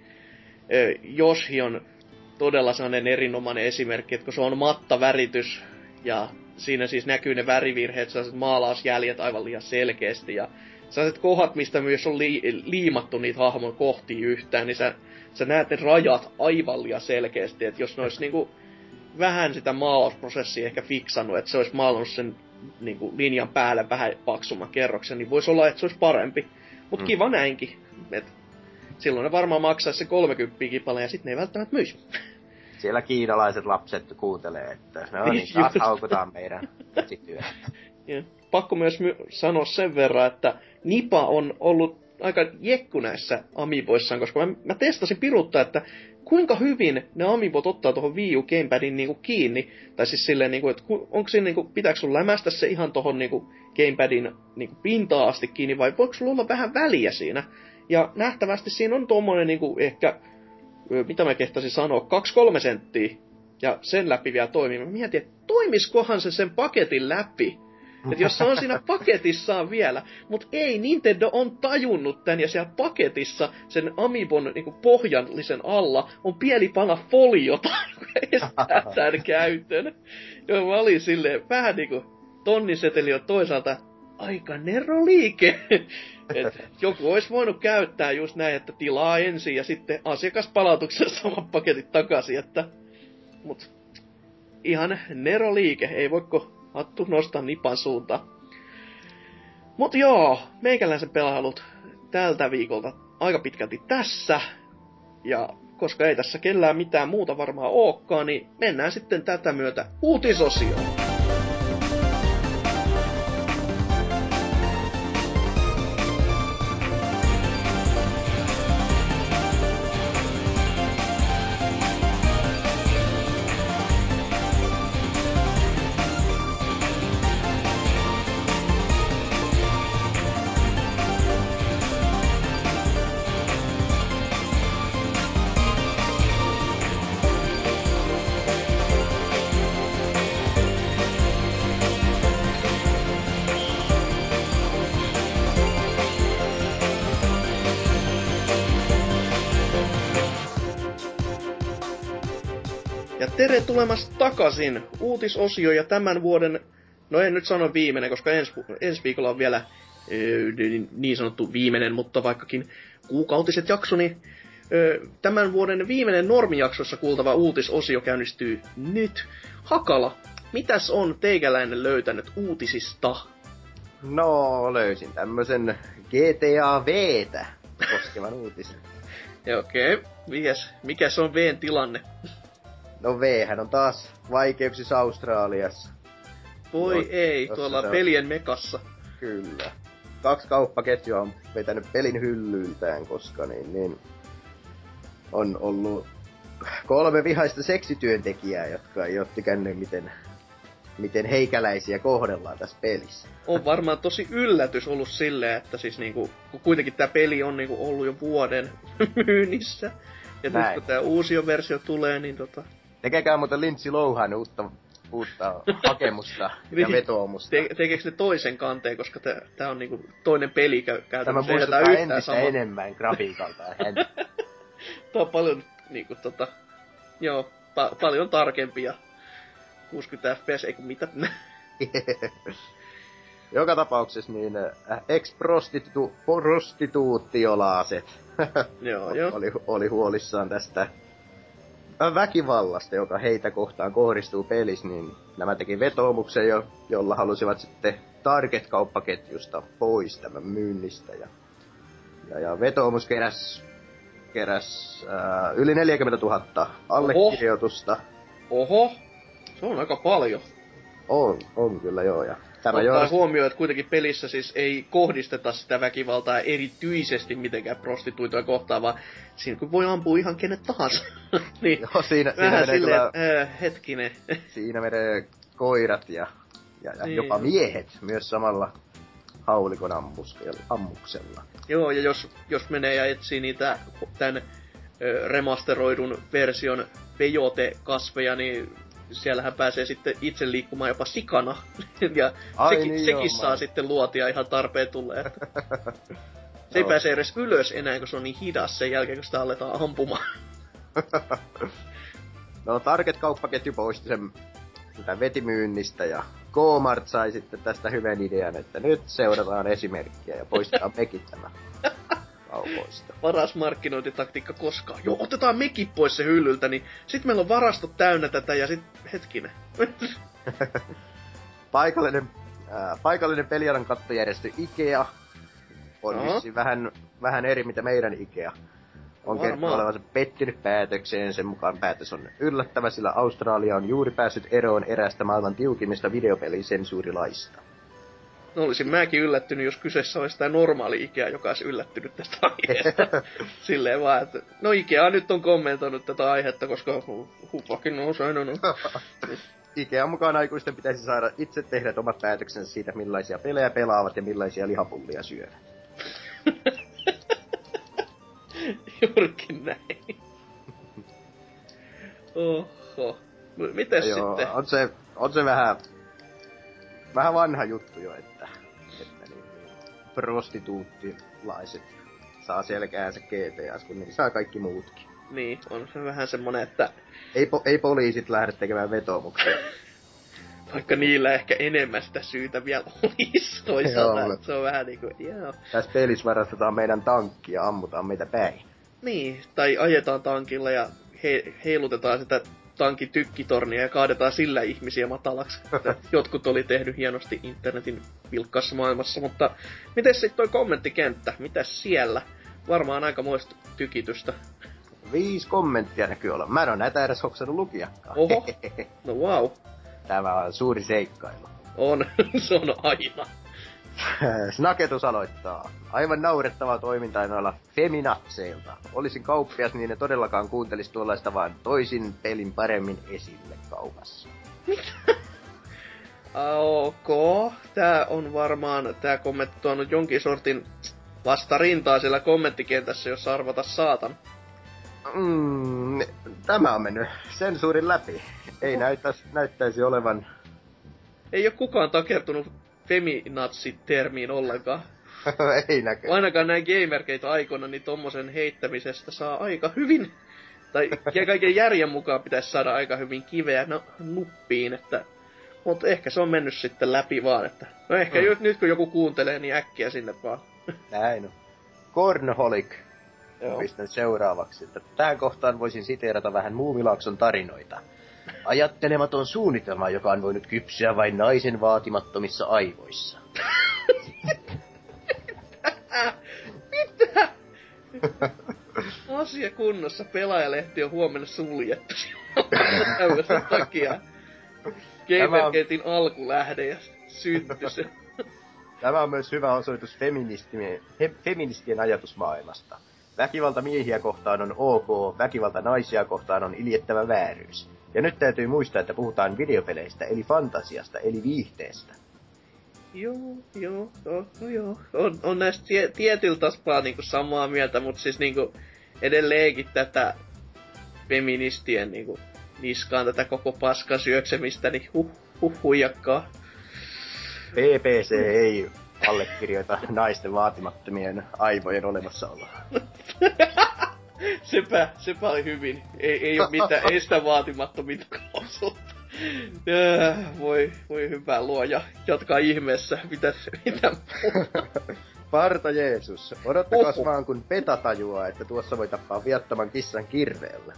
Speaker 2: ö, Yoshi on todella sellainen erinomainen esimerkki, että kun se on mattaväritys ja siinä siis näkyy ne värivirheet, sellaiset maalausjäljet aivan liian selkeästi ja sellaiset kohdat, mistä myös on li- liimattu niitä hahmon kohtia yhtään, niin sä, sä näet ne rajat aivan liian selkeästi, että jos ne olisi niinku vähän sitä maalausprosessia ehkä fiksannut, että se olisi maalannut sen niinku linjan päälle vähän paksumman kerroksen, niin voisi olla, että se olisi parempi. Mut mm. kiva näinkin. Et silloin ne varmaan maksaisi se kolmekymmentä kipaleen ja sit ne ei välttämättä myisi.
Speaker 4: Siellä kiinalaiset lapset kuuntelee, että no niin, taas haukutaan meidän käsityötä.
Speaker 2: Pakko myös my- sanoa sen verran, että Nipa on ollut aika jekku näissä Amiiboissaan, koska mä, mä testasin piruttaa, että kuinka hyvin ne Amiibot ottaa tuohon Wii U Gamepadin niinku kiinni. Tai siis silleen, niinku, että onko siinä, niinku, pitääkö sun lämästä se ihan tuohon niinku Gamepadin niinku pintaan asti kiinni, vai voiko sulla olla vähän väliä siinä? Ja nähtävästi siinä on tommonen niinku ehkä, mitä mä kehtasin sanoa, kaksi kolme senttiä. Ja sen läpi vielä toimii. Mä mietin, että toimiskohan se sen paketin läpi? Että jos se on siinä paketissaan vielä, mutta ei, Nintendo on tajunnut tän, ja siellä paketissa sen Amiibon niinku pohjallisen alla on pieni pala foliota, estää tän käytön. Ja mä olin silleen vähän niinku tonniseteli on toisaalta aika neroliike. Et joku olisi voinut käyttää just näin, että tilaa ensin ja sitten asiakaspalautuksessa samat paketit takaisin, että mut ihan neroliike, ei voiko hattu nostaa Nipan suuntaan. Mut joo, meikäläisen pelailut tältä viikolta aika pitkälti tässä. Ja koska ei tässä kellään mitään muuta varmaan ookaan, niin mennään sitten tätä myötä uutisosioon. tere tulemasta takaisin. Uutisosio ja tämän vuoden, no en nyt sano viimeinen, koska ens, ensi viikolla on vielä niin sanottu viimeinen, mutta vaikkakin kuukautiset jakso, niin tämän vuoden viimeinen normijaksossa kuultava uutisosio käynnistyy nyt. Hakala, mitäs on teikäläinen löytänyt uutisista?
Speaker 4: No, löysin tämmösen G T A V:tä koskevan uutisen.
Speaker 2: Okei, okay. mikäs, mikäs on V:n tilanne?
Speaker 4: No V:hän on taas vaikeuksissa Australiassa.
Speaker 2: Voi
Speaker 4: no,
Speaker 2: ei, tuolla on... pelien mekassa.
Speaker 4: Kyllä. Kaksi kauppaketjua on vetänyt pelin hyllyiltään, koska niin, niin on ollut kolme vihaista seksityöntekijää, jotka ei ole tykännyt, miten, miten heikäläisiä kohdellaan tässä pelissä.
Speaker 2: On varmaan tosi yllätys ollut silleen, että siis niinku, kun kuitenkin tää peli on niinku ollut jo vuoden myynnissä. Ja Näin. nyt kun tää uusi versio tulee, niin tota...
Speaker 4: Tekekää muuten Lindsay Lohan uutta, uutta hakemusta ja vetoomusta.
Speaker 2: Te, tekeekö ne toisen kanteen, koska tää, tää on niinku toinen peli käytännössä.
Speaker 4: Tämä muistuttaa entistä sama. enemmän grafiikalta hän.
Speaker 2: Tää on paljon niinku tota... Joo, pa- paljon tarkempia. kuusikymmentä F P S, ei kun mitä...
Speaker 4: Joka tapauksessa niin äh, ex-prostituuttiolaaset
Speaker 2: joo, joo.
Speaker 4: oli, oli huolissaan tästä väkivallasta, joka heitä kohtaan kohdistuu pelissä, niin nämä teki vetoomuksen, jo, jolla halusivat sitten Target-kauppaketjusta pois tämän myynnistä. Ja, ja, ja vetoomus keräs, keräs äh, yli neljäkymmentätuhatta allekirjoitusta.
Speaker 2: Oho. Oho, se on aika paljon.
Speaker 4: On, on kyllä joo. Ja
Speaker 2: tämä ottaa huomioon, että kuitenkin pelissä siis ei kohdisteta sitä väkivaltaa erityisesti mitenkään prostituitoja kohtaan, vaan siinä kun voi ampua ihan kenet tahansa. niin
Speaker 4: joo, siinä,
Speaker 2: vähän
Speaker 4: siinä
Speaker 2: silleen,
Speaker 4: kyllä,
Speaker 2: äh, hetkinen.
Speaker 4: Siinä menee koirat ja, ja, ja niin. jopa miehet myös samalla haulikon ammuksella.
Speaker 2: Joo, ja jos, jos menee ja etsii niitä tän ö, remasteroidun version pejote-kasveja, niin siellähän pääsee sitten itse liikkumaan jopa sikana. ja
Speaker 4: Ai
Speaker 2: sekin,
Speaker 4: niin
Speaker 2: sekin
Speaker 4: joo,
Speaker 2: saa
Speaker 4: man.
Speaker 2: sitten luotia ihan tarpeen tulleen. Se ei pääse edes ylös enää, kun se on niin hidas sen jälkeen, kun sitä aletaan ampumaan.
Speaker 4: No Target-kauppaketju poisti sen vetimyynnistä ja K-Mart sai sitten tästä hyvän idean, että nyt seurataan esimerkkiä ja poistetaan mekit tämä kaupoista.
Speaker 2: Paras markkinointitaktiikka koskaan. Joo, otetaan mekit pois se hyllyltä, niin sit meillä on varastot täynnä tätä ja sit hetkinen.
Speaker 4: paikallinen, äh, paikallinen pelialan kattojärjestö IKEA on no. vissiin vähän, vähän eri mitä meidän IKEA. On kertonut olevansa pettynyt päätökseen, sen mukaan päätös on yllättävä, sillä Australia on juuri päässyt eroon erästä maailman tiukimmista videopelisensuurilaista.
Speaker 2: No olisin mäkin yllättynyt, jos kyseessä olisi tää normaali IKEA, joka olisi yllättynyt tästä aiheesta. Silleen vaan, että no IKEA nyt on kommentoinut tätä aihetta, koska hupakin on sanonut.
Speaker 4: IKEAn mukaan aikuisten pitäisi saada itse tehdä omat päätöksensä siitä, millaisia pelejä pelaavat ja millaisia lihapullia syövät.
Speaker 2: Juurikin näin. Oho. Mites
Speaker 4: joo,
Speaker 2: sitten?
Speaker 4: On se, on se vähän, vähän vanha juttu jo, että, että niin, niin, prostituuttilaiset saa selkäänsä G T A:ssa, kun niin saa kaikki muutkin.
Speaker 2: Niin, on se vähän semmonen, että...
Speaker 4: Ei, po, ei poliisit lähde tekemään vetoomuksia.
Speaker 2: Vaikka niillä ehkä enemmän sitä syytä vielä olisi toisaalta. Se on vähän niinku, joo.
Speaker 4: Tässä pelissä varastetaan meidän tankki ja ammutaan meitä päin.
Speaker 2: Niin, tai ajetaan tankilla ja he, heilutetaan sitä tankin tykkitornia ja kaadetaan sillä ihmisiä matalaksi. Jotkut oli tehnyt hienosti internetin vilkkaassa maailmassa, mutta miten sitten toi kommenttikenttä? Mitäs siellä? Varmaan aikamoista tykitystä.
Speaker 4: Viisi kommenttia näkyy olla. Mä en oo näitä edes hoksannut lukiakaan.
Speaker 2: Oho, no wow.
Speaker 4: Tämä on suuri seikkailu.
Speaker 2: On, se on aina.
Speaker 4: Snaketus aloittaa. Aivan naurettavaa toimintaa noilla feminatseilta. Olisin kauppias, niin ne todellakaan kuuntelis tuollaista, vaan toisin pelin paremmin esille kaupassa.
Speaker 2: Ok, tää on varmaan, tää kommentti tuonut jonkin sortin vastarintaa siellä kommenttikentässä, jos arvata saatan.
Speaker 4: Mm, tämä on mennyt sensuurin läpi. Ei näyttäisi, näyttäisi olevan...
Speaker 2: Ei oo kukaan takertunut feminatsi-termiin ollenkaan.
Speaker 4: Ei näkö.
Speaker 2: Ainakaan näin gamerkeita aikoina, niin tommosen heittämisestä saa aika hyvin Tai kaiken järjen mukaan pitäisi saada aika hyvin kiveä no, nuppiin, että... Mutta ehkä se on mennyt sitten läpi vaan, että... No ehkä mm. nyt kun joku kuuntelee, niin äkkiä sinne vaan.
Speaker 4: Näin on. Cornholic. Pistän seuraavaksi, että tähän kohtaan voisin siteerata vähän Muumilaakson tarinoita. Ajattelematon suunnitelma, joka on voinut kypsyä vain naisen vaatimattomissa aivoissa.
Speaker 2: Mitä? Asia kunnossa. Pelaajalehti on huomenna suljettu. Tämmöisen takia. Gamergatein on... alkulähde ja synty se.
Speaker 4: Tämä on myös hyvä osoitus feministien, he, feministien ajatusmaailmasta. Väkivalta miehiä kohtaan on ok, väkivalta naisia kohtaan on iljettävä vääryys. Ja nyt täytyy muistaa, että puhutaan videopeleistä, eli fantasiasta, eli viihteestä.
Speaker 2: Joo, joo, joo, no joo. On, on näistä tie, tietyllä tasolla niinku samaa mieltä, mutta siis niinku edelleenkin tätä feministien niinku niskaan tätä koko paskan syöksemistä, niin huh, huh, huijakkaa.
Speaker 4: P P C ei allekirjoita naisten vaatimattomien aivojen olemassaoloa.
Speaker 2: sepä, sepä oli hyvin. Ei, ei oo mitään, ei sitä vaatimattominta osuutta. Voi, voi hyvä luoja. Jatkaa ihmeessä. Mitä, mitä
Speaker 4: Parta Jeesus, odottakas Oho. vaan kun Peta tajuaa, että tuossa voi tappaa viattoman kissan kirveellä.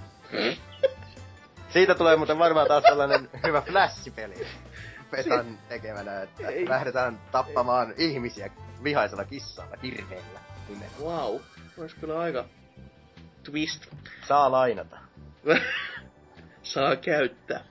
Speaker 4: Siitä tulee muuten varmaan taas sellainen hyvä flashipeli Petan tekemänä, että ei. lähdetään tappamaan ei. ihmisiä vihaisella kissalla kirveellä.
Speaker 2: Wow, ois kyllä aika twist.
Speaker 4: Saa lainata.
Speaker 2: Saa käyttää.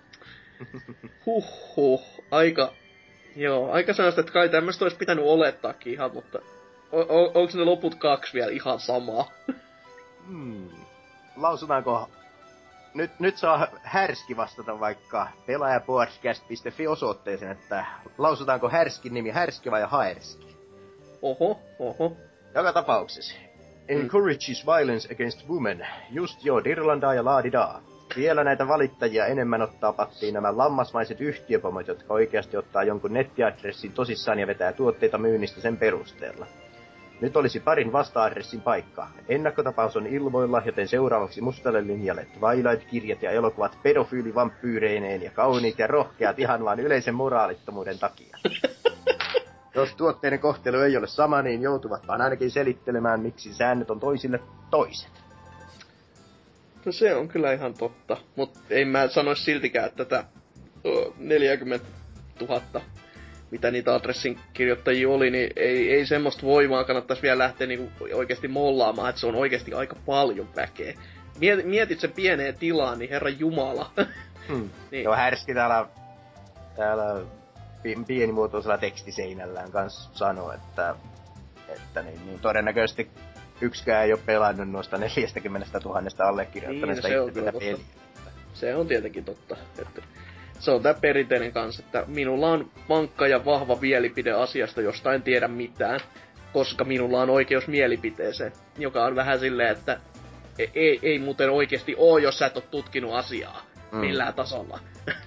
Speaker 2: Huhhuh, aika... Joo, aika sellaista, että kai tämmöstä ois pitänyt olettaakin ihan, mutta... O- o- onks ne loput kaksi vielä ihan samaa?
Speaker 4: Hmm. Lausutaanko... Nyt, nyt saa härski vastata vaikka pelaajapodcast piste fi osoitteeseen, että lausutaanko härskin nimi härski vai haerski?
Speaker 2: Oho, oho.
Speaker 4: Joka tapauksessa. Encourages violence against women. Just joo, dirlandaa ja laadidaa. Vielä näitä valittajia enemmän ottaa pattiin nämä lammasmaiset yhtiöpomot, jotka oikeasti ottaa jonkun nettiadressin tosissaan ja vetää tuotteita myynnistä sen perusteella. Nyt olisi parin vasta-adressin paikka. Ennakkotapaus on ilmoilla, joten seuraavaksi mustalle linjalle Twilight-kirjat ja elokuvat pedofyylivampyyreineen ja kauniit ja rohkeat ihan vaan yleisen moraalittomuuden takia. Jos tuotteiden kohtelu ei ole sama, niin joutuvat vaan ainakin selittelemään, miksi säännöt on toisille toiset.
Speaker 2: No se on kyllä ihan totta, mutta ei mä sanois siltikään, että tätä neljäkymmentätuhatta, mitä niitä adressin kirjoittajia oli, niin ei, ei semmoista voimaa kannattais vielä lähteä niinku oikeesti mollaamaan, että se on oikeesti aika paljon väkeä. Miet, mietit sen pieneen tilaan, niin herran jumala.
Speaker 4: Hmm. niin. Joo, härski täällä, täällä pienimuotoisella tekstiseinällään kans sanoo, että, että niin, niin todennäköisesti yksikään ei oo pelannut noista neljäkymmentätuhatta allekirjoittaneesta
Speaker 2: niin,
Speaker 4: itse tätä peliä.
Speaker 2: Se on tietenkin totta. Että se on tää perinteinen kanssa, että minulla on vankka ja vahva mielipide asiasta, josta en tiedä mitään, koska minulla on oikeus mielipiteeseen, joka on vähän silleen, että ei, ei, ei muuten oikeesti oo, jos sä et oo tutkinut asiaa mm. millään tasolla.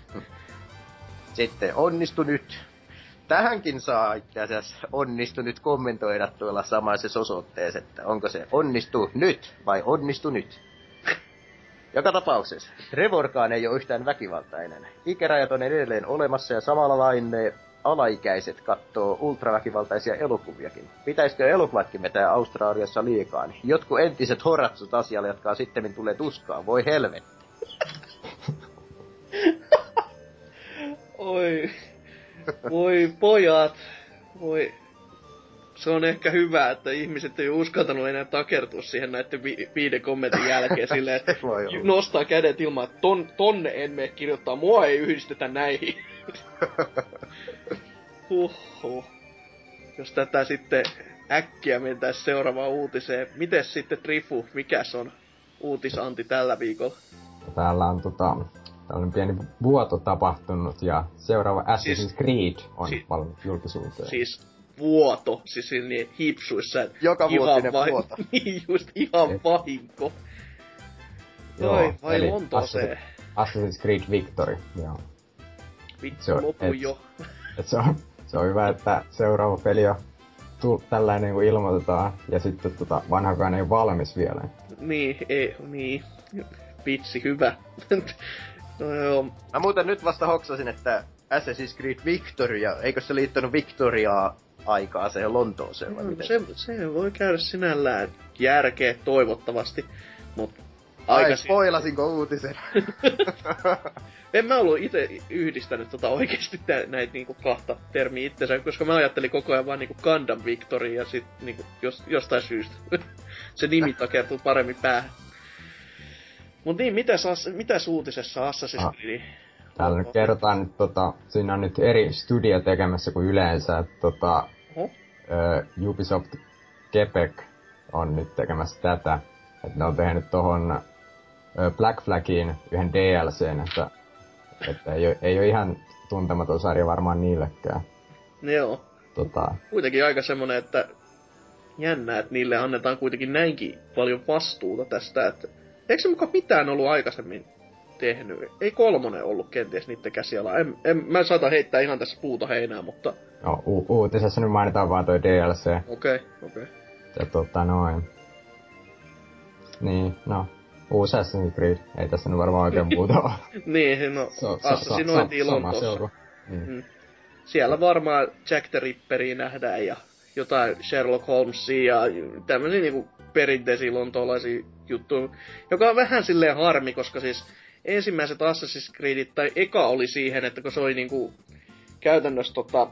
Speaker 4: Sitten onnistu nyt. Tähänkin saa itse asiassa onnistu nyt kommentoida tuolla samaisessa osoitteessa, että onko se onnistu nyt vai onnistu nyt. Joka tapauksessa, Trevorkaan ei ole yhtään väkivaltainen. Ikärajat on edelleen olemassa ja samalla lain ne alaikäiset kattoo ultraväkivaltaisia elokuviakin. Pitäisikö elokuvatkin vetää Australiassa liikaan? Jotkut entiset horatsut asialle, jotka sitten tulee tuskaan. Voi helvetti.
Speaker 2: Oi, voi pojat, voi. Se on ehkä hyvä, että ihmiset ei uskaltanut enää takertua siihen näiden vi- viiden kommentin jälkeen silleen, että nostaa kädet ilman, että ton, tonne en mene kirjoittaa, mua ei yhdistetä näihin. Huhhuh. Jos tätä sitten äkkiä mentäis seuraavaan uutiseen. Mites sitten Trifu, mikäs on uutisanti tällä viikolla?
Speaker 3: Täällä on tota, tällainen pieni vuoto tapahtunut ja seuraava Assassin's siis, Creed on si- valmiit julkisuuteen.
Speaker 2: Siis vuoto, siis niin hipsuissa.
Speaker 4: Joka vuotinen vahi- vuoto.
Speaker 2: Niin just, ihan Et... vahinko. Joo, vai Lontooseen.
Speaker 3: Assassin's Creed Victory, joo.
Speaker 2: Vittu lopu et, jo.
Speaker 3: Et se, on, se on hyvä, että seuraava peli on tu- tällainen kuin ilmoitetaan, ja sitten tota, vanhakaan ei ole valmis vielä.
Speaker 2: Niin, ei, niin. vitsi, hyvä. No joo.
Speaker 4: Mä muuten nyt vasta hoksasin, että Assassin's Creed Victoria, eikö se liittänyt Victoriaa aikaa se Lontooseen vai
Speaker 2: No,
Speaker 4: miten?
Speaker 2: se, se voi käydä sinällään järkeä toivottavasti, mut
Speaker 4: Ai,
Speaker 2: aika...
Speaker 4: spoilasinko uutisen?
Speaker 2: En mä ollut ite yhdistänyt tota oikeesti tä, näitä niinku kahta termiä itsensä, koska mä ajattelin koko ajan vaan niinku Gundam Victory ja sit niinku jos, jostain syystä se nimi takertuu paremmin päähän. Mut niin, mitäs, as, mitäs uutisessa Assassin's Creed?
Speaker 3: Täällä nyt kerrotaan, että tota, siinä on nyt eri studio tekemässä kuin yleensä, että tota, ö, Ubisoft Quebec on nyt tekemässä tätä. Että ne on tehnyt tohon ö, Black Flagiin yhden D L C:n, että, että ei, ole, ei ole ihan tuntematon sarja varmaan niillekään.
Speaker 2: Joo.
Speaker 3: Tota...
Speaker 2: Kuitenkin aika semmonen, että jännä, että niille annetaan kuitenkin näinkin paljon vastuuta tästä, että eikö se mukaan mitään ollut aikaisemmin tehnyt? Ei kolmonen ollut kenties niitten käsiala. En, en, mä en saata heittää ihan tässä puuta heinää, mutta...
Speaker 3: No, u- uutisessa nyt mainitaan vaan toi D L C.
Speaker 2: Okei, okay, okei. Okay.
Speaker 3: Ja tota noin. Niin, no. Uusi Assassin's Creed. Ei tässä nyt varmaan oikein muuta ole.
Speaker 2: Niin, no, assassinointiin Lontoossa.
Speaker 3: Niin.
Speaker 2: Mm. Siellä varmaan Jack the Ripperia nähdään ja jotain Sherlock Holmesia ja tämmösiä niinku perinteisiä lontoolaisia juttuja, joka on vähän silleen harmi, koska siis ensimmäiset Assassin's Creedit, tai eka oli siihen, että kun se oli niinku käytännössä tota,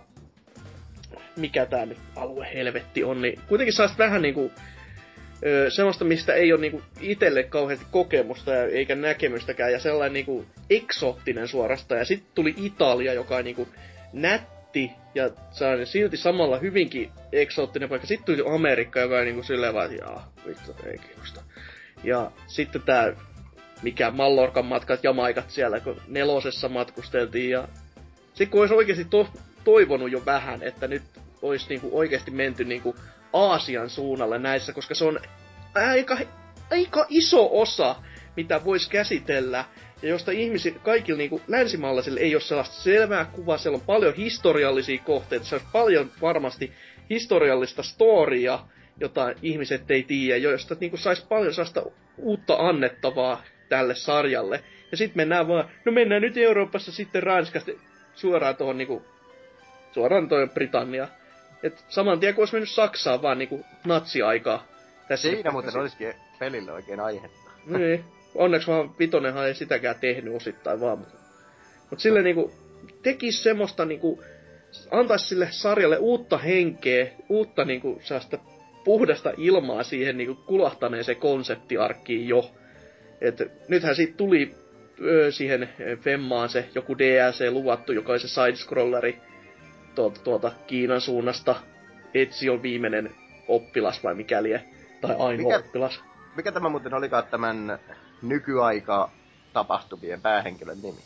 Speaker 2: mikä tää nyt alue helvetti on, niin kuitenkin saisi vähän niinku öö, semmoista, mistä ei ole niinku itelle kauheasti kokemusta ja, eikä näkemystäkään, ja sellainen niinku eksoottinen suorastaan, ja sitten tuli Italia, joka on niinku nätti, ja se silti samalla hyvinkin eksoottinen paikka. Sitten tuli Amerikka, joka on niinku silleen vaan, että jaa, vittu, ei kiinnosta. Ja sitten tää, mikä Mallorcan matkat, Jamaikat siellä, kun nelosessa matkusteltiin, ja sit kun olisi oikeesti to- toivonut jo vähän, että nyt olisi niinku oikeesti menty niinku Aasian suunnalle näissä, koska se on aika, aika iso osa, mitä voisi käsitellä, ja josta ihmisi, kaikilla niinku länsimaalaisilla ei ole sellaista selvää kuvaa, siellä on paljon historiallisia kohteita, se olisi paljon varmasti historiallista storia, jota ihmiset ei tiedä, josta niinku sais paljon sellaista uutta annettavaa tälle sarjalle. Ja sit mennään vaan, no mennään nyt Euroopassa sitten Ranskasta suoraan tuohon niinku, suoraan tuohon Britanniaan. Et saman tien kun olisi mennyt Saksaan vaan niinku natsiaikaa. Tässä
Speaker 4: siinä muuten olisikin pelille oikein aihetta.
Speaker 2: Niin. Onneksi vaan vitonenhan ei sitäkään tehnyt osittain vaan. Mutta mut sille niinku tekis semmoista niinku, antais sille sarjalle uutta henkeä, uutta niinku sellaista puhdasta ilmaa siihen niinku kulahtaneeseen konseptiarkkiin jo. Et nythän siitä tuli öö, siihen Femmaan se joku D L C luvattu, joka oli se side-scrolleri tuolta, tuolta Kiinan suunnasta. Ezio viimeinen oppilas vai mikäli, tai ainoa mikä, oppilas.
Speaker 4: Mikä tämä muuten olikaan tämän nykyaika tapahtumien päähenkilön nimi?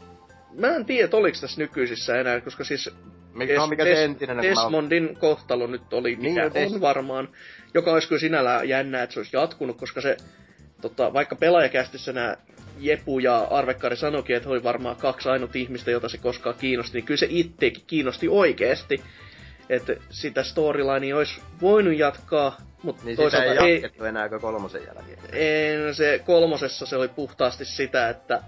Speaker 2: Mä en tiedä, oliko tässä nykyisissä enää, koska siis
Speaker 4: mikä, Des, no, mikä
Speaker 2: Des,
Speaker 4: entinen,
Speaker 2: Desmondin mä... kohtalo nyt oli,
Speaker 4: niin,
Speaker 2: mikä
Speaker 4: no,
Speaker 2: on
Speaker 4: Des...
Speaker 2: varmaan, joka olisi kyllä sinällään jännää, että se olisi jatkunut, koska se, tota, vaikka pelaajakästissä nämä Jepu ja Arvekkari sanoikin, että oli varmaan kaksi ainut ihmistä, jota se koskaan kiinnosti, niin kyllä se itsekin kiinnosti oikeesti. Että sitä storylinea olisi voinut jatkaa, mutta
Speaker 4: niin
Speaker 2: toisaalta
Speaker 4: sitä ei
Speaker 2: ei...
Speaker 4: jatkettu enää kuin kolmosen jälkeen.
Speaker 2: Ei, se kolmosessa se oli puhtaasti sitä, että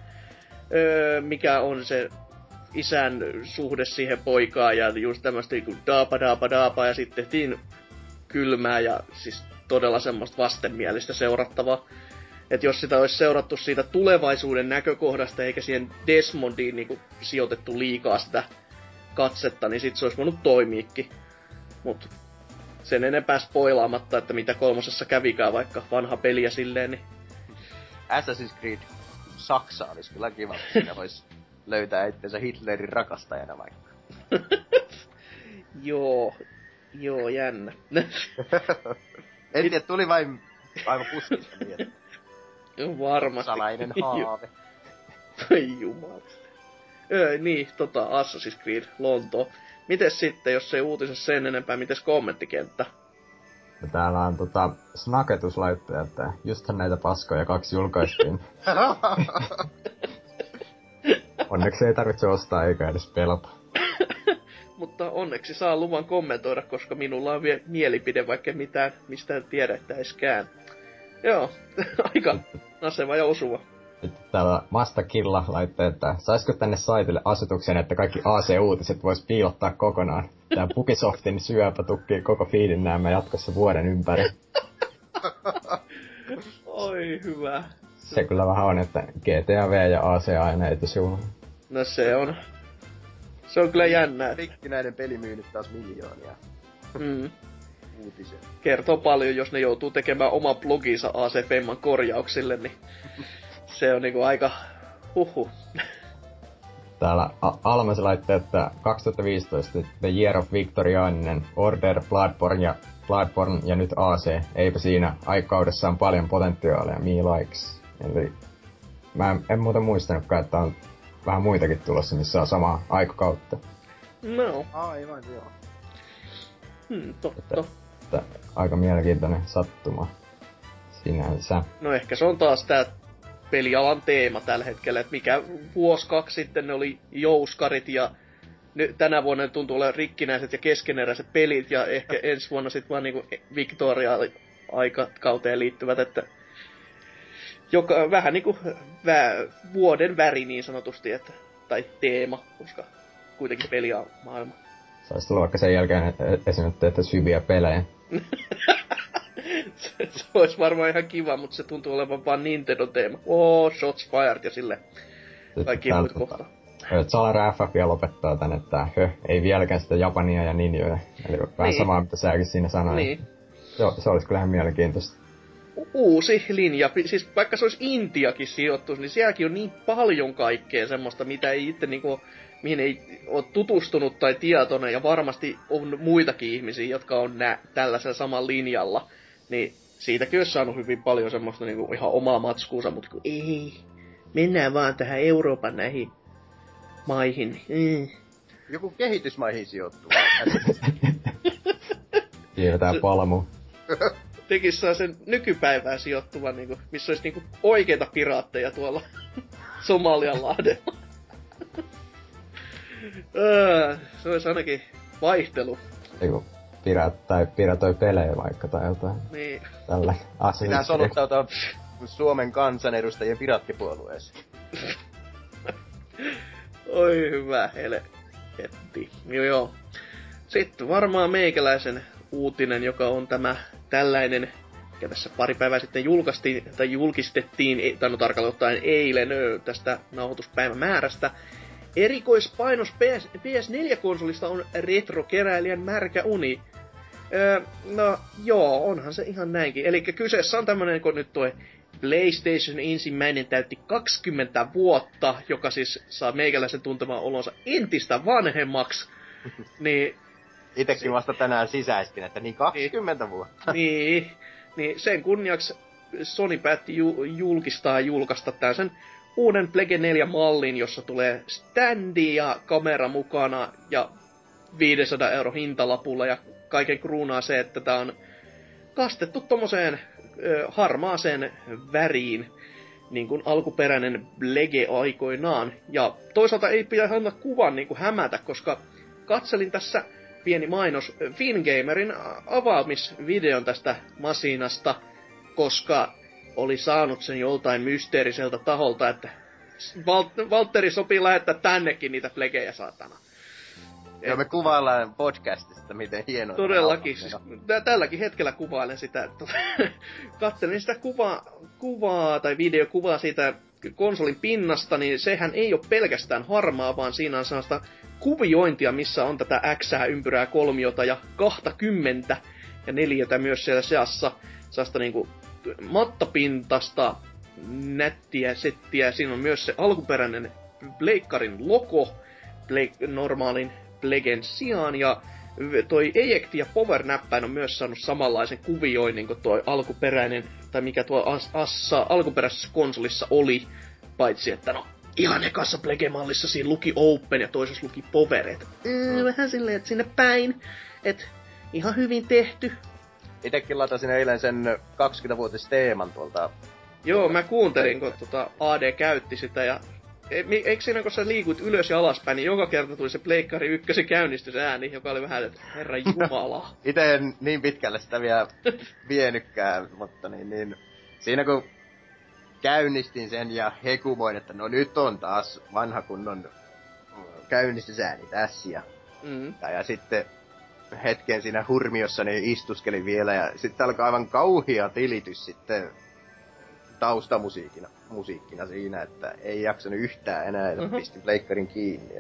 Speaker 2: öö, mikä on se isän suhde siihen poikaan ja just tämmöstä niinku daapa daapa daapa ja sitten tehtiin kylmää ja siis todella semmoista vastenmielistä seurattavaa. Että jos sitä olisi seurattu siitä tulevaisuuden näkökohdasta eikä siihen Desmondiin niinku sijoitettu liikaa sitä katsetta, niin sit se olisi voinut toimiikin. Mut sen enempää spoilaamatta, että mitä kolmosessa kävikään, vaikka vanha peliä silleen, niin...
Speaker 4: Assassin's Creed Saksa olisi kyllä kiva, siinä vois löytää itsensä Hitlerin rakastajana vaikka.
Speaker 2: Joo, joo, jännä.
Speaker 4: En tiedä, tuli vain aivan puskista mieltä.
Speaker 2: Varmasti.
Speaker 4: Salainen haave.
Speaker 2: Ai jumala. Öö, niin, tota, Assassin's Creed Lonto. Mites sitten, jos ei uutisessa sen enempää, mites kommenttikenttä?
Speaker 3: Ja täällä on tota, Snaketus laittaa, että justhan näitä paskoja kaksi julkaistiin. Onneksi ei tarvitse ostaa eikä edes pelata.
Speaker 2: Mutta onneksi saa luvan kommentoida, koska minulla on vielä mielipide, vaikka mitään mistään tiedettäiskään. Joo, aika naseva ja osuva.
Speaker 3: Sitten täällä Mastakilla laittoi, että saisiko tänne saitille asetuksen, että kaikki A C-uutiset vois piilottaa kokonaan. Tää Bugysoftin syöpä tukkii koko feedin näemmä jatkossa vuoden ympäri.
Speaker 2: Oi hyvä.
Speaker 3: Se kyllä vähän on, että G T A V ja A C aina etusivulla.
Speaker 2: No se on. Se on kyllä jännää.
Speaker 4: Rikkinäinen pelimyynnit taas miljoonia.
Speaker 2: Mm.
Speaker 4: Uutisen.
Speaker 2: Kertoo paljon, jos ne joutuu tekemään oman bloginsa A C Femman korjauksille, niin se on niinku aika huhu.
Speaker 3: Täällä A- Alma se laittoi, että kaksituhattaviisitoista The Year of Victoriaaninen, Order, Bloodborne ja, Bloodborne ja nyt A C. Eipä siinä aikakaudessa on paljon potentiaalia, me likes. Eli mä en, en muuten muistanutkaan, että on vähän muitakin tulossa, missä on samaa aikakautta.
Speaker 2: No.
Speaker 4: Aivan joo.
Speaker 2: Hmm, totta.
Speaker 3: Että, että aika mielenkiintoinen sattuma sinänsä.
Speaker 2: No ehkä se on taas tää pelialan teema tällä hetkellä, että mikä vuosi kaksi sitten ne oli jouskarit ja nyt tänä vuonna ne tuntuu olevan rikkinäiset ja keskeneräiset pelit ja ehkä ensi vuonna sit vaan niinku Victoria-aikakauteen liittyvät, että joka, vähän niinku vä, vuoden väri niin sanotusti, että, tai teema, koska kuitenkin peli on maailma.
Speaker 3: Saisi tulla vaikka sen jälkeen esimerkiksi teette syviä pelejä.
Speaker 2: se, se olisi varmaan ihan kiva, mutta se tuntuu olevan vaan Nintendo-teema. Oo, shots fired ja sille kaikki muut kohta.
Speaker 3: Salara F F vielä lopettaa tän, että hö, ei vieläkään sitä Japania ja ninjoja. Eli vähän
Speaker 2: niin.
Speaker 3: samaa, mitä säkin siinä sanoit.
Speaker 2: Niin.
Speaker 3: Joo, se olisi kyllä ihan mielenkiintoista.
Speaker 2: Uusi linja, siis vaikka se olisi Intiakin sijoittuisi, niin sielläkin on niin paljon kaikkea semmoista, mitä ei itse niinku, mihin ei ole tutustunut tai tietoinen, ja varmasti on muitakin ihmisiä, jotka on nä- tällaisella samalla linjalla. Niin siitäkin olisi saanut hyvin paljon semmoista niinku ihan omaa matskuunsa, mutta kun ei, mennään vaan tähän Euroopan näihin maihin. Mm.
Speaker 4: Joku kehitysmaihin sijoittuu.
Speaker 3: Siirretään
Speaker 2: Se-
Speaker 3: palmu.
Speaker 2: Tekis saa sen nykypäivään sijoittuvan, niinku, missä olisi niinku oikeita piraatteja tuolla Somalianlahdella. Öö, se olisi ainakin vaihtelu.
Speaker 3: Eiku pirat, tai piratoi pelejä vaikka tai jotain.
Speaker 2: Niin.
Speaker 3: Tällä
Speaker 4: Pitää soluttautua Suomen kansanedustajien pirattipuolueeseen.
Speaker 2: Oi hyvä helvetti. Joo joo. Sitten varmaan meikäläisen uutinen, joka on tämä tällainen, mikä tässä pari päivää sitten julkaistiin, tai julkistettiin, tai no tarkalleen ottaen eilen ö, tästä nauhoituspäivän määrästä. Erikoispainos P S neljä-konsolista on retrokeräilijän märkä uni. Öö, no joo, onhan se ihan näinkin. Eli kyseessä on tämmönen, kun nyt toi PlayStation ensimmäinen täytti kaksikymmentä vuotta, joka siis saa meikäläisen tuntemaan olonsa entistä vanhemmaksi. Niin
Speaker 4: Itekin vasta tänään sisäistin, että niin kaksikymmentä
Speaker 2: niin,
Speaker 4: vuotta.
Speaker 2: Niin, niin sen kunniaksi Sony päätti ju- julkistaa julkaista tän sen uuden Plege neljä-mallin, jossa tulee standi ja kamera mukana ja viisisataa euro hintalapulla ja kaiken kruunaa se, että tää on kastettu tommoseen ö, harmaaseen väriin, niin kuin alkuperäinen Plege aikoinaan. Ja toisaalta ei pidä antaa kuvan niin kuin hämätä, koska katselin tässä pieni mainos Fingamerin avaamisvideon tästä masinasta, koska oli saanut sen joltain mysteeriseltä taholta, että Val- Valtteri sopii lähettää tännekin niitä plegejä, saatana.
Speaker 4: Joo, me kuvaillaan podcastista, miten hienoa.
Speaker 2: Todellakin, siis tä- tälläkin hetkellä kuvailen sitä, että katselin sitä kuvaa, kuvaa tai videokuvaa siitä konsolin pinnasta, niin sehän ei ole pelkästään harmaa, vaan siinä on sellaista kuviointia, missä on tätä Xää, ympyrää, kolmiota ja kaksikymmentä ja neliötä myös siellä seassa. Sellaista niinku mattapintasta nättiä settiä. Siinä on myös se alkuperäinen pleikkarin logo Pleik- normaalin Plegen sijaan, ja toi Eject ja Power-näppäin on myös saanut samanlaisen kuvioinnin kuin tuo alkuperäinen, tai mikä tuo as- assa alkuperäisessä konsolissa oli, paitsi että no ihan ekassa Plege-mallissa siinä luki Open ja toisessa luki Power, et mm. vähän silleen, että sinne päin, et ihan hyvin tehty.
Speaker 4: Itekin latasin eilen sen kaksikymmentävuotisteeman tuolta.
Speaker 2: Joo, mä kuuntelin, kun tota A D käytti sitä, ja E, eikö siinä, kun sä liikut ylös ja alaspäin, niin joka kerta tuli se Pleikkari ykkösen käynnistysääni, joka oli vähän, että herra jumala.
Speaker 4: Ite en niin pitkälle sitä vielä vienykkää, mutta niin, niin siinä kun käynnistin sen ja hekumoin, että no nyt on taas vanha kunnon käynnistysääni tässä. Ja,
Speaker 2: Mm.
Speaker 4: ja, ja sitten hetken siinä hurmiossa niin istuskelin vielä ja sitten alkaa aivan kauhia tilitys sitten taustamusiikkina musiikkina siinä, että ei jaksanut yhtään enää, että uh-huh. pistin pleikkarin kiinni.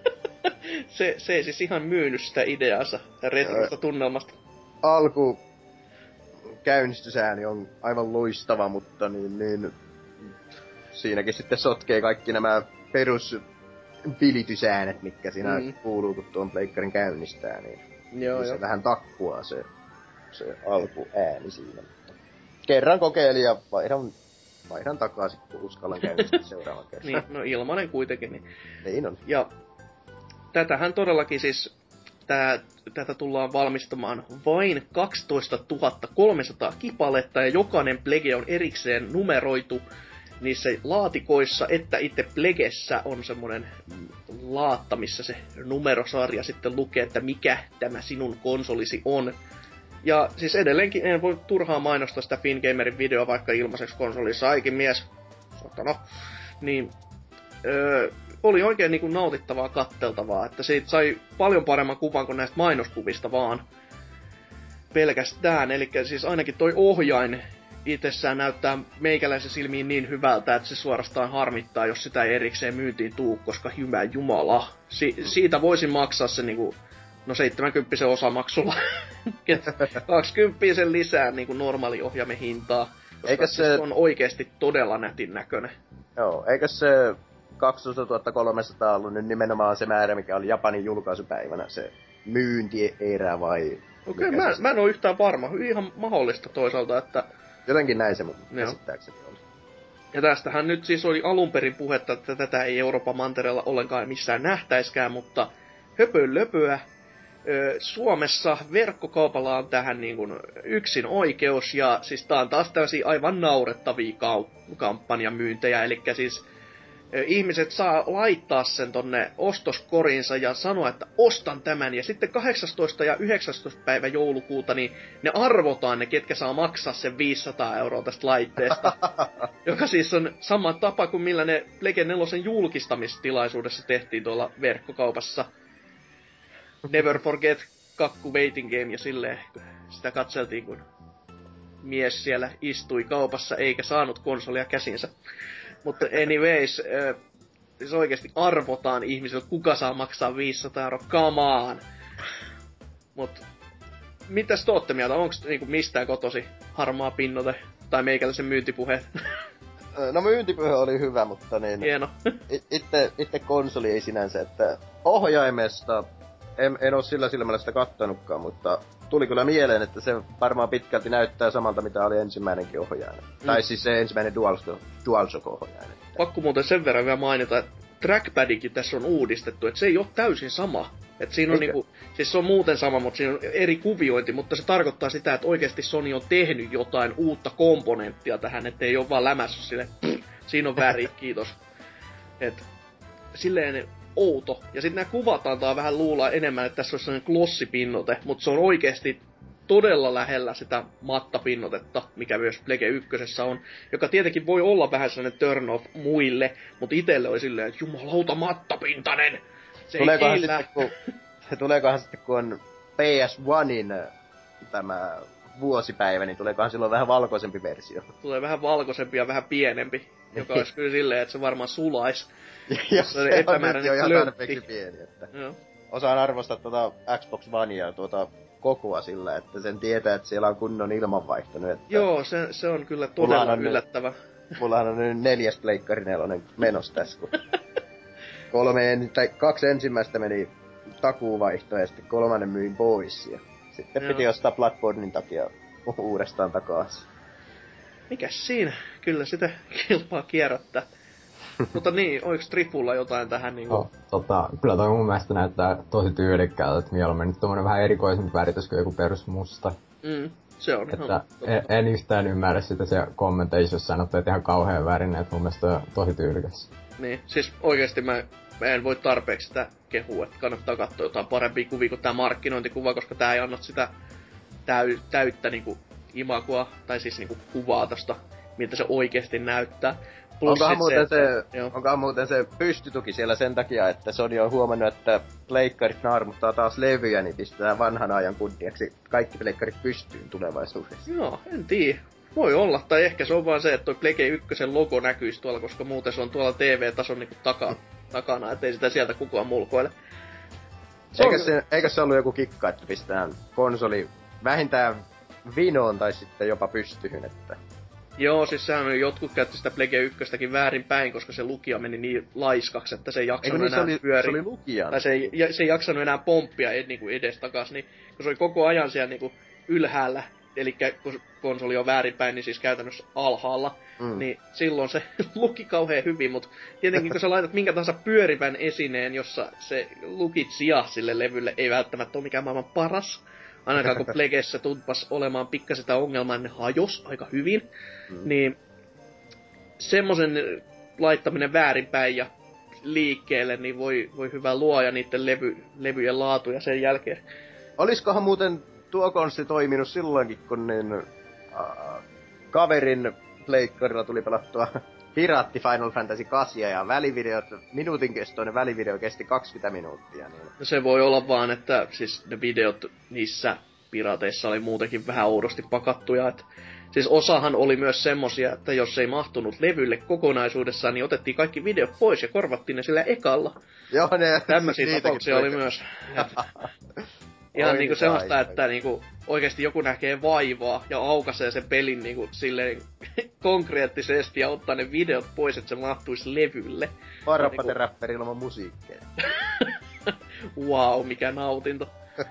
Speaker 2: se, se ei siis ihan myynyt sitä ideansa retrosta tunnelmasta.
Speaker 4: Alku käynnistysääni on aivan loistava, mutta niin, niin siinäkin sitten sotkee kaikki nämä perus vilitysäänet, mitkä siinä mm. kuuluu, kun tuon pleikkarin käynnistää, niin,
Speaker 2: joo,
Speaker 4: niin se
Speaker 2: jo.
Speaker 4: vähän takkuaa se, se alkuääni siinä. Kerran kokeilin ja vaihdan, vaihdan takaisin, kun uskallan käynnistää seuraavan kerran.
Speaker 2: Niin, no ilmanen kuitenkin. Niin,
Speaker 4: niin on.
Speaker 2: Ja tätähän todellakin siis, tää, tätä tullaan valmistamaan vain kaksitoistatuhatta kolmesataa kipaletta ja jokainen plege on erikseen numeroitu niissä laatikoissa, että itse plegessä on semmonen laatta, missä se numerosarja sitten lukee, että mikä tämä sinun konsolisi on. Ja siis edelleenkin en voi turhaan mainostaa sitä Fingamerin videoa, vaikka ilmaiseksi konsoli saikin mies. Satana. Niin, öö, oli oikein niinku nautittavaa katteltavaa, että siitä sai paljon paremman kuvan kuin näistä mainoskuvista vaan pelkästään. Eli siis ainakin toi ohjain itsessään näyttää meikäläisen silmiin niin hyvältä, että se suorastaan harmittaa, jos sitä ei erikseen myyntiin tuu, koska hyvä jumala. Si- siitä voisin maksaa se niinku, no seitsemänkymppisen osamaksulla. kaksikymmentä sen lisää niinku normaali ohjaimen hintaa. Koska se on oikeesti todella nätin näköinen.
Speaker 4: Joo, eikö se kaksitoistatuhatta kolmesataa ollut nyt nimenomaan se määrä, mikä oli Japanin julkaisupäivänä, se myyntierä vai...
Speaker 2: Okei, okay, mä, mä en oo yhtään varma. Ihan mahdollista toisaalta, että...
Speaker 4: Jotenkin näin se mun käsittääkseni oli.
Speaker 2: Ja tästähän nyt siis oli alunperin puhetta, että tätä ei Euroopan mantereella ollenkaan missään nähtäiskään, mutta höpön löpöä. Suomessa verkkokaupalla on tähän niin kuin yksin oikeus, ja siis tää on taas tällaisia aivan naurettavia kaup- kampanjamyyntejä, eli siis ihmiset saa laittaa sen tonne ostoskorinsa ja sanoa, että ostan tämän, ja sitten kahdeksastoista ja yhdeksästoista päivä joulukuuta, niin ne arvotaan ne, ketkä saa maksaa sen viisisataa euroa tästä laitteesta. Joka siis on sama tapa kuin millä ne Plege nelosen julkistamistilaisuudessa tehtiin tuolla verkkokaupassa. Never Forget kakku waiting game ja silleen, sitä katseltiin kun mies siellä istui kaupassa eikä saanut konsolia käsinsä. Mutta anyways, äh, siis oikeesti arvotaan ihmisille, kuka saa maksaa viisisataa euroa, come on! Mut mitäs te ootte mieltä, onks niinku mistään kotosi harmaa pinnote tai meikäläisen myyntipuheet?
Speaker 4: No myyntipuhe oli hyvä, mutta niin...
Speaker 2: Hieno.
Speaker 4: Itse, itse konsoli ei sinänsä, että ohjaimesta en, en oo sillä silmällä sitä kattonutkaan, mutta tuli kyllä mieleen, että se varmaan pitkälti näyttää samalta, mitä oli ensimmäinenkin ohjain. Mm. Tai siis se ensimmäinen DualShock, DualShock-ohjain.
Speaker 2: Pakko muuten sen verran vielä mainita, että trackpadikin tässä on uudistettu, että se ei ole täysin sama. Että siinä on niinku, siis se on muuten sama, mutta siinä on eri kuviointi, mutta se tarkoittaa sitä, että oikeasti Sony on tehnyt jotain uutta komponenttia tähän, että ei ole vaan lämässy sille, siinä on väri, kiitos. Et silleen outo. Ja sitten nämä kuvat antaa vähän luulla enemmän, että tässä olisi sellainen glossipinnote, mutta se on oikeasti todella lähellä sitä mattapinnotetta, mikä myös Plege ykkösessä on, joka tietenkin voi olla vähän sellainen turn off muille, mutta itselle oli silleen, että jumalauta mattapintainen! Se
Speaker 4: tuleekohan
Speaker 2: ei
Speaker 4: sitten, kun, tuleekohan sitten, kun on P S Onein tämä vuosipäivä, niin tuleekohan silloin vähän valkoisempi versio?
Speaker 2: Tulee vähän valkoisempi ja vähän pienempi, joka olisi kyllä silleen, että se varmaan sulais.
Speaker 4: Jos se on nyt jo ihan tarpeeksi pieni, että
Speaker 2: joo.
Speaker 4: Osaan arvostaa tuota Xbox Onea tuota kokoa sillä, että sen tietää, että siellä on kunnon ilmanvaihto nyt. Että
Speaker 2: joo, se, se on kyllä todella
Speaker 4: on
Speaker 2: yllättävä.
Speaker 4: Nyt, mullahan on nyt neljäs pleikkari nelonen menossa tässä, kun kolme, tai kaksi ensimmäistä meni takuuvaihtoon ja sitten kolmannen myin pois. Ja sitten joo. Piti ostaa Bloodbornein takia uudestaan takaisin.
Speaker 2: Mikäs siinä? Kyllä sitä kilpaa kierrättää. Mutta niin, oiks Trifulla jotain tähän niinku?
Speaker 3: No, tota, kyllä toi mun mielestä näyttää tosi tyylikkäältä, että mieluummin nyt tommonen vähän erikoisempi väritys kuin joku perusmusta.
Speaker 2: Mm, se on.
Speaker 3: Että en, en yhtään ymmärrä sitä se kommenteissa, jos sanottu, että ihan kauhean värinen, että mun mielestä on tosi tyylikäs.
Speaker 2: Niin, siis oikeesti mä, mä en voi tarpeeksi sitä kehua, että kannattaa katsoa jotain parempia kuvia kuin tää markkinointikuva, koska tää ei anna sitä täy, täyttä niinku imakua, tai siis niinku kuvaa tosta miltä se oikeesti näyttää.
Speaker 4: Plus onkohan, muuten se,
Speaker 2: se,
Speaker 4: onkohan muuten se pystytuki siellä sen takia, että Sony on huomannut, että pleikkarit naarmuttaa taas levyjä, niin pistetään vanhan ajan kunniaksi kaikki pleikkarit pystyyn tulevaisuudessa.
Speaker 2: Joo, en tiedä. Voi olla, tai ehkä se on vaan se, että toi Plege yksi logo näkyisi tuolla, koska muuten se on tuolla T V-tason niinku taka, takana, ettei sitä sieltä kukaan mulkoile.
Speaker 4: Se eikä, on... se, eikä se ollut joku kikka, että pistetään konsoli vähintään vinoon tai sitten jopa pystyyn, että...
Speaker 2: Joo, siis sehän on jotkut käytti sitä Plege ykköstäkin väärinpäin, koska se lukija meni niin laiskaksi, että se ei jaksanut
Speaker 4: niin,
Speaker 2: enää
Speaker 4: se oli,
Speaker 2: pyöriä.
Speaker 4: Se oli lukijan.
Speaker 2: Tai se ei, se ei jaksanut enää pomppia ed, niin kuin edes takas, niin kun se oli koko ajan siellä niin kuin ylhäällä, eli kun konsoli on väärinpäin, niin siis käytännössä alhaalla, mm. niin silloin se luki kauhean hyvin, mutta tietenkin kun sä laitat minkä tahansa pyörivän esineen, jossa se lukit sijaa sille levylle, ei välttämättä ole mikään maailman paras. Ainakaan kun Plegessä tuntupas olemaan pikkasen sitä ongelmaa, ne hajos aika hyvin. Mm. Niin semmosen laittaminen väärinpäin ja liikkeelle, niin voi, voi hyvä luoja niiden levy, levyjen laatuja sen jälkeen.
Speaker 4: Oliskohan muuten tuo konssi toiminut silloinkin, kun niin, äh, kaverin pleikkarilla tuli pelattua Piraatti Final Fantasy kahdeksan ja välivideot, minuutin kestoinen välivideo kesti kaksikymmentä minuuttia. Niin.
Speaker 2: No se voi olla vaan, että siis ne videot niissä piraateissa oli muutenkin vähän oudosti pakattuja. Että, siis osahan oli myös semmosia, että jos ei mahtunut levylle kokonaisuudessaan, niin otettiin kaikki videot pois ja korvattiin ne sillä ekalla.
Speaker 4: Joo, ne...
Speaker 2: Tämmöisiä tapauksia oli myös. Ihan niinku semmoista, että niinku oikeesti joku näkee vaivaa ja aukaisee sen pelin niinku silleen konkreettisesti ja ottaa ne videot pois, että se mahtuisi levylle.
Speaker 4: Parapate
Speaker 2: niinku...
Speaker 4: räppäri ilman musiikkeja.
Speaker 2: Wow, mikä nautinto.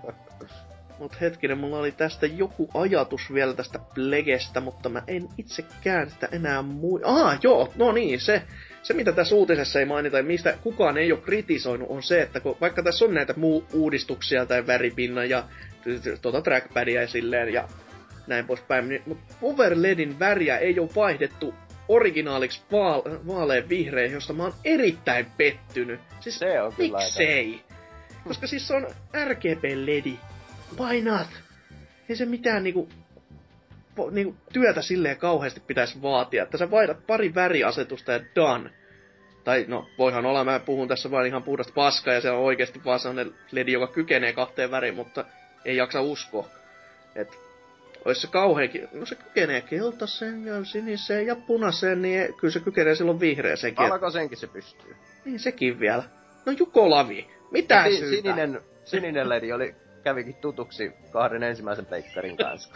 Speaker 2: Mut hetkinen, mulla oli tästä joku ajatus vielä tästä Plegestä, mutta mä en itsekään sitä enää mui... Ah, joo, no niin, se, se mitä tässä uutisessa ei mainita ja mistä kukaan ei ole kritisoinut on se, että kun, vaikka tässä on näitä muu uudistuksia tai väripinnan ja tuota trackpadia ja silleen ja näin poispäin, niin, mutta Overledin väriä ei ole vaihdettu originaaliksi vaale- vaaleen vihreä, josta mä oon erittäin pettynyt. Siis
Speaker 4: se on kyllä
Speaker 2: miksei? Koska siis se on R G B-ledi. Why not? Ei se mitään niinku, niinku työtä silleen kauheasti pitäisi vaatia, että sä vaihdat pari väriasetusta ja done. Tai no, voihan olla, mä puhun tässä vaan ihan puhdasta paskaa ja se on oikeesti vaan sellainen ledi, joka kykenee kahteen väriin, mutta ei jaksa uskoa. Et ois se kauheankin, no se kykenee keltaiseen ja siniseen ja punaiseen, niin kyllä se kykenee silloin vihreäseenkin.
Speaker 4: Valkoisenkin se pystyy.
Speaker 2: Niin sekin vielä. No Juko Lavi, mitä
Speaker 4: si-
Speaker 2: syytä?
Speaker 4: Sininen, sininen ledi oli... kävikin tutuksi kahden ensimmäisen pleikkarin kanssa.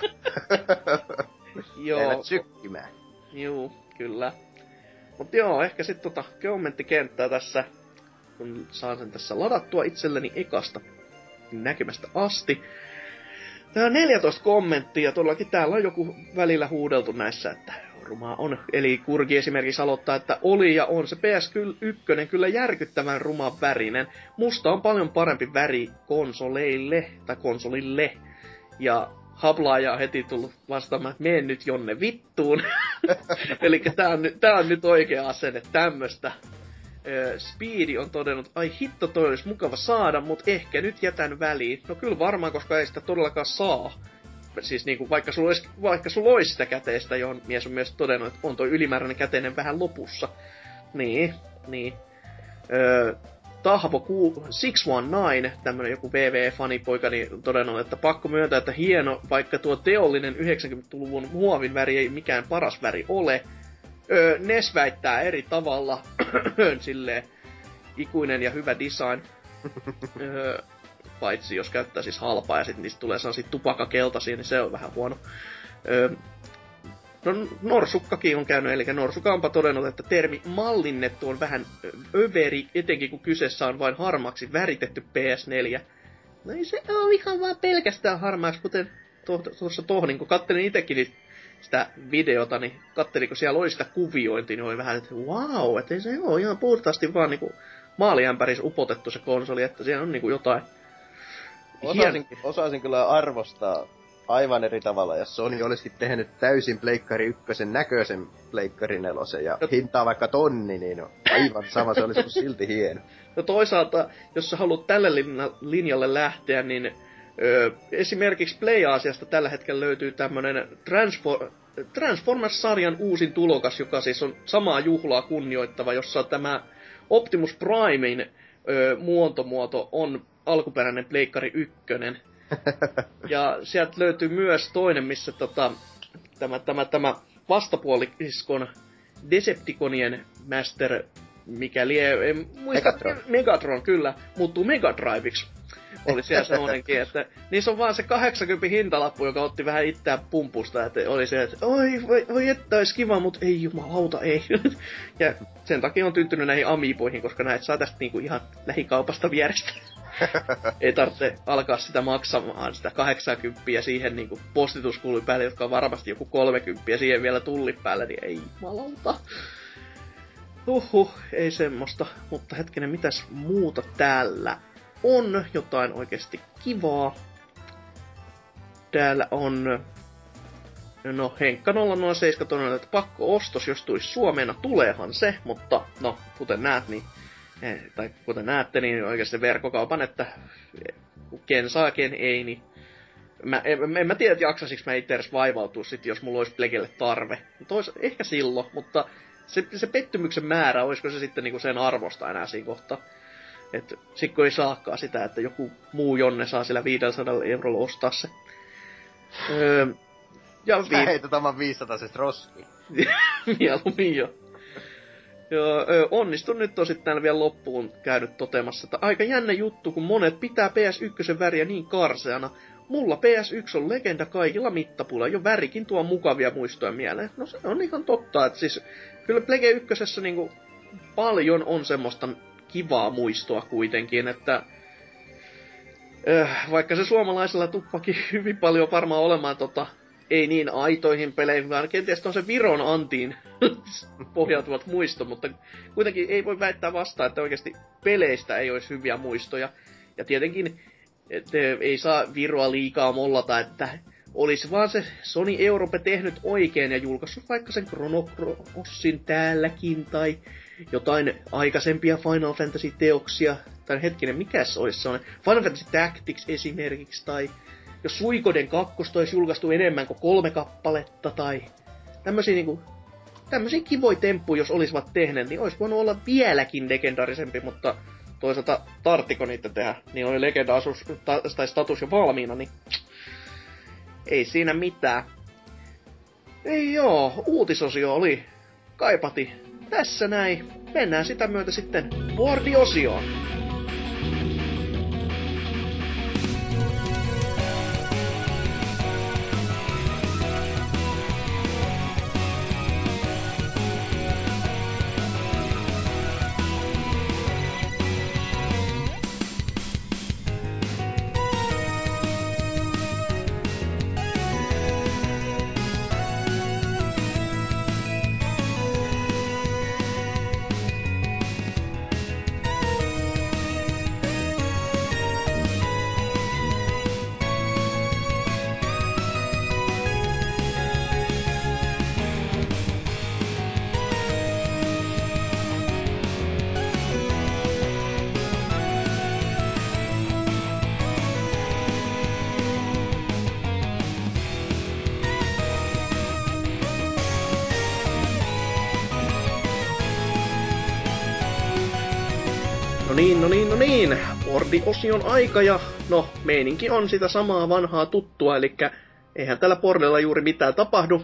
Speaker 2: Joo.
Speaker 4: Eivät sykkimään.
Speaker 2: Juu, kyllä. Mut joo, ehkä sit tota kommenttikenttää tässä, kun saan sen tässä ladattua itselleni ekasta näkemästä asti. Tää on neljätoista kommenttia, todellakin täällä on joku välillä huudeltu näissä, että rumaa on. Eli Kurgi esimerkiksi aloittaa, että oli ja on se P S yksi kyllä järkyttävän ruman värinen. Musta on paljon parempi väri konsoleille tai konsolille. Ja Hablaaja on heti tullut vastaamaan, että mene nyt jonne vittuun. Eli tää on, tää on nyt oikea asenne tämmöstä. Speedy on todennut, ai hitto toi olisi mukava saada, mut ehkä nyt jätän väliin. No kyllä varmaan, koska ei sitä todellakaan saa. Siis niinku, vaikka sulla ois, vaikka sulla ois sitä käteistä, johon mies on myös todennut, että on toi ylimääräinen käteinen vähän lopussa. Niin, niin. Öö, Tahvo kuusi yksi yhdeksäntoista, tämmönen joku V V-fanipoika, niin todennut, että pakko myöntää, että hieno, vaikka tuo teollinen yhdeksänkymmentäluvun muovin väri ei mikään paras väri ole. Öö, Nes väittää eri tavalla, silleen ikuinen ja hyvä design. Öö, paitsi jos käyttää siis halpaa ja sit niistä tulee sellaisia tupakakeltaisia, niin se on vähän huono. Öö, no Norsukkakin on käynyt, eli Norsuka onpa todennut, että termi mallinnettu on vähän överi, etenkin kun kyseessä on vain harmaaksi väritetty P S neljä. No ei se ole ihan vaan pelkästään harmaaksi, kuten tuossa tohnin, kun kattelin itekin sitä videota, niin kattelin, kun siellä oli sitä kuviointia, niin oli vähän, että wow, että ei se ole ihan puhtaasti vaan niinku maaliämpärissä upotettu se konsoli, että siellä on niinku jotain.
Speaker 4: Osaisin, osaisin kyllä arvostaa aivan eri tavalla, jos Sony olisikin tehnyt täysin Pleikkari ykkösen näköisen Pleikkari nelosen ja no, hintaa vaikka tonni, niin aivan sama, se olisi silti hieno.
Speaker 2: No toisaalta, jos sä haluat tälle linjalle lähteä, niin Öö, esimerkiksi Play-Aasiasta tällä hetkellä löytyy tämmönen Transfor- Transformers-sarjan uusin tulokas, joka siis on samaa juhlaa kunnioittava, jossa tämä Optimus Primein öö, muontomuoto on alkuperäinen Pleikkari ykkönen. Ja sieltä löytyy myös toinen, missä tota, tämä, tämä, tämä vastapuoliskon Decepticonien Master, mikä lie, en muista,
Speaker 4: Megatron.
Speaker 2: Megatron, kyllä, muuttuu Megadriviksi. Oli siellä semmonenkin, että niissä on vaan se kahdeksankymmentä hintalappu, joka otti vähän itseään pumpusta, että oli se, että oi, voi, voi että ois kiva, mut ei jumalauta, ei. Ja sen takia on tyytynyt näihin amiiboihin, koska näet saa tästä niinku ihan lähikaupasta vierestä. Ei tarvitse alkaa sitä maksamaan, sitä kahdeksankymmentä siihen niinku postituskului päälle, jotka on varmasti joku kolmekymmentä siihen vielä tulli päälle, niin ei jumalauta. Huhhuh, ei semmoista. Mutta hetkinen, mitäs muuta täällä on? Jotain oikeesti kivaa. Täällä on... No, Henkka nolla nolla seitsemän todennut, että pakko ostos, jos tuisi Suomena, tuleehan se, mutta no, kuten näet, niin... Tai kuten näette, niin oikeesti verkkokaupan, että ken saa, ken ei, niin... Mä, en, en mä tiedä, että jaksasiks mä itse edes vaivautua sit, jos mulla olisi Plegelle tarve. Tois, ehkä silloin, mutta... Se, se pettymyksen määrä, olisiko se sitten niinku sen arvosta enää siinä kohtaa. Että sit kun ei saakaan sitä, että joku muu Jonne saa sillä viisisataa eurolla ostaa se. Öö, ja
Speaker 4: Sä vi- heität oman viisisataisesta roskiin.
Speaker 2: Mieluummin jo. Joo, öö, onnistun nyt on sitten täällä vielä loppuun käynyt toteamassa, että aika jännä juttu, kun monet pitää P S yksi väriä niin karseana. Mulla P S yksi on legenda kaikilla mittapuilla, jo värikin tuo mukavia muistoja mieleen. No se on ihan totta, että siis kyllä Plege ykkösessä niinku paljon on semmoista kivaa muistoa kuitenkin, että äh, vaikka se suomalaisella tuppakin hyvin paljon varmaan olemaan tota, ei niin aitoihin peleihin, vaan kenties on se Viron antiin pohjautuvat muisto, mutta kuitenkin ei voi väittää vastaan, että oikeasti peleistä ei olisi hyviä muistoja. Ja tietenkin että ei saa Viroa liikaa mollata, että olisi vaan se Sony Europe tehnyt oikein ja julkaissut vaikka sen Chrono Crossin täälläkin, tai jotain aikaisempia Final Fantasy-teoksia, tai hetkinen, mikäs olisi sellainen, Final Fantasy Tactics esimerkiksi, tai jos Suikoden kakkosta olisi julkaistu enemmän kuin kolme kappaletta, tai tämmösiä niinku, tämmösiä kivoja temppuja, jos olisivat tehneet, niin olisi voinut olla vieläkin legendarisempi, mutta toisaalta tarttiko niitä tehdä, niin oli legenda-asus ta- tai status jo valmiina, niin ei siinä mitään. Ei joo, uutisosio oli kaipati tässä näin. Mennään sitä myötä sitten boardiosioon. No niin, no niin, no niin. Pordi-osion aika ja no, meininki on sitä samaa vanhaa tuttua, eli eihän tällä Pordella juuri mitään tapahdu.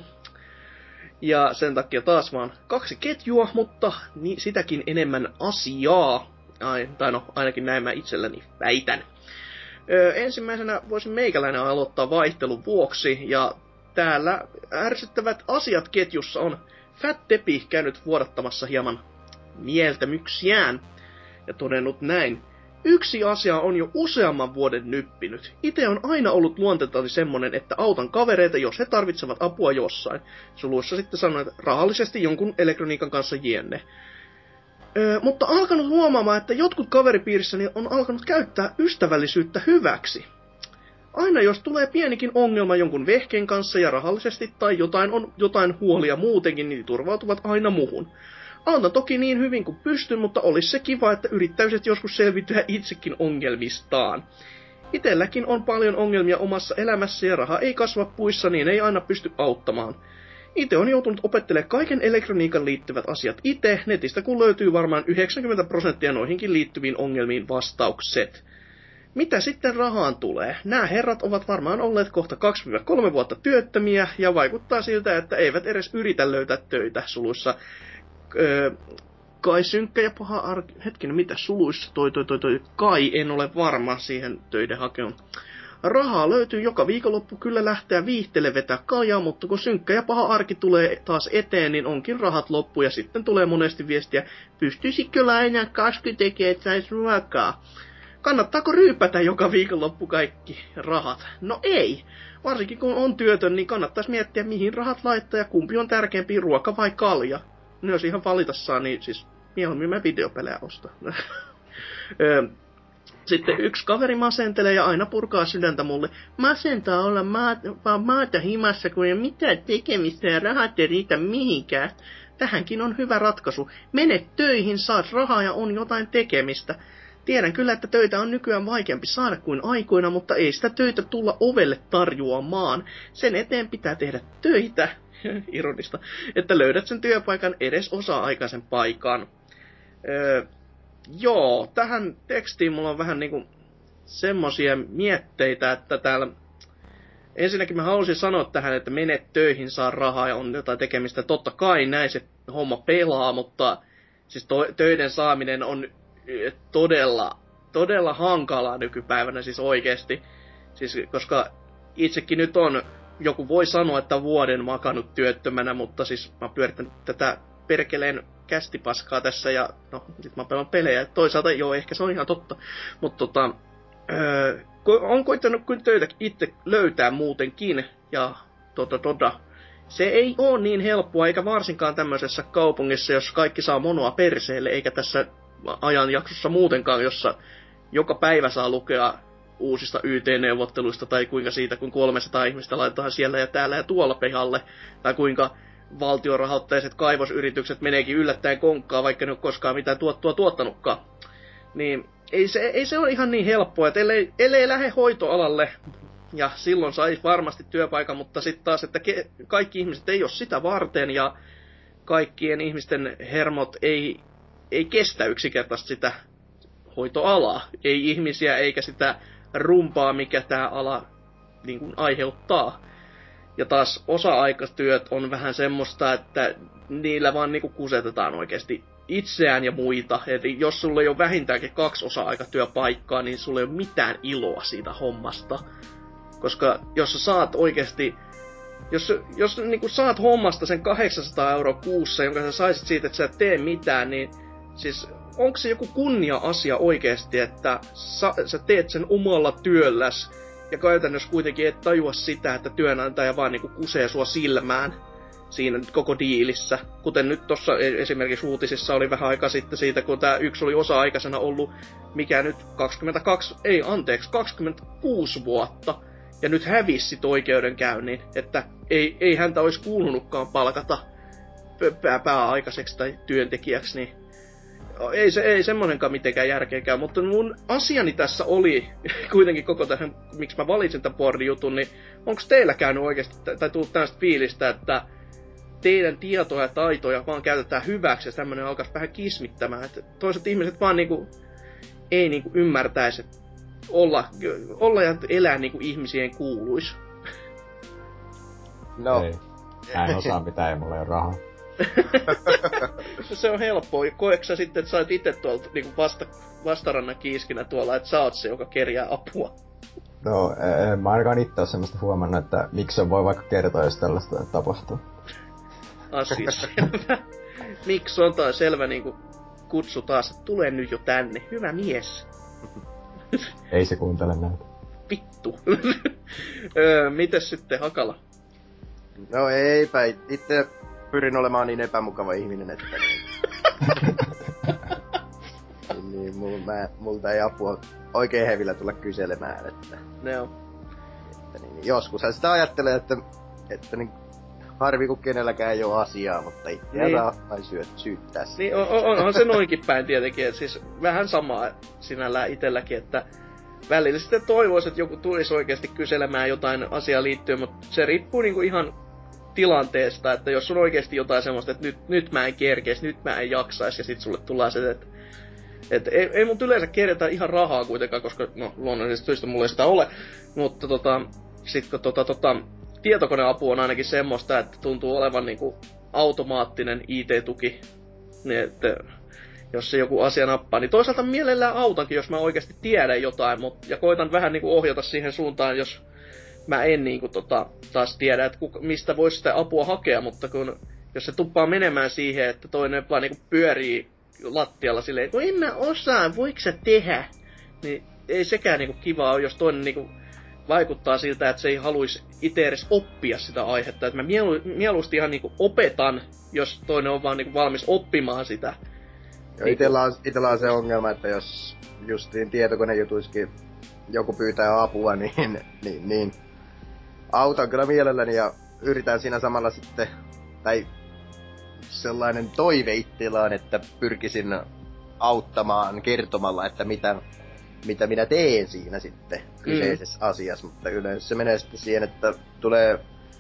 Speaker 2: Ja sen takia taas vaan kaksi ketjua, mutta niin sitäkin enemmän asiaa. Ai, tai no, ainakin näin mä itselläni väitän. Öö, ensimmäisenä voisin meikäläinen aloittaa vaihtelun vuoksi, ja täällä ärsyttävät asiat ketjussa on Fat Tepi käynyt vuodattamassa hieman mieltämyksiään. Ja todennut näin. Yksi asia on jo useamman vuoden nyppinyt. Itse on aina ollut luonteeltani semmonen, että autan kavereita, jos he tarvitsevat apua jossain. Suluissa sitten sanoin, että rahallisesti jonkun elektroniikan kanssa jenne. Öö, mutta alkanut huomaamaan, että jotkut kaveripiirissäni on alkanut käyttää ystävällisyyttä hyväksi. Aina jos tulee pienikin ongelma jonkun vehkeen kanssa ja rahallisesti tai jotain on jotain huolia muutenkin, niin turvautuvat aina muhun. Autan toki niin hyvin kuin pystyn, mutta olisi se kiva, että yrittäisit joskus selviytyä itsekin ongelmistaan. Itelläkin on paljon ongelmia omassa elämässä ja raha ei kasva puissa, niin ei aina pysty auttamaan. Itse on joutunut opettelemaan kaiken elektroniikan liittyvät asiat itse. Netistä kun löytyy varmaan yhdeksänkymmentä prosenttia noihinkin liittyviin ongelmiin vastaukset. Mitä sitten rahaan tulee? Nämä herrat ovat varmaan olleet kohta kaksi kolme vuotta työttömiä ja vaikuttaa siltä, että eivät edes yritä löytää töitä suluissa. Öö, kai synkkä ja paha arki... Hetkinen, mitä suluissa? Toi, toi, toi, toi. Kai en ole varma siihen töiden hakeun. Rahaa löytyy joka viikonloppu, kyllä lähteä viihtele vetää kaljaa, mutta kun synkkä ja paha arki tulee taas eteen, niin onkin rahat loppu ja sitten tulee monesti viestiä, pystyisikö lainaa kasku tekee, että sais ruokaa? Kannattaako ryypätä joka viikonloppu kaikki rahat? No ei. Varsinkin kun on työtön, niin kannattaisi miettiä mihin rahat laittaa ja kumpi on tärkeämpi, ruoka vai kalja. No jos ihan valita saa, niin siis mieluummin mä videopelejä ostaa. Sitten yksi kaveri masentelee ja aina purkaa sydäntä mulle. Masentaa olla maata, vaan maata himassa, kun ei ole mitään tekemistä ja rahat ei riitä mihinkään. Tähänkin on hyvä ratkaisu. Mene töihin, saat rahaa ja on jotain tekemistä. Tiedän kyllä, että töitä on nykyään vaikeampi saada kuin aikoina, mutta ei sitä töitä tulla ovelle tarjoamaan. Sen eteen pitää tehdä töitä, ironista, että löydät sen työpaikan edes osa-aikaisen paikan. Öö, joo, tähän tekstiin mulla on vähän niinku semmosia mietteitä, että täällä... Ensinnäkin mä halusin sanoa tähän, että menet töihin, saa rahaa ja on jotain tekemistä. Totta kai näin se homma pelaa, mutta siis to- töiden saaminen on todella, todella hankalaa nykypäivänä siis oikeesti. Siis, koska itsekin nyt on, joku voi sanoa, että vuoden makannut työttömänä, mutta siis mä pyörittänyt tätä perkeleen kästipaskaa tässä ja no, sit mä pelaan pelejä. Toisaalta joo, ehkä se on ihan totta. Mutta tota, öö, on koittanut kyllä töitä itse löytää muutenkin ja tota tota. Se ei oo niin helppoa, eikä varsinkaan tämmöisessä kaupungissa, jos kaikki saa monoa perseelle, eikä tässä ajanjaksossa muutenkaan, jossa joka päivä saa lukea uusista Y T-neuvotteluista, tai kuinka siitä, kun kolmesataa ihmistä laitetaan siellä ja täällä ja tuolla pihalle, tai kuinka valtiorahoitteiset kaivosyritykset meneekin yllättäen konkkaan, vaikka ne ole koskaan mitään tuottua tuottanutkaan. Niin ei se, ei se ole ihan niin helppoa, että ellei, ellei lähde hoitoalalle, ja silloin saisi varmasti työpaikan, mutta sitten taas, että ke, kaikki ihmiset ei ole sitä varten, ja kaikkien ihmisten hermot ei, ei kestä yksinkertaisesti sitä hoitoalaa. Ei ihmisiä eikä sitä rumpaa, mikä tämä ala niin kuin aiheuttaa. Ja taas osa-aikatyöt on vähän semmoista, että niillä vaan niin kuin kusetetaan oikeasti itseään ja muita. Eli jos sulla ei ole vähintäänkin kaksi osa-aikatyöpaikkaa, niin sulla ei ole mitään iloa siitä hommasta. Koska jos sä saat oikeasti, jos, jos niin kuin saat hommasta sen kahdeksansataa euroa kuussa, jonka sä saisit siitä, että sä et tee mitään, niin siis onko se joku kunnia-asia oikeasti, että sä, sä teet sen omalla työlläs ja käytännössä kuitenkin et tajua sitä, että työnantaja vaan niinku kusee sua silmään siinä koko diilissä. Kuten nyt tuossa esimerkiksi uutisissa oli vähän aika sitten siitä, kun tää yksi oli osa-aikaisena ollut, mikä nyt kaksikymmentäkaksi, ei anteeksi, kaksikymmentäkuusi vuotta. Ja nyt hävisi sit oikeudenkäynnin, että ei, ei häntä olisi kuulunutkaan palkata pää, pääaikaiseksi tai työntekijäksi, niin ei, se, ei semmonenkaan mitenkään järkeä käy. Mutta mun asiani tässä oli kuitenkin koko tähän, miksi mä valitsin tämän Bordi-jutun, niin onko teillä käynyt oikeasti, tai tullut tämmöistä fiilistä, että teidän tietoja ja taitoja vaan käytetään hyväksi ja tämmönen alkaisi vähän kismittämään, että toiset ihmiset vaan niinku ei niinku ymmärtäisi, että olla, olla ja elää niinku ihmisien kuuluis.
Speaker 3: No. Ei. Mä en osaa mitään, ei mulla ole rahaa.
Speaker 2: Se on helppoa. Koeksä sitten, että sä oot ite tuolta niinku vasta, vastarannan kiiskinä tuolla, että sä oot se, joka kerjää apua?
Speaker 3: No, en mä ainakaan itse ole semmoista huomannut, että miksi on voi vaikka kertoa, jos tällaista tapahtuu.
Speaker 2: Asia selvä. Miksi on taas selvä niinku kutsu taas, että tule nyt jo tänne. Hyvä mies.
Speaker 3: Ei se kuuntele näitä.
Speaker 2: Vittu. öö, mites sitten Hakala?
Speaker 4: No eipä, itse pyrin olemaan niin epämukava ihminen, että niin, niin mul, mä, multa ei apua oikein hevillä tulla kyselemään, että,
Speaker 2: no.
Speaker 4: että niin, joskushan sitä ajattelee, että, että niin, harvi kun kenelläkään ei ole asiaa, mutta itseään niin. saa vain syyttää.
Speaker 2: Niin on, on, onhan se noinkin päin tietenkin, että siis vähän samaa sinällään itselläkin, että välillä sitten toivois, että joku tulisi oikeesti kyselemään jotain asiaa liittyen, mutta se riippuu niinku ihan tilanteesta, että jos on oikeesti jotain semmoista, että nyt, nyt mä en kerkeis, nyt mä en jaksais, ja sit sulle tullaan se, että et ei, ei mut yleensä kerjetä ihan rahaa kuitenkaan, koska no luonnollisesta syystä mulla ei sitä ole, mutta tota, sit kun tota, tota, tietokoneapu on ainakin semmoista, että tuntuu olevan niinku automaattinen I T-tuki, niin että jos se joku asia nappaa, niin toisaalta mielellään autankin, jos mä oikeesti tiedän jotain, mut, ja koitan vähän niinku ohjata siihen suuntaan, jos mä en niinku tota, taas tiedä, että kuka, mistä voisi sitä apua hakea, mutta kun, jos se tuppaa menemään siihen, että toinen vaan niinku pyörii lattialla silleen, kun en mä osaa, voiko sä tehdä, niin ei sekään niinku kivaa ole, jos toinen niinku vaikuttaa siltä, että se ei haluisi itse edes oppia sitä aihetta. Että mä mielu, mieluusti ihan niinku opetan, jos toinen on vaan niinku valmis oppimaan sitä.
Speaker 4: Joo, itellä on, itellä on se ongelma, että jos justiin tietokonejutuissakin joku pyytää apua, niin, niin, niin autan kyllä mielelläni ja yritän siinä samalla sitten, tai sellainen toive itsellaan, että pyrkisin auttamaan kertomalla, että mitä, mitä minä teen siinä sitten kyseisessä mm. asiassa, mutta yleensä se menee sitten siihen, että tulee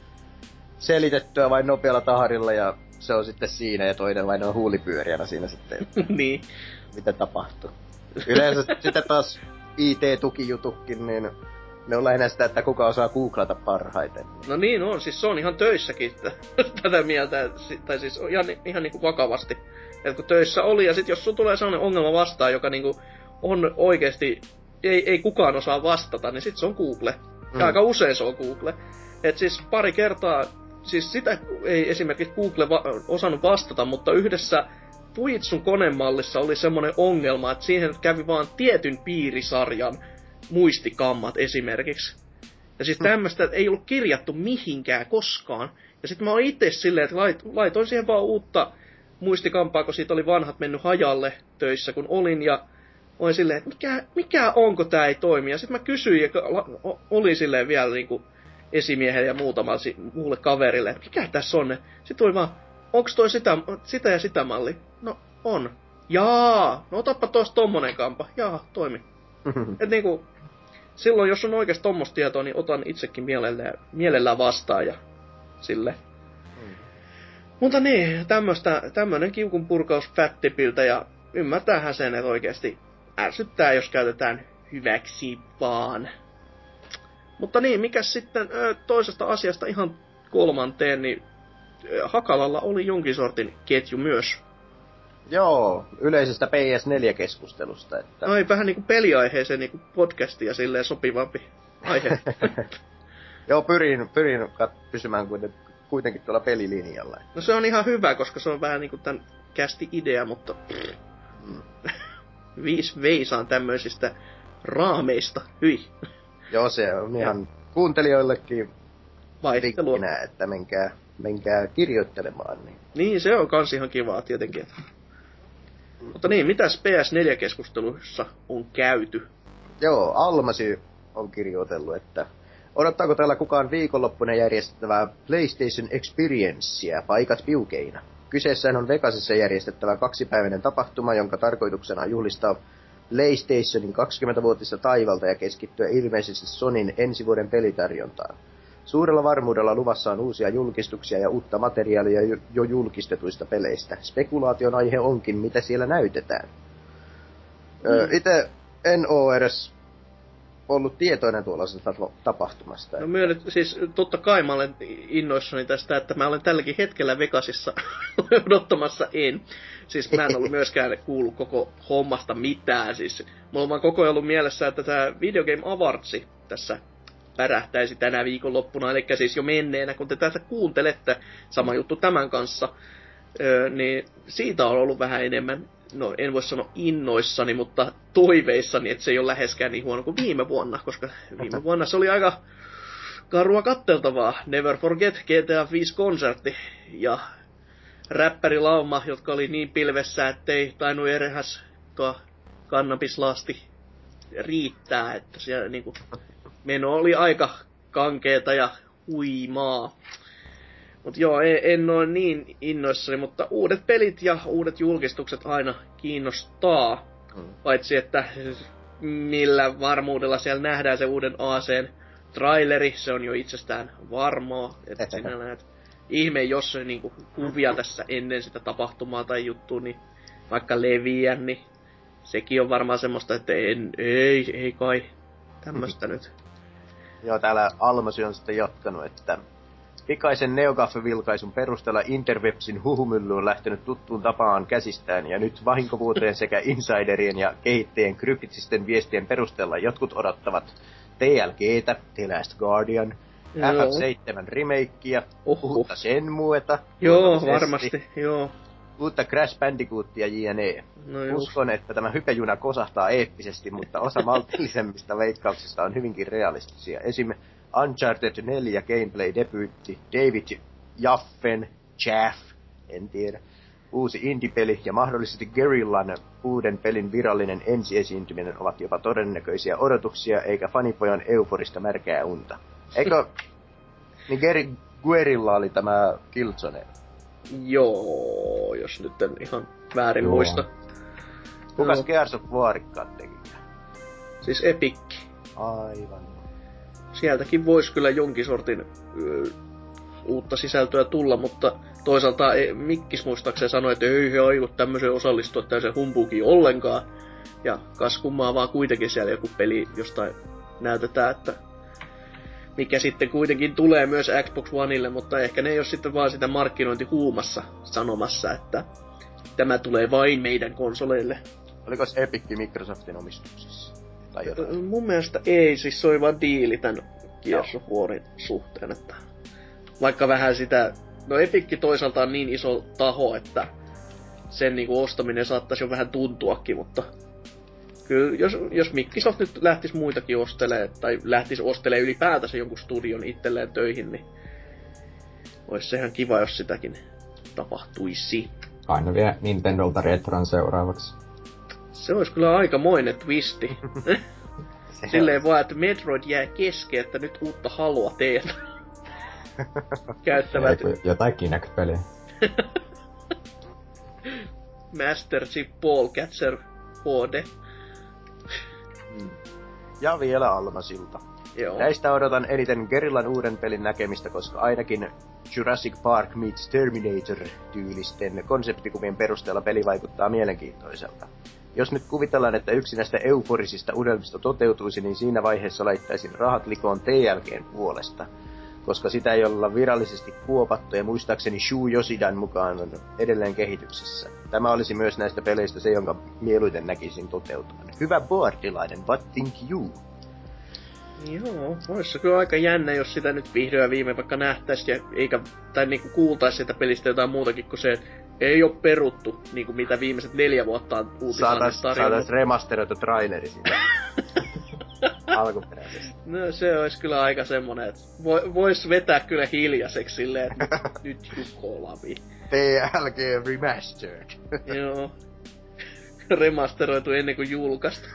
Speaker 4: selitettyä vain nopealla tahdilla ja se on sitten siinä ja toinen vain on huulipyöriänä siinä sitten,
Speaker 2: niin.
Speaker 4: mitä tapahtuu. Yleensä sitten taas I T-tukijutukin, niin ne on lähinnä sitä, että kuka osaa googlata parhaiten.
Speaker 2: No niin on, siis se on ihan töissäkin tätä mieltä, tai siis ihan, ihan niinku vakavasti. Että kun töissä oli, ja sit jos sun tulee sellainen ongelma vastaan, joka niinku on oikeesti, ei, ei kukaan osaa vastata, niin sit se on Google. Ja mm. aika usein se on Google. Et siis pari kertaa, siis sitä ei esimerkiksi Google va- osannut vastata, mutta yhdessä Fujitsun konemallissa oli semmonen ongelma, että siihen kävi vaan tietyn piirisarjan muistikammat esimerkiksi. Ja siis tämmöstä ei ollut kirjattu mihinkään koskaan. Ja sit mä oon itse silleen, että lait, laitoin siihen vaan uutta muistikampaa, kun siitä oli vanhat mennyt hajalle töissä, kun olin. Ja olin silleen, että mikä, mikä onko tää ei toimi. Ja sit mä kysyin, ja oli silleen vielä niinku esimiehelle ja muutamalle muulle kaverille, että mikä tässä on. Sitten tuli vaan, onks toi sitä, sitä ja sitä malli? No on. Jaa, no otappa tosta tommonen kampa. Jaa, toimi. Et niinku, silloin jos on oikeesti tommoista tietoa, niin otan itsekin mielellään, mielellään vastaan ja sille. Mm. Mutta niin, tämmöstä, tämmönen kiukun purkaus Fat-tipiltä ja ymmärtäähän sen, että oikeesti ärsyttää, jos käytetään hyväksi vaan. Mutta niin, mikäs sitten toisesta asiasta ihan kolmanteen, niin Hakalalla oli jonkin sortin ketju myös.
Speaker 4: Joo, yleisestä P S neljä-keskustelusta. Että...
Speaker 2: Ai, vähän niinku peliaiheeseen niinku podcastia silleen sopivampi aihe.
Speaker 4: Joo, pyrin, pyrin kat- pysymään kuitenkin tuolla pelilinjalla.
Speaker 2: No se on ihan hyvä, koska se on vähän niinku tän kästi idea, mutta... Mm. Viis veisaan tämmöisistä raameista, hyi.
Speaker 4: Joo, se on ihan ja. Kuuntelijoillekin
Speaker 2: vaihtelua,
Speaker 4: rikkinä, että menkää, menkää kirjoittelemaan. Niin.
Speaker 2: niin, se on kans ihan kivaa tietenkin. Mm. Mutta niin, mitäs P S neljä-keskusteluissa on käyty?
Speaker 4: Joo, Almasy on kirjoitellut, että odottaako täällä kukaan viikonloppuna järjestettävää PlayStation Experiencea paikat piukeina? Kyseessähän on Vegasissa järjestettävä kaksipäiväinen tapahtuma, jonka tarkoituksena on juhlistaa PlayStationin kaksikymmentävuotista taivalta ja keskittyä ilmeisesti Sonyn ensi vuoden pelitarjontaan. Suurella varmuudella luvassa on uusia julkistuksia ja uutta materiaalia jo julkistetuista peleistä. Spekulaation aihe onkin, mitä siellä näytetään. Mm. Öö, Itse en oo edes ollut tietoinen tuollaisesta tapahtumasta.
Speaker 2: No myönnyt, siis totta kai mä olen innoissani tästä, että mä olen tälläkin hetkellä Vegasissa odottamassa en. Siis mä en ollut myöskään kuullut koko hommasta mitään. Siis mulla on vaan koko ajan ollut mielessä, että tää Video Game Awards tässä pärähtäisi tänä viikonloppuna, eli siis jo menneenä, kun te tätä kuuntelette, sama juttu tämän kanssa, öö, niin siitä on ollut vähän enemmän, no en voi sanoa innoissani, mutta toiveissani, että se ei ole läheskään niin huono kuin viime vuonna, koska viime vuonna se oli aika karua katteltavaa. Never Forget G T A viisi-konsertti ja räppärilauma, jotka oli niin pilvessä, ettei tainnut erehäs tuo kannabislasti riittää, että siellä niinku meno oli aika kankeeta ja huimaa. Mut joo, en, en oo niin innoissani, mutta uudet pelit ja uudet julkistukset aina kiinnostaa. Mm. Paitsi että millä varmuudella siellä nähdään se uuden A C:n traileri, se on jo itsestään varmaa, että sinä näet ihme, jos se niinku kuvia tässä ennen sitä tapahtumaa tai juttua, niin vaikka leviää, niin sekin on varmaan semmoista, että en, ei, ei kai tämmöstä nyt.
Speaker 4: Joo, täällä Almasi on sitten jatkanut, että pikaisen NeoGAF-vilkaisun perusteella Interwebsin huhumylly on lähtenyt tuttuun tapaan käsistään, ja nyt vahinkovuoteen sekä insiderien ja kehittäjien kryptisten viestien perusteella jotkut odottavat T L G:tä, The Last Guardian,
Speaker 2: Joo.
Speaker 4: F F seitsemän remakea,
Speaker 2: Oho.
Speaker 4: uutta Shenmueta,
Speaker 2: Joo, varmasti, joo.
Speaker 4: uutta Crash Bandicootia jne.
Speaker 2: No just.
Speaker 4: Uskon, että tämä hypejuna kosahtaa eeppisesti, mutta osa maltillisemmista veikkauksista on hyvinkin realistisia. Esim. Uncharted neljä gameplay-debyytti, David Jaffen, Jaff, en tiedä, uusi indie-peli ja mahdollisesti Guerrillan uuden pelin virallinen ensiesiintyminen ovat jopa todennäköisiä odotuksia, eikä fanipojan euforista märkää unta. Eikö, niin Geri, Guerrilla oli tämä Killzone?
Speaker 2: Joo, jos nyt en ihan väärin
Speaker 3: Joo.
Speaker 2: muista.
Speaker 4: Kukas
Speaker 2: Joo.
Speaker 4: Gears of Warikkaat teki?
Speaker 2: Siis Epic.
Speaker 4: Aivan.
Speaker 2: Sieltäkin voisi kyllä jonkin sortin ö, uutta sisältöä tulla, mutta toisaalta ei, Mikkis muistaakseni sanoi, että ei he aivo tämmöiseen osallistua täysin humbugiin ollenkaan. Ja kas kummaa vaan kuitenkin siellä joku peli jostain näytetään, että mikä sitten kuitenkin tulee myös Xbox Oneille, mutta ehkä ne ei ole sitten vaan sitä markkinointihuumassa sanomassa, että tämä tulee vain meidän konsoleille.
Speaker 4: Oliko Epic Microsoftin omistuksessa? Tai jotain?
Speaker 2: Mun mielestä ei, siis se oli vaan diili tän Gears of Warin suhteen, että vaikka vähän sitä, no Epic toisaalta on niin iso taho, että sen niinku ostaminen saattaisi jo vähän tuntuakin, mutta kyllä jos, jos Microsoft nyt lähtis muitakin ostelee, tai lähtis ostelee ylipäätänsä jonkun studion itselleen töihin, niin ois se ihan kiva, jos sitäkin tapahtuisi.
Speaker 3: Aina vie Nintendolta Retron seuraavaksi.
Speaker 2: Se olisi kyllä aikamoinen twisti. Silleen vaan, että Metroid jää kesken, että nyt uutta halua teet. Käyttävät
Speaker 3: Eiku jotain Kinect-peliä.
Speaker 2: Master Chief Ball Catcher H D.
Speaker 4: Ja vielä Almasilta.
Speaker 2: Joo.
Speaker 4: Näistä odotan eniten Guerrillan uuden pelin näkemistä, koska ainakin Jurassic Park meets Terminator-tyylisten konseptikuvien perusteella peli vaikuttaa mielenkiintoiselta. Jos nyt kuvitellaan, että yksi näistä euforisista unelmista toteutuisi, niin siinä vaiheessa laittaisin rahat likoon T L G:n puolesta, koska sitä ei olla virallisesti kuopattu ja muistaakseni Shu Yoshidan mukaan on edelleen kehityksessä. Tämä olisi myös näistä peleistä se, jonka mieluiten näkisin toteutuvan. Hyvä boardilainen, what think you?
Speaker 2: Joo, ois se kyllä aika jännä, jos sitä nyt vihdoin ja viime vaikka nähtäis ja eikä, tai niinku kuultais sitä pelistä jotain muutakin kuin se, että ei oo peruttu, niinku mitä viimeiset neljä vuotta on uutisanne
Speaker 4: Saatais,
Speaker 2: tarjonnut.
Speaker 4: saatais remasteroitu traileri siitä. Alkuperäisesti.
Speaker 2: No se ois kyllä aika semmonen, että vo, vois vetää kyllä hiljaiseksi silleen, että nyt, nyt Jukko Lavi.
Speaker 4: T L G Remastered.
Speaker 2: Joo. Remasteroitu ennen kuin julkaista.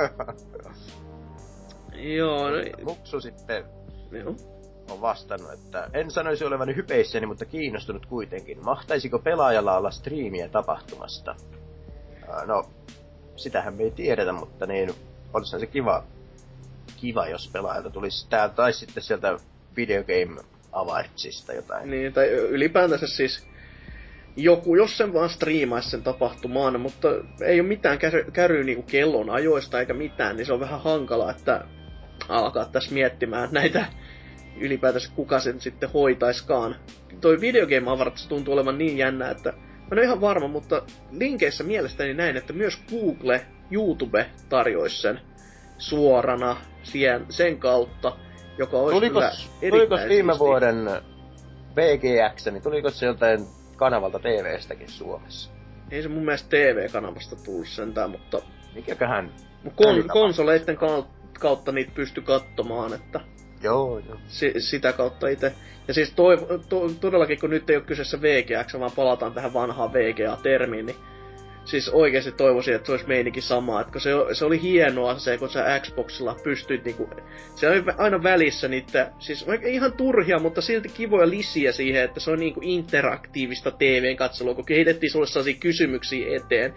Speaker 2: Joo, no,
Speaker 4: Muksu sitten
Speaker 2: joo.
Speaker 4: on vastannut, että en sanoisi olevani hypeissäni, mutta kiinnostunut kuitenkin. Mahtaisiko pelaajalla olla striimiä tapahtumasta? No, sitähän me ei tiedetä, mutta niin, olisihan se kiva, kiva jos pelaajalta tulisi tää, tai sitten sieltä Video Game Awardsista jotain.
Speaker 2: Niin, tai ylipäätänsä siis joku, jos sen vaan striimaisi sen tapahtumaan, mutta ei ole mitään käry, käryä niinku kellon ajoista eikä mitään, niin se on vähän hankala, että alkaa tässä miettimään näitä ylipäätänsä kuka sen sitten hoitaiskaan. Toi Video Game Awards tuntuu olevan niin jännä, että mä en ole ihan varma, mutta linkeissä mielestäni näin, että myös Google, YouTube tarjoisi sen suorana sien, sen kautta, joka olisi
Speaker 4: Tuliko,
Speaker 2: kyllä
Speaker 4: tuliko
Speaker 2: erittäin
Speaker 4: viime
Speaker 2: siistiä.
Speaker 4: vuoden V G X, niin tuliko se joltain kanavalta T V:stäkin Suomessa?
Speaker 2: Ei se mun mielestä T V-kanavasta tullut sentään, mutta
Speaker 4: Mikäköhän?
Speaker 2: kon- konsoleitten kautta niitä pysty katsomaan, että
Speaker 4: Joo, joo.
Speaker 2: si- sitä kautta itse. Ja siis toiv- to- todellakin, kun nyt ei ole kyseessä V G X, vaan palataan tähän vanhaan V G A-termiin, niin siis oikeesti toivoisin, että se olisi meininkin sama. Että se, se oli hienoa se, kun sä Xboxilla pystyit niinku, se oli aina välissä niitä, siis ihan turhia, mutta silti kivoja lisiä siihen, että se on niinku interaktiivista T V:n katselua, kun kehitettiin sulle sellaisia kysymyksiä eteen.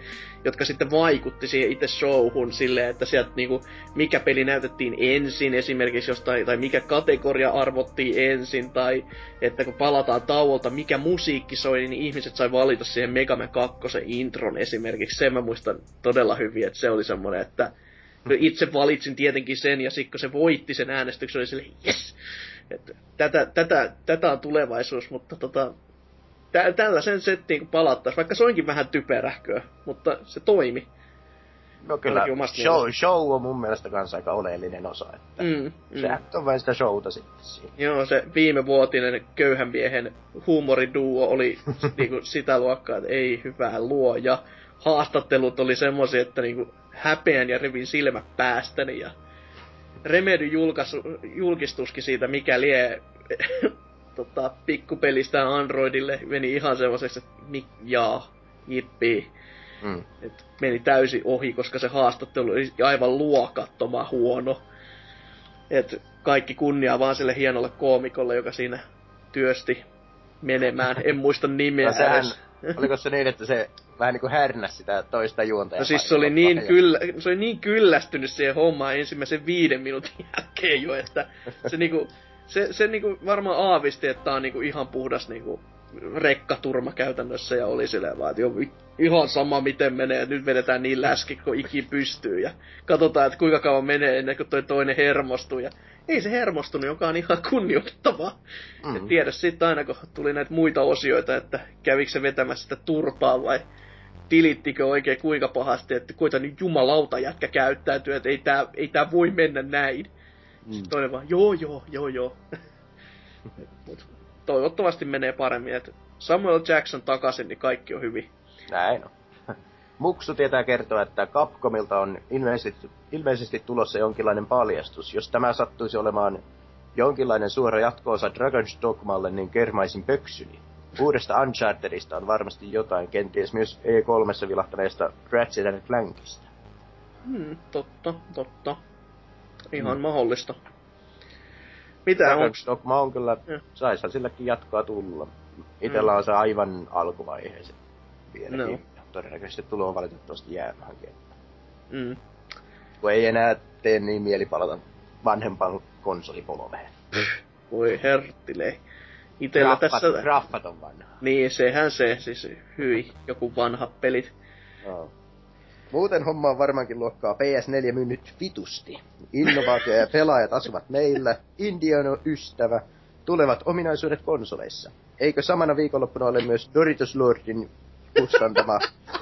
Speaker 2: jotka sitten vaikutti siihen itse showhun silleen, että sieltä niinku, mikä peli näytettiin ensin esimerkiksi jostain, tai mikä kategoria arvottiin ensin, tai että kun palataan tauolta, mikä musiikki soi, niin ihmiset sai valita siihen Mega Man kaksi intron esimerkiksi. Sen mä muistan todella hyvin, että se oli semmoinen, että itse valitsin tietenkin sen, ja sitten kun se voitti sen äänestyksen, oli silleen, yes! Että tätä, tätä, tätä on tulevaisuus, mutta tota, tä, tällaisen settiin kun palattaisiin, vaikka se onkin vähän typerähköä, mutta se toimi.
Speaker 4: No kyllä, show, show on mun mielestä kanssa aika oleellinen osa, että mm, sehän mm. on vain sitä showta sitten siinä.
Speaker 2: Joo, se viimevuotinen köyhän miehen huumoriduo oli niinku sitä luokkaa, että ei hyvää luo, ja haastattelut oli semmosia, että niinku häpeän ja revin silmät päästäni, ja Remedy julkaisu, julkistuskin siitä, mikä lie tota, pikkupelistä Androidille, meni ihan semmoiseksi, että mi- jaa, jippii. Mm. Et meni täysin ohi, koska se haastattelu oli aivan luokattoman huono. Et kaikki kunnia vaan sille hienolle koomikolle, joka siinä työsti menemään. En muista nimeä.
Speaker 4: No sehän, oliko se niin, että se vähän niinku härnäs sitä toista juontajaa?
Speaker 2: No siis se oli, niin kyllä, se oli niin kyllästynyt siihen hommaan ensimmäisen viiden minuutin jälkeen jo, että se niinku, se, se niinku varmaan aavisti, että tää on niinku ihan puhdas niinku rekkaturma käytännössä, ja oli silleen vaan, että jo, ihan sama miten menee, että nyt vedetään niin läski, kun ikin pystyy, ja katsotaan, että kuinka kauan menee ennen kuin toi toinen hermostuu, ja ei se hermostunut, joka on ihan kunnioittavaa. Mm. Et tiedä sitten aina, kun tuli näitä muita osioita, että kävikö se vetämässä sitä turpaa vai tilittikö oikein kuinka pahasti, että kuinka nyt jumalauta jätkä käyttäytyy, että ei tää, ei tää voi mennä näin. Mm. Sitten toinen vaan, joo joo, joo joo. Mut toivottavasti menee paremmin, että Samuel Jackson takaisin, niin kaikki on hyvin.
Speaker 4: Näin on. Muksu tietää kertoa, että Capcomilta on ilmeisesti, ilmeisesti tulossa jonkinlainen paljastus. Jos tämä sattuisi olemaan jonkinlainen suora jatko-osa Dragon's Dogmalle, niin kermaisin pöksyni. Uudesta Unchartedista on varmasti jotain, kenties myös E kolme vilahtaneesta Ratchet and Clankista.
Speaker 2: Hmm, totta, totta. Ihan hmm. mahdollista. Mitä
Speaker 4: Dragon's Dogma on kyllä, saishan silläkin jatkoa tulla. Itellä mm. on se aivan alkuvaiheeseen vieläkin. No. Todennäköisesti tuloa valitettavasti jäämäänkin. Mm. Kun ei enää tee niin mieli palata vanhempaan konsolipolveen.
Speaker 2: Voi herttilei. Itellä
Speaker 4: Raffat,
Speaker 2: tässä...
Speaker 4: Raffat on vanha.
Speaker 2: Niin, sehän se, siis hyi, joku vanha pelit.
Speaker 4: No. Muuten homma on varmaankin luokkaa P S neljä myynyt vitusti. Innovaatio ja pelaajat asuvat meillä, Indian on ystävä, tulevat ominaisuudet konsoleissa. Eikö samana viikonloppuna ole myös Doritos Lordin kustantama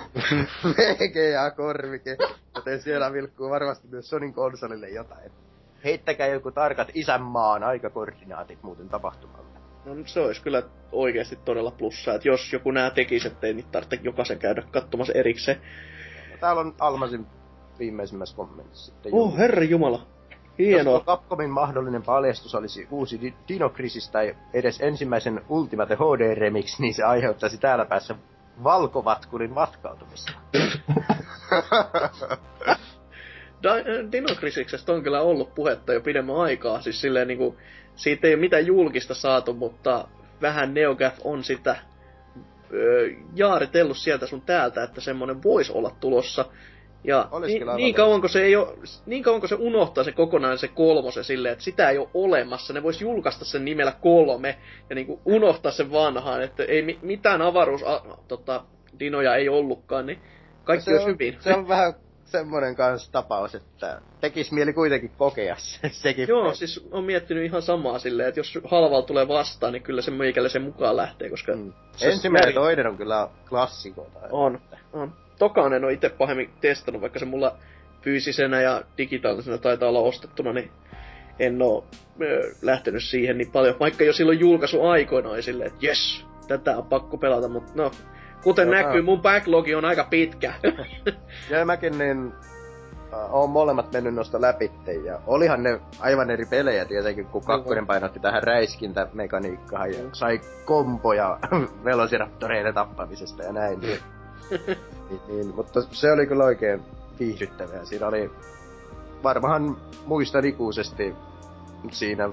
Speaker 4: V G A-korvike, joten siellä vilkkuu varmasti myös Sonin konsolille jotain. Heittäkää joku tarkat isänmaan aikakoordinaatit muuten tapahtumalle.
Speaker 2: No se olisi kyllä oikeasti todella plussaa, että jos joku nää tekisi, ettei niitä tarvitse jokaisen käydä katsomassa erikseen.
Speaker 4: No, täällä on Almasin viimeisimmässä kommentissa.
Speaker 2: Oh, herra jumala. Hienoa.
Speaker 4: Jos Capcomin mahdollinen paljastus olisi uusi Dino Crisis tai edes ensimmäisen Ultimate H D-remix, niin se aiheuttaisi täällä päässä valkovatkulin matkautumista.
Speaker 2: Dino Crisiksestä on kyllä ollut puhetta jo pidemmän aikaa. Siis silleen niinku, siitä ei ole mitään julkista saatu, mutta vähän NeoGaf on sitä öö, jaaritellut sieltä sun täältä, että semmonen voisi olla tulossa. Ja niin, niin, kauan, se ei ole, niin kauan kun se unohtaa se kokonaan se kolmosen silleen, että sitä ei ole olemassa, ne vois julkaista sen nimellä kolme ja niinku unohtaa sen vanhaan, että ei mi- mitään avaruus a, tota, dinoja ei ollutkaan, niin kaikki olisi hyvin.
Speaker 4: Se on vähän semmonen kanssa tapaus, että tekis mieli kuitenkin kokea sekin.
Speaker 2: Joo, siis on miettinyt ihan samaa silleen, että jos halvalla tulee vastaan, niin kyllä se meikälle sen mukaan lähtee, koska... Mm.
Speaker 4: Ensimmäinen ja toinen on kyllä klassikoita.
Speaker 2: On, on. Tokaan en oo ite pahemmin testannut, vaikka se mulla fyysisenä ja digitaalisena taitaa olla ostettuna, niin en oo ö, lähtenyt siihen niin paljon. Vaikka jo silloin julkaisu aikoinaan silleen, että jes, tätä on pakko pelata, mutta no, kuten Jota. näkyy, mun backlogi on aika pitkä.
Speaker 4: Ja mäkin niin, äh, oon molemmat mennyt noista läpitte, ja olihan ne aivan eri pelejä tietenkin, kun kakkonen painotti tähän räiskintämekaniikkaan, ja sai kompoja velociraptoreiden tappamisesta ja näin. niin, niin, mutta se oli kyllä oikein viihdyttävää. Siinä oli, varmaan muistan ikuisesti siinä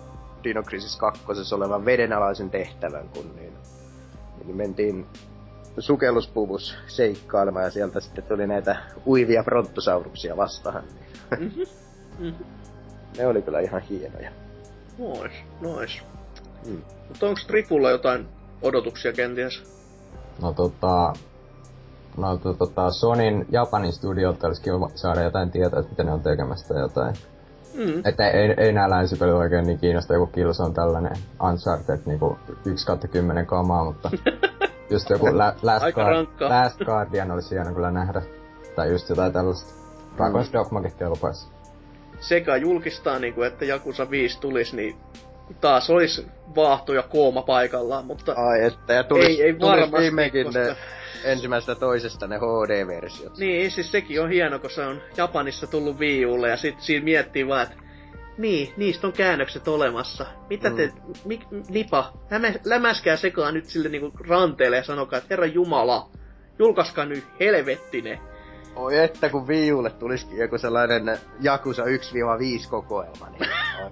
Speaker 4: Dino Crisis kakkosessa olevan vedenalaisen tehtävän, kun niin, niin mentiin sukelluspuvus seikkailma ja sieltä sitten tuli näitä uivia brontosauruksia vastaan.
Speaker 2: Mm-hmm. Mm-hmm.
Speaker 4: Ne oli kyllä ihan hienoja.
Speaker 2: Nois, nois.
Speaker 4: Mm.
Speaker 2: Mutta onko Trifulla jotain odotuksia kenties?
Speaker 3: No tota... No to, tota, Sonyn Japanin studiolta olisi kiva saada jotain tietoa, että mitä ne on tekemästä jotain.
Speaker 2: Mm.
Speaker 3: Että ei, ei nää länsipelit oikein niin kiinnosta, joku Killzone on tällainen Uncharted niinku yksi kautta kymmenen kamaa, mutta just joku la, Last, Guard, Last Guardian olisi hieno kyllä nähdä. Tai just jotain tällaista. Dragon's mm. Dogmakin kelpaisi.
Speaker 2: Sega julkistaa niinku, että Yakuza viisi tulisi, niin taas olisi vaahto ja kooma paikallaan, mutta
Speaker 4: ai että, ja tulis,
Speaker 2: ei, ei
Speaker 4: tulis
Speaker 2: viimeinkin
Speaker 4: koska... ne ensimmäisestä toisesta ne H D-versiot.
Speaker 2: Niin, siis sekin on hieno, kun se on Japanissa tullut Wii Ulle, ja sit siinä miettii vaan, että niin, niistä on käännökset olemassa. Mitä te, mm. mi, Nipa, lämä, lämäskää Segaa nyt sille niinku ranteelle ja sanokaa, että herra jumala, julkaiskaa nyt helvettinen.
Speaker 4: Oi että kun Wii Ulle tulisikin joku sellainen Yakuza yksi viisi kokoelma, niin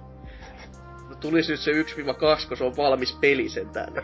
Speaker 2: no tulisi nyt se yksi kaksi, kun se on valmis peli sentään.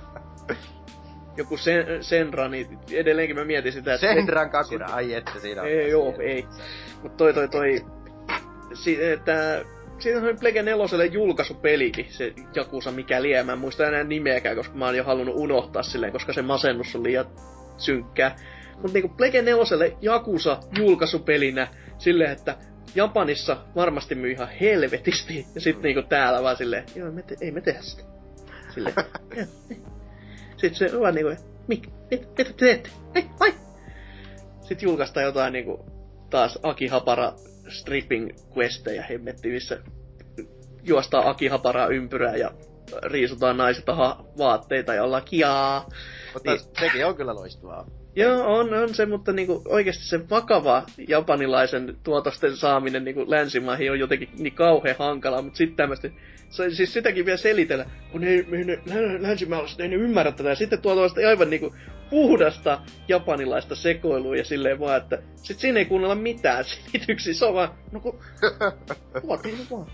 Speaker 2: Joku sen, Senra, niin edelleenkin mä mietin sitä, että...
Speaker 4: Senran Kakura, ai että siinä on.
Speaker 2: Ei joo, ei. Mut toi toi toi... Si, että... Siitä on Plege neloselle julkaisupelikin, se Yakuza mikä liian. Mä en muista enää nimeäkään, koska mä oon jo halunnut unohtaa silleen, koska se masennus on liian synkkää. Mut niinku Plege neloselle Yakuza julkaisupelinä silleen, että Japanissa varmasti myy ihan helvetisti. Ja sit niinku täällä vaan silleen, joo, me te, ei me tehdä sitä. Silleen, joo, sitten se vaan niinku, mik, mit, mitä teette? Hei, vai! Sitten julkaistaan jotain niinku taas Akihabara stripping questejä hemmetti, missä juostaan Akihabaraa ympyrää ja riisutaan naisilta vaatteita ja ollaan kiaa.
Speaker 4: Mutta niin, sekin on kyllä loistavaa.
Speaker 2: Joo, on, on se, mutta niinku oikeesti se vakava japanilaisen tuotosten saaminen niinku länsimaihin on jotenkin niin kauhean hankalaa, mutta sitten tämmöistä, siis sitäkin vielä selitellä, kun ei, ei ne länsimaalaiset ei ne ymmärrä tätä, ja sitten tuo tuosta aivan niinku puhdasta japanilaista sekoilua ja silleen vaan, että sit siinä ei kuunnella mitään selityksiä, se on vaan, no kun, kuvatiin vaan.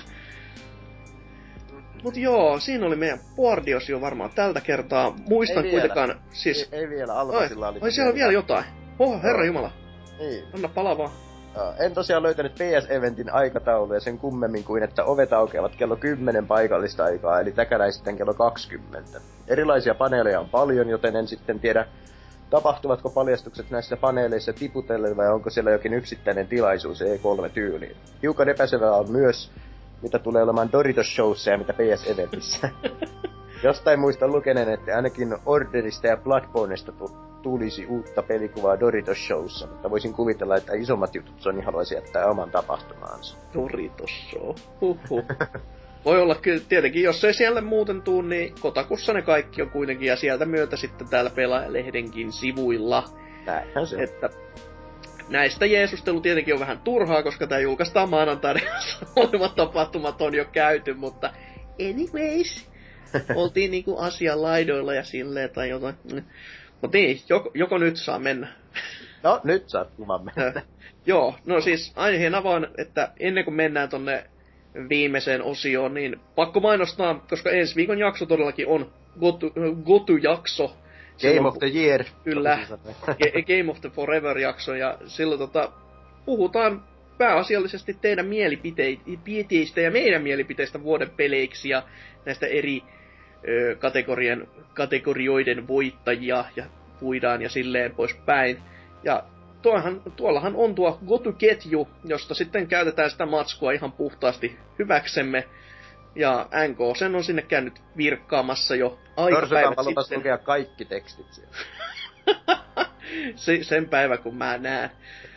Speaker 2: Mut joo, siinä oli meidän Boardios jo varmaan tältä kertaa. Muistan
Speaker 4: ei
Speaker 2: kuitenkaan,
Speaker 4: vielä.
Speaker 2: siis...
Speaker 4: Ei, ei vielä, Almasilla oli...
Speaker 2: Ai siellä on vielä jotain. Oho, herra no. Jumala.
Speaker 4: Niin.
Speaker 2: Anna palaa vaan.
Speaker 4: En tosiaan löytänyt P S-eventin aikatauluja sen kummemmin kuin, että ovet aukeavat kello kymmenen paikallista aikaa, eli täkäläisten kello kaksikymmentä. Erilaisia paneeleja on paljon, joten en sitten tiedä, tapahtuvatko paljastukset näissä paneeleissa tiputellen vai onko siellä jokin yksittäinen tilaisuus E kolme -tyyliin. Hiukan epäselvää on myös, mitä tulee olemaan Doritos-showssa ja mitä P S-eventissä. Jostain muistan lukeneen, että ainakin Orderista ja Bloodborneista tulisi uutta pelikuvaa Doritos-showssa, mutta voisin kuvitella, että isommat jutut Sony haluaisi jättää oman tapahtumaansa.
Speaker 2: Doritos-show. Huhhuh. Voi olla kyllä, tietenkin, jos ei siellä muuten tuu, niin Kotakussa ne kaikki on kuitenkin, ja sieltä myötä sitten täällä Pelaajalehdenkin sivuilla.
Speaker 4: Näinhän se.
Speaker 2: Että näistä jeesustelu tietenkin on vähän turhaa, koska tää julkaistaan maanantaina, jossa olevat tapahtumat on jo käyty, mutta anyways, oltiin niinku asian laidoilla ja silleen tai jotain. Mut niin, joko, joko nyt saa mennä.
Speaker 4: No, nyt saat luvan mennä.
Speaker 2: Joo, no siis aiheen avaan, että ennen kuin mennään tonne viimeiseen osioon, niin pakko mainostaa, koska ensi viikon jakso todellakin on Gotu, Gotu-jakso.
Speaker 4: Game
Speaker 2: silloin,
Speaker 4: of the Year.
Speaker 2: Kyllä, Game of the Forever-jakso, ja silloin tota, puhutaan pääasiallisesti teidän mielipiteistä ja meidän mielipiteistä vuoden peleiksi ja näistä eri ö, kategorien, kategorioiden voittajia ja puidaan ja silleen poispäin. Ja tuollahan, tuollahan on tuo Gotu-ketju, josta sitten käytetään sitä matskua ihan puhtaasti hyväksemme. Ja N K sen on sinne käynyt virkkaamassa jo aikapäivät sitten.
Speaker 4: Lupas lukea kaikki tekstit siellä.
Speaker 2: Se, sen päivä kun mä näen.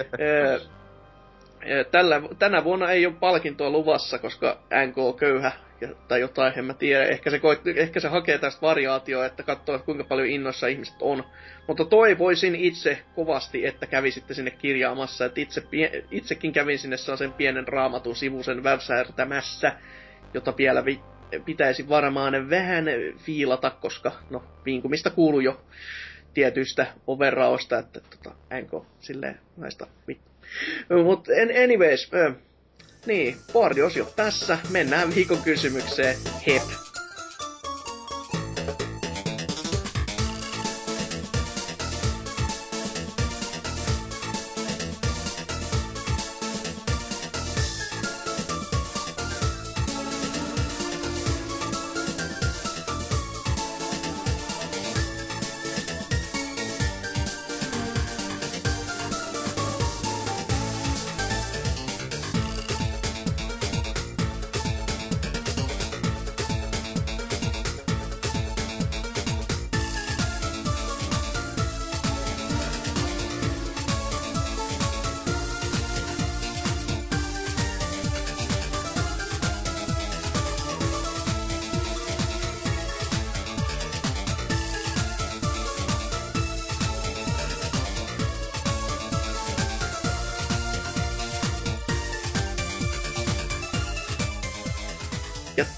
Speaker 2: Tällä, tänä vuonna ei ole palkintoa luvassa, koska N K on köyhä tai jotain, en mä tiedä. Ehkä se, koit, ehkä se hakee tästä variaatioa, että katsoo kuinka paljon innoissa ihmiset on. Mutta toivoisin itse kovasti, että kävisitte sinne kirjaamassa. Että itse, itsekin kävin sinne sen pienen raamatun sivusen värsärtämässä, jota vielä vi- pitäisi varmaan vähän fiilata, koska no vinkumista kuuluu jo tietyistä overraosta, että tota, N K silleen näistä vittu. Mut anyways, äh, niin, Boardi-osio tässä, mennään viikon kysymykseen, hep.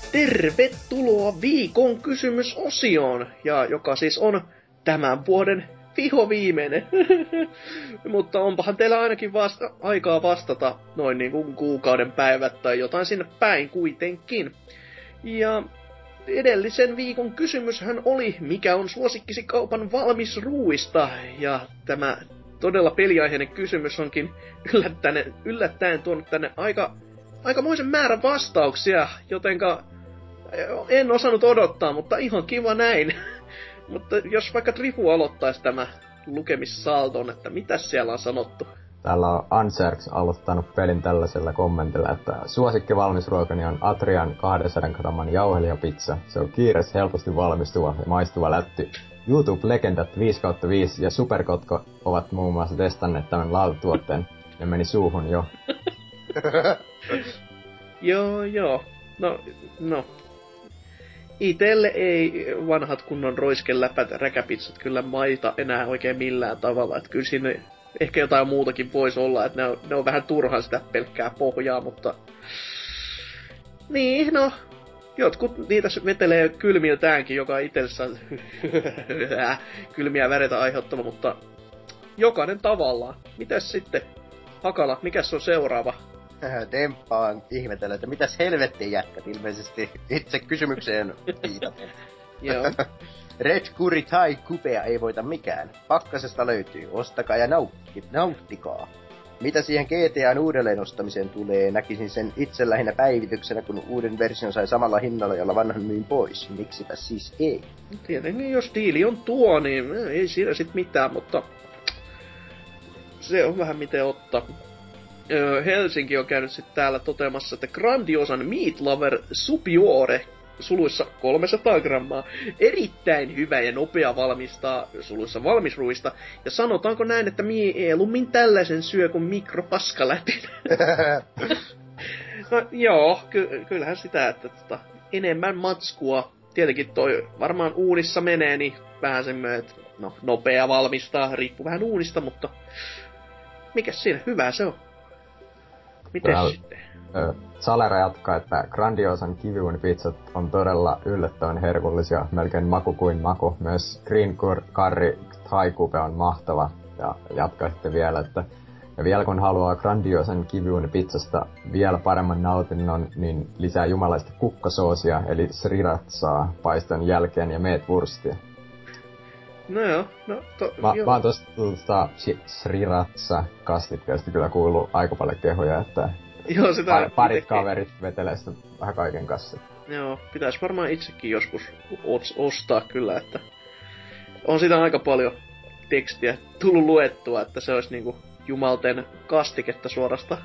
Speaker 2: tervetuloa viikon kysymysosioon, ja joka siis on tämän vuoden viho viimeinen. Mutta onpahan teillä ainakin vasta- aikaa vastata noin niin kuin kuukauden päivät tai jotain sinne päin kuitenkin. Ja edellisen viikon kysymyshän oli, mikä on suosikkisi kaupan valmisruuista, ja tämä todella peliaiheinen kysymys onkin yllättäen, yllättäen tuonut tänne aika, aikamoisen määrän vastauksia, jotenka en osannut odottaa, mutta ihan kiva näin. Mutta jos vaikka Trifu aloittaisi tämä lukemissaldon, että mitä siellä on sanottu?
Speaker 3: Täällä on Anserks aloittanut pelin tällaisella kommentilla, että suosikki valmisruokani on Atrian kahdensadan gramman jauhelihapizza. Se on kiires, helposti valmistuva ja maistuva lätty. YouTube-legendat viisi kautta viisi ja Superkotko ovat muun muassa testanneet tämän laatutuotteen. Ne meni suuhun jo.
Speaker 2: Joo, joo. No, no. Itelle ei vanhat kunnon roiskeläpät räkäpizzat kyllä maita enää oikein millään tavalla. Että kyllä siinä ehkä jotain muutakin voisi olla, että ne on, ne on vähän turhaan sitä pelkkää pohjaa, mutta... Niin, no... Jotkut niitä vetelee kylmiltäänkin, joka itsessä on kylmiä väreitä aiheuttava, mutta... Jokainen tavallaan. Mitäs sitten? Hakala, mikäs on seuraava?
Speaker 4: Temppaan ihmetellä, että mitäs helvettiin jätkät ilmeisesti itse kysymykseen viitaten.
Speaker 2: Joo.
Speaker 4: Red Curry Thai Kupea ei voita mikään. Pakkasesta löytyy. Ostakaa ja nautti, nauttikaa. Mitä siihen G T A:n uudelleen ostamiseen tulee, näkisin sen itse lähinnä päivityksenä, kun uuden version sai samalla hinnalla, jolla vanhan myin pois. Miksipä siis ei?
Speaker 2: Tietenkin jos diili on tuo, niin ei siinä sit mitään, mutta... Se on vähän miten ottaa. Helsinki on käynyt sitten täällä toteamassa, että Grandiosan Meat Lover Superiore, suluissa kolmesataa grammaa, erittäin hyvä ja nopea valmistaa, suluissa valmisruista, ja sanotaanko näin, että mieluummin tällaisen syö kuin mikropaskalätin. No joo, ky- kyllähän sitä, että tota, enemmän matskua, tietenkin toi varmaan uunissa menee, niin vähän semmoinen, että no, nopea valmistaa, riippuu vähän uunista, mutta mikäs siinä, hyvä se on. Mites
Speaker 3: Täällä,
Speaker 2: sitten?
Speaker 3: Ö, Salera jatkaa, että Grandiosan kiviuunipizzat on todella yllättävän herkullisia, melkein maku kuin maku. Myös Green Curry Thai Coupe on mahtava. Ja jatkaa sitten vielä, että ja vielä kun haluaa Grandiosan kiviuunipizzasta vielä paremman nautinnon, niin lisää jumalaista kukkasoosia, eli sriratsaa, paiston jälkeen ja meetwurstia.
Speaker 2: No joo, no to,
Speaker 3: Mä,
Speaker 2: joo.
Speaker 3: mä oon tosta tuosta sriratsa kastikkeesta kyllä kuullut aika paljon kehoja, että
Speaker 2: Joo, sitä
Speaker 3: par, parit
Speaker 2: itekin.
Speaker 3: kaverit vetelee sitä vähän kaiken kanssa.
Speaker 2: Joo, pitäis varmaan itsekin joskus os- ostaa kyllä, että on sitä aika paljon tekstiä tullut luettua, että se olisi niinku jumalten kastiketta suorastaan.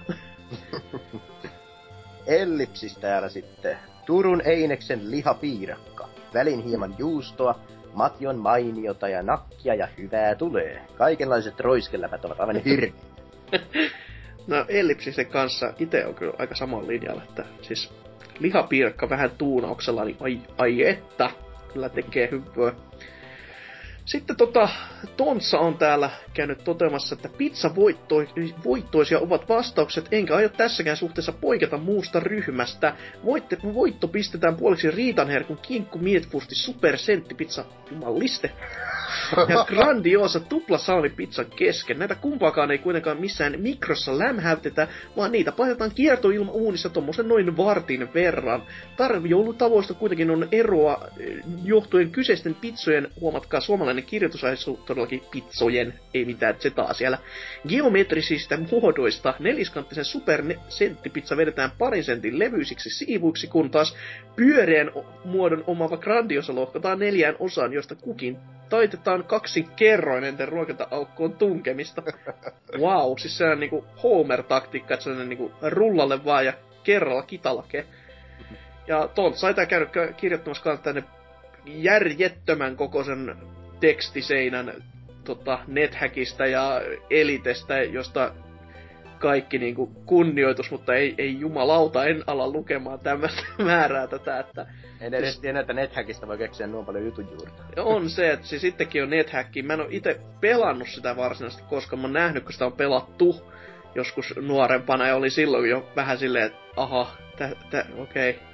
Speaker 4: Ellipsis täällä sitten. Turun Eineksen lihapiirakka. Välin hieman juustoa, matjon mainiota ja nakkia ja hyvää tulee. Kaikenlaiset roiskeläpät ovat aivan hirveitä.
Speaker 2: No Ellipsisen kanssa itse on kyllä aika saman linjalla, että siis lihapiirakka vähän tuunauksella, niin ai, ai että, kyllä tekee hyvää. Sitten tota, Tontsa on täällä käynyt toteamassa, että pizzavoittoisia ovat vastaukset, enkä aio tässäkään suhteessa poiketa muusta ryhmästä. Voitte, voitto pistetään puoliksi riitanherkun kinkku mietfusti supersenttipizza jumaliste ja grandiosa tuplasalmipizzan kesken. Näitä kumpaakaan ei kuitenkaan missään mikrossa lämhäytetä, vaan niitä painetaan kiertoilmauunissa tommosen noin vartin verran. Tarjoulutavoista kuitenkin on eroa johtuen kyseisten pizzojen, huomatkaa suomalainen kirjoitusaisu todellakin pizzojen, ei mitään zetaa siellä, geometrisistä muodoista. Neliskanttisen supersenttipizza vedetään parin sentin levyisiksi siivuiksi, kun taas pyöreän muodon omaava grandiosa lohkotaan neljään osaan, josta kukin taitetaan kaksinkerroinen ruokanta-aukkoon tunkemista. Wow, siis sellainen niinku Homer-taktiikka, että sellainen niinku rullalle vaan ja kerralla kitalake. Ja Tont sai tää käydä kirjoittamassa kanssa tänne järjettömän kokoisen tekstiseinän tota, NetHackista ja Elitestä, josta kaikki niinku kunnioitus, mutta ei, ei jumalauta, en ala lukemaan tämmöistä määrää tätä, että...
Speaker 4: En edes tiedä, että NetHackista voi keksiä nuo paljon jutun juurta.
Speaker 2: On se, että siis itsekin on NetHack. Mä en oo ite pelannut sitä varsinaisesti, koska mä oon nähnyt, kun sitä on pelattu joskus nuorempana, ja oli silloin jo vähän silleen, että aha, tä, tä, okei, okay. No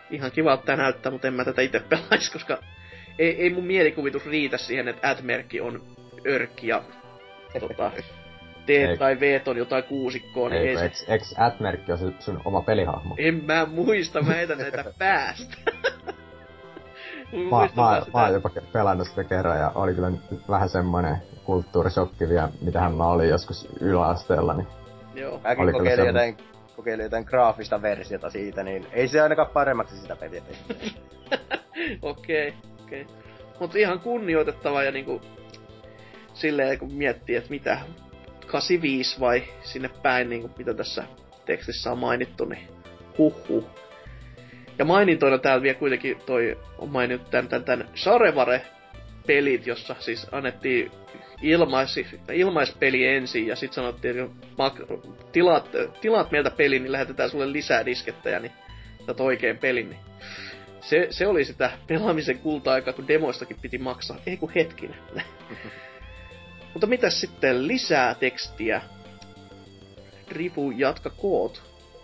Speaker 2: ihan kivalta tää näyttää, mutta en mä tätä itse pelais, koska ei, ei mun mielikuvitus riitä siihen, että ad-merkki on örkki ja tota, T
Speaker 3: Ei.
Speaker 2: tai V on jotain kuusikkoa, niin
Speaker 3: Ei,
Speaker 2: ei se...
Speaker 3: eks, eks ad-merkki on se sun oma pelihahmo?
Speaker 2: En mä muista, mä heitän näitä päästä.
Speaker 3: Mä, mä, mä oon jopa pelannut sitä kerran ja oli kyllä vähän semmonen kulttuurisokki vielä, mitähän mä olin joskus yläasteella, niin...
Speaker 2: Joo.
Speaker 4: Mäkin
Speaker 3: Oli kyllä
Speaker 4: kokeilin
Speaker 3: semmo-
Speaker 4: jotain, kokeilin jotain graafista versiota siitä, niin ei se ainakaan paremmaksi sitä peliä tehty.
Speaker 2: Okei, okei. Okay. Mut ihan kunnioitettava ja niinku... Silleen kun miettii, että mitä... kahdeksankymmentäviisi vai sinne päin, niinku mitä tässä tekstissä on mainittu, niin huhhuh. Ja mainintoina täällä vielä kuitenkin toi on maininnut tän, tän, tän Sarevare-pelit, jossa siis annettiin ilmaisi, ilmaispeli ensin ja sit sanottiin, että mak- tilaat, tilaat meiltä pelin, niin lähetetään sulle lisää diskettejä, niin saat oikein pelin. Niin se, se oli sitä pelaamisen kulta-aikaa, kun demoistakin piti maksaa. Ei kun hetkinen. Mutta mitäs sitten lisää tekstiä? Ripu, jatka koot.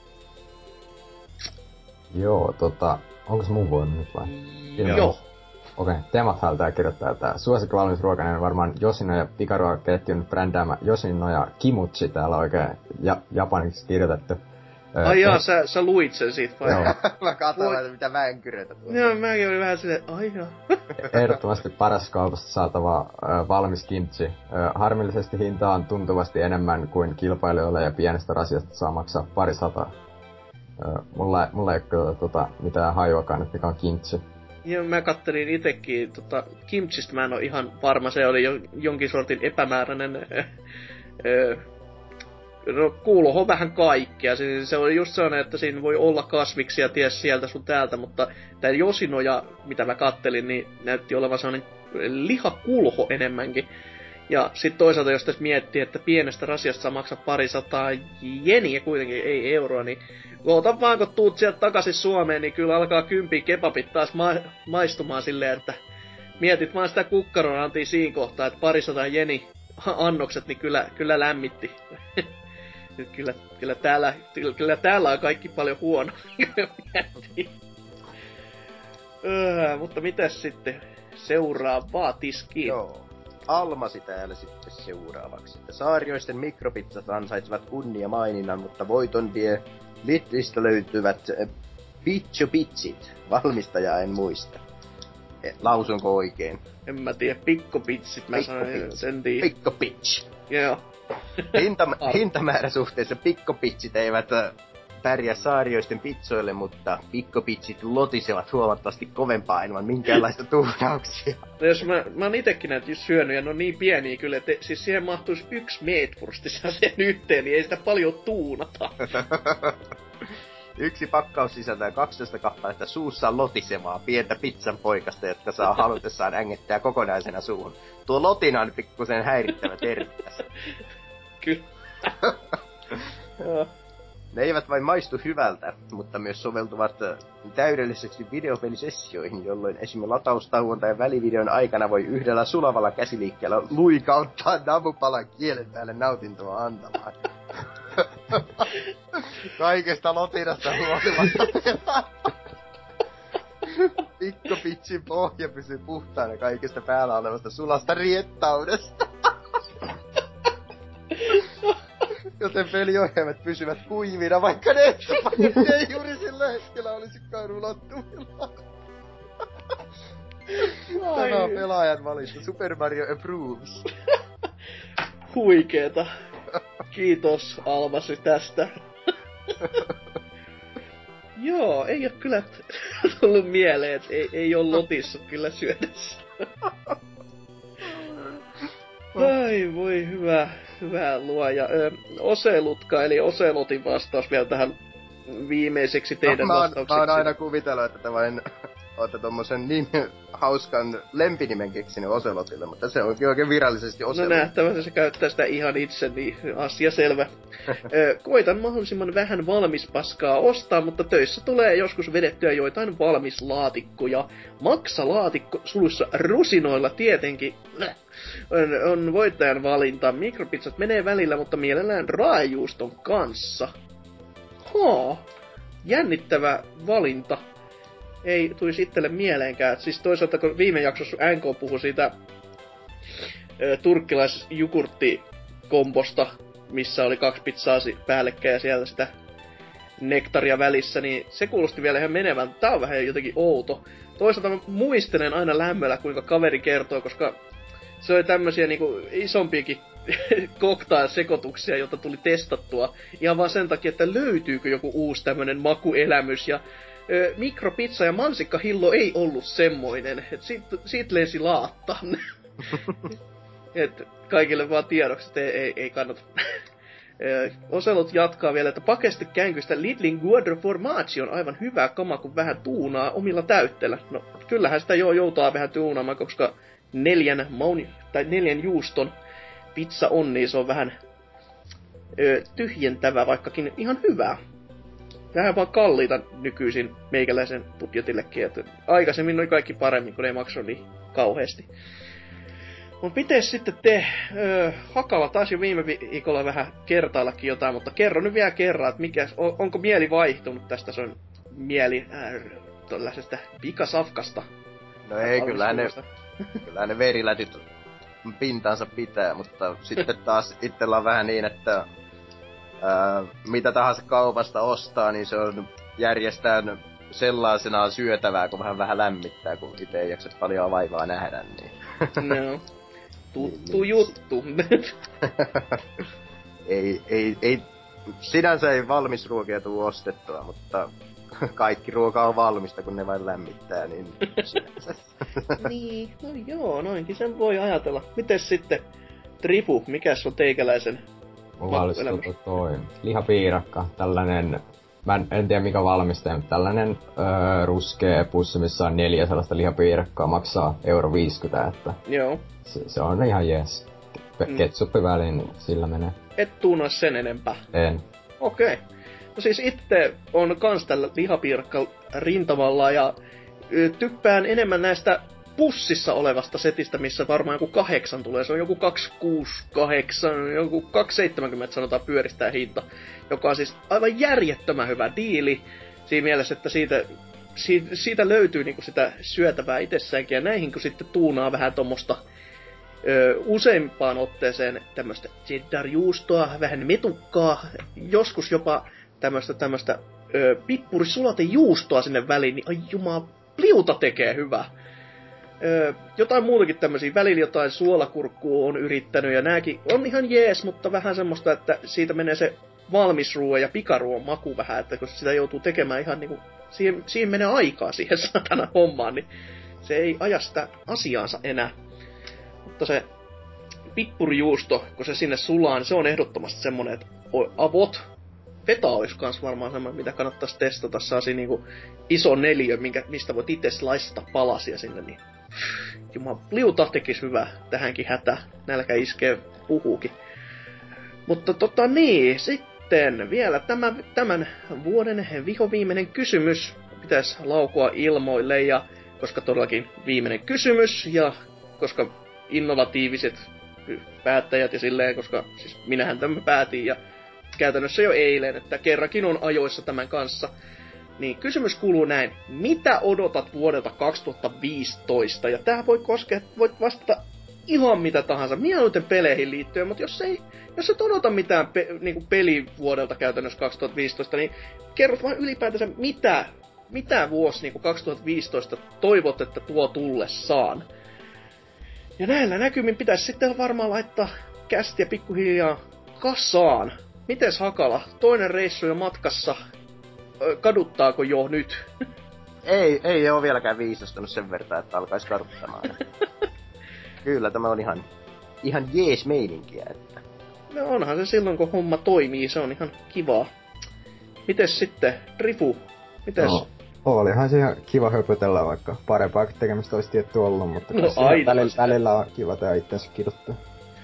Speaker 3: Joo, tota... Onko se mun vuonna nyt vai?
Speaker 2: Joo. Joo.
Speaker 3: Okei, okay. Teemafäl tää kirjoittaa tää. Suosikkivalmisruokainen varmaan Yoshinoya pikaruokaketjun brändäämä Yoshinoya Kimchi täällä oikein ja, japaniksi kirjoitettu.
Speaker 2: Ai jaa, sä, sä luit sen siitä vai?
Speaker 3: Joo.
Speaker 4: Mä katsoin,
Speaker 2: Voi-
Speaker 4: että mitä vänkyröitä tuolla.
Speaker 2: Joo, mäkin olin vähän silleen, ai jaa.
Speaker 3: Ehdottomasti paras kaupasta saatava ö, valmis kimchi. Ö, harmillisesti hinta on tuntuvasti enemmän kuin kilpailijoilla ja pienestä rasiasta saa maksaa pari sataa. Ö, mulla, mulla ei oo kyllä tota, mitään hajuakaan, että mikä on kimchi.
Speaker 2: Joo, mä kattelin itekin, tota, kimchistä mä en oo ihan varma, se oli jo, jonkin sortin epämääräinen, öö, no kuuluuhan vähän kaikkea, se, se oli just sellainen, että siinä voi olla kasviksia ties sieltä sun täältä, mutta tää Yoshinoya, mitä mä kattelin, niin näytti olevan sellainen lihakulho enemmänkin. Ja sit toisaalta jos tässä miettii, että pienestä rasiasta saa maksaa pari sataa jeniä kuitenkin, ei euroa, niin oota vaan kun tuut sieltä takaisin Suomeen, niin kyllä alkaa kympi kebabit taas ma- maistumaan silleen, että mietit vaan sitä kukkaronantia siinä kohtaa, että pari sataa jeni annokset, niin kyllä, kyllä lämmitti. kyllä, kyllä, täällä, kyllä täällä on kaikki paljon huono. öö, mutta mitäs sitten seuraavaa tiskiin?
Speaker 4: Joo. Almasi täällä sitten seuraavaksi. Että saarioisten mikropizzat ansaitsevat kunnia maininnan, mutta voiton vie Lidlistä löytyvät äh, Piccio Pizzit. Valmistajaa en muista. Eh, lausunko oikein?
Speaker 2: En mä tiedä, pikkopitsit, mä sanoin,
Speaker 4: Pikkopitsi.
Speaker 2: en tiedä.
Speaker 4: Pikko Pitch.
Speaker 2: Joo.
Speaker 4: Hinta, hintamääräsuhteessa pikkopitsit eivät äh, pärjää saarioisten pizzoille, mutta pikkopitsit lotisevat huomattavasti kovempaa ilman minkäänlaista tuhnauksia.
Speaker 2: No jos mä, mä oon itekin näitä just syönyt ja ne on niin pieniä kyllä, että siis siihen mahtuisi yksi meetwursti sen yhteen, niin ei sitä paljon tuunata.
Speaker 4: Yksi pakkaus sisältää kaksitoista kappaletta suussaan lotisevaa pientä pizzan poikasta, jotka saa halutessaan ängettää kokonaisena suuhun. Tuo lotina on pikkusen häirittävä termi tässä.
Speaker 2: Kyllä. Joo.
Speaker 4: Ne eivät vain maistu hyvältä, mutta myös soveltuvat äh, täydellisesti videopelisessioihin, jolloin esimerkiksi lataustauon tai välivideon aikana voi yhdellä sulavalla käsiliikkeellä luikauttaa namupalan kielen päälle nautintoa antamaan. Kaikesta lotinasta huolimatta. Pikkopitsin pohja pysyy puhtaana kaikesta päällä olevasta sulasta riettaudesta. Joten peliohjaimet pysyvät kuivina, vaikka ne ei juuri sillä hetkellä olisikaan ulottuvilla. Tämä on pelaajan valinta. Super Mario approves.
Speaker 2: Huikeeta. Kiitos Almasi tästä. Joo, ei oo kyllä tullut mieleen, että ei, ei oo lotissu kyllä syödessä. Ai voi hyvä, hyvä luoja. Ö, Oselutka, eli Oselotin vastaus vielä tähän viimeiseksi teidän
Speaker 4: no, mä, oon,
Speaker 2: vastaukseksi.
Speaker 4: mä oon aina kuvitellut, että te vain ootte tommosen niin hauskan lempinimen keksinyt Oselotille, mutta se onkin oikein virallisesti Oselot.
Speaker 2: No nähtävästi se käyttää sitä ihan itse, niin asia selvä. Ö, koitan mahdollisimman vähän valmispaskaa ostaa, mutta töissä tulee joskus vedettyä joitain valmislaatikkoja. Maksalaatikko suluissa rusinoilla tietenkin on, on voittajan valinta. Mikropizzat menee välillä, mutta mielellään raajuuston kanssa. Haa, jännittävä valinta. ei tulisi itselle mieleenkään. Siis toisaalta kun viime jaksossa N K puhui siitä ö, turkkilaisjogurttikombosta, missä oli kaksi pizzaa päällekkäin ja siellä sitä nektaria välissä, niin se kuulosti vielä ihan menevän. Tää on vähän jotenkin outo. Toisaalta mä muistelen aina lämmöllä, kuinka kaveri kertoo, koska se oli tämmösiä niinku isompiakin cocktail-sekoituksia, jota tuli testattua. Ihan vaan sen takia, että löytyykö joku uusi tämmönen makuelämys. Ja ö, mikropizza ja mansikkahillo ei ollut semmoinen. Et siitä, siitä lensi laatta. Et kaikille vaan tiedoksi, että ei, ei, ei kannata. Oselot jatkaa vielä, että pakeste känkystä Lidlin Guadro Formaggio on aivan hyvä kama, kun vähän tuunaa omilla täytteillä. No, kyllähän sitä jo joutaa vähän tuunaamaan, koska neljän, mauni, tai neljän juuston pizza on, niin se on vähän ö, tyhjentävä, vaikkakin ihan hyvää. Vähän vaan kalliita nykyisin meikäläisen budjetillekin, että aikaisemmin oli kaikki paremmin, kun ei maksa niin kauheasti. Mut miten sitten te, öö, Hakala taisi jo viime viikolla vähän kertaillakin jotain, mutta kerro nyt vielä kerran, että mikä, on, onko mieli vaihtunut tästä sun mieli äh, tollasesta pikasafkasta?
Speaker 4: No ei, kyllähän ne, kyllähän ne verilätyt pintaansa pitää, mutta sitten taas itsellä on vähän niin, että ää, mitä tahansa kaupasta ostaa, niin se on järjestään sellaisenaan syötävää, kun vähän vähän lämmittää, kun itse ei jaksa paljon vaivaa nähdä, niin...
Speaker 2: No. Tuttu juttu.
Speaker 4: ei, ei, ei, sinänsä ei valmis ruokia tuu ostettua, mutta kaikki ruoka on valmista, kun ne vain lämmittää, niin...
Speaker 2: Niin, no joo, noinkin sen voi ajatella. Mites sitten, Trifu, mikäs on teikäläisen
Speaker 3: Mulla olisi tota toi lihapiirakka, tällainen... Mä en, en tiedä mikä valmistaja, mutta tällainen öö, ruskea pussi, missä on neljä sellaista lihapiirakkaa, maksaa euro viisikymmentä, että...
Speaker 2: Joo.
Speaker 3: Se, se on ihan jees. Mm. Ketsuppi väliin, niin sillä menee.
Speaker 2: Et tuunaa sen enempää?
Speaker 3: En.
Speaker 2: Okei. Okay. No siis itse on kans tällä lihapiirakka rintamalla ja typpään enemmän näistä pussissa olevasta setistä, missä varmaan joku kahdeksan tulee. Se on joku kaksi kuusi kahdeksan, joku kaksi seitsemänkymmentä sanotaan pyöristää hinta. Joka on siis aivan järjettömän hyvä diili. Siinä mielessä, että siitä, siitä, siitä löytyy niinku sitä syötävää itsessäänkin. Ja näihin kun sitten tuunaa vähän tommosta ö, useimpaan otteeseen tämmöstä cheddar-juustoa, vähän metukkaa, joskus jopa tämmöstä tämmöstä ö, pippurisulaatejuustoa sinne väliin, niin ai jumaa, pliuta tekee hyvää. Öö, jotain muutakin tämmösiä, välillä jotain suolakurkkua on yrittänyt, ja nääkin on ihan jees, mutta vähän semmoista, että siitä menee se valmisruoan ja pikaruoan maku vähän, että kun sitä joutuu tekemään ihan niinku, siihen, siihen menee aikaa siihen satana hommaan, niin se ei aja sitä asiaansa enää. Mutta se pippurijuusto, kun se sinne sulaa, niin se on ehdottomasti semmonen, että avot. Feta olisi kans varmaan semmoinen, mitä kannattaisi testata, saasi niinku iso neliö, minkä, mistä voit itse sliceta palasia sinne, niin jumala, liuta tekis hyvää tähänkin hätä. Nälkä iskee puhuukin. Mutta tota niin, sitten vielä tämä, tämän vuoden vihoviimeinen kysymys pitäisi laukua ilmoille, ja koska todellakin viimeinen kysymys, ja koska innovatiiviset päättäjät ja silleen, koska siis minähän tämän päätin, ja käytännössä jo eilen, että kerrankin on ajoissa tämän kanssa. Niin kysymys kuuluu näin. Mitä odotat vuodelta kaksituhattaviisitoista? Ja tähän voi koskea, voit vastata ihan mitä tahansa. Mieluiten peleihin liittyen, mutta jos ei, jos et odota mitään pe, niinku peli vuodelta käytännössä kaksituhattaviisitoista, niin kerrot vaan ylipäätänsä mitä, mitä vuosi niinku kaksituhattaviisitoista toivot, että tuo tullessaan. Ja näillä näkymin pitäisi sitten varmaan laittaa kästiä pikkuhiljaa kasaan. Mites Hakala? Toinen reissu jo matkassa. Kaduttaako jo nyt?
Speaker 4: Ei, ei oo vieläkään viisastunut sen verran, että alkais kaduttamaan. Kyllä, tämä on ihan, ihan jees meininkiä, että...
Speaker 2: No onhan se silloin, kun homma toimii, se on ihan kivaa. Mites sitten, Rifu? Mites?
Speaker 3: No, olihan se ihan kiva höpötellä, vaikka parempaa tekemistä olisi tietty ollut, mutta
Speaker 2: no,
Speaker 3: välillä, välillä on kiva tää itsensä kiduttaa.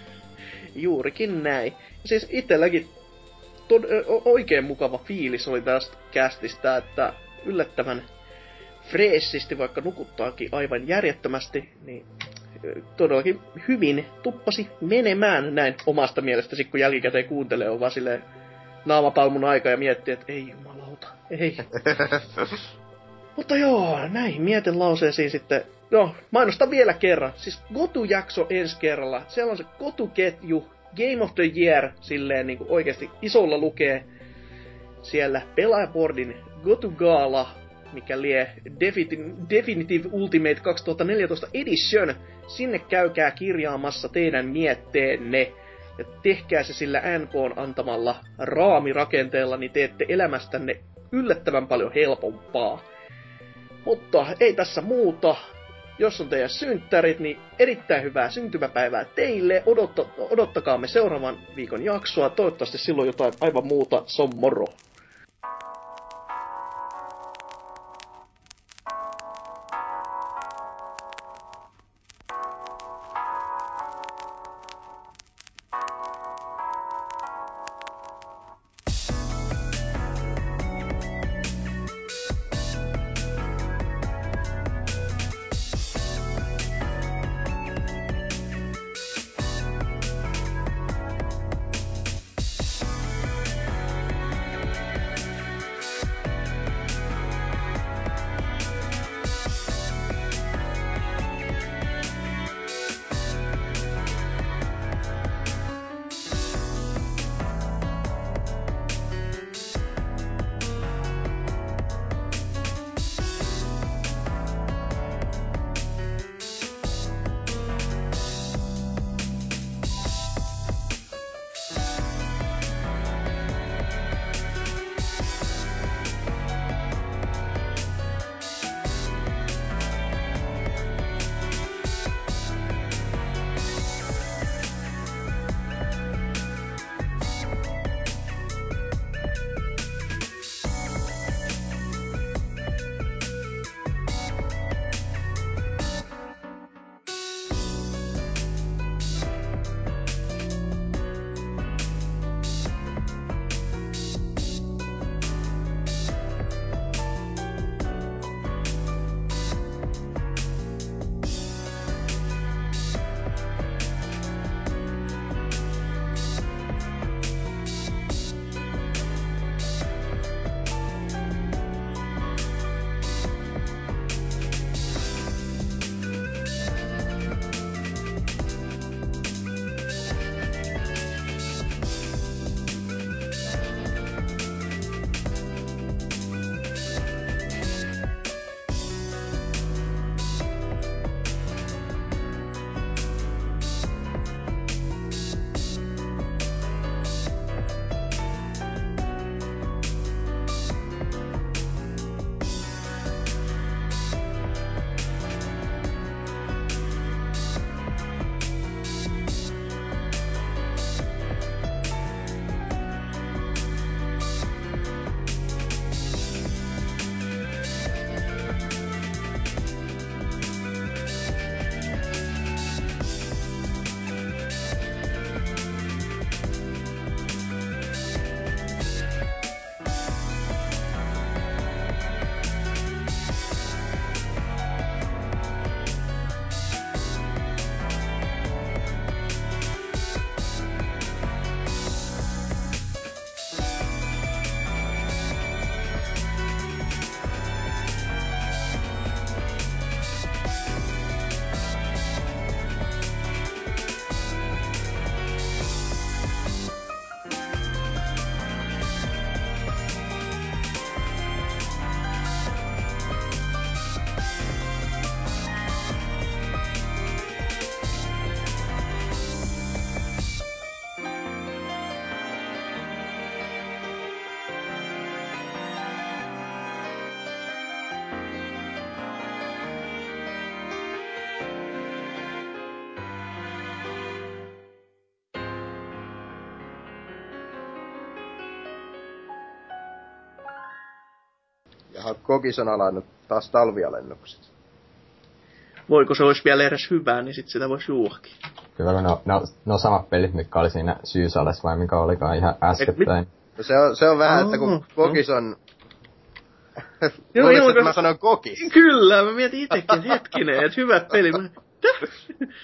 Speaker 2: Juurikin näin. Siis itselläkin tod- oikein mukava fiilis oli tästä kästistä, että yllättävän freessisti, vaikka nukuttaakin aivan järjettömästi, niin todellakin hyvin tuppasi menemään näin omasta mielestäsi, kun jälkikäteen kuuntelee, on vaan silleen naamapalmun aika ja miettii, että ei jumalauta, ei. Mutta joo, näihin mietelauseisiin sitten. Joo, mainostan vielä kerran. Siis Gotu-jakso ensi kerralla. Siellä on se Gotu-ketju. Game of the Year, silleen niinku oikeesti isolla lukee siellä Pelaajaboardin Gotu-gaala, mikä lie Definitive Ultimate kaksituhattaneljätoista Edition. Sinne käykää kirjaamassa teidän mietteenne. Ja tehkää se sillä N K:n antamalla raamirakenteella, niin teette elämästänne yllättävän paljon helpompaa. Mutta ei tässä muuta. Jos on teidän synttärit, niin erittäin hyvää syntymäpäivää teille. Odotta, odottakaamme seuraavan viikon jaksoa. Toivottavasti silloin jotain aivan muuta. Se on moro.
Speaker 4: Ja Kokis on alannut taas talvialennukset.
Speaker 2: Voiko se olisi vielä edes hyvää, niin sit sitä voisi juodakin.
Speaker 3: Kyllä kun no, no, no samat pelit, mitkä oli siinä Syysales vai mikä olikaan ihan äskettäin.
Speaker 4: No se on, se on vähän, että kun Kokis on... Luulisit, että mä sanon Kokis.
Speaker 2: Kyllä, mä mietin itekin hetkinen, että hyvät pelit.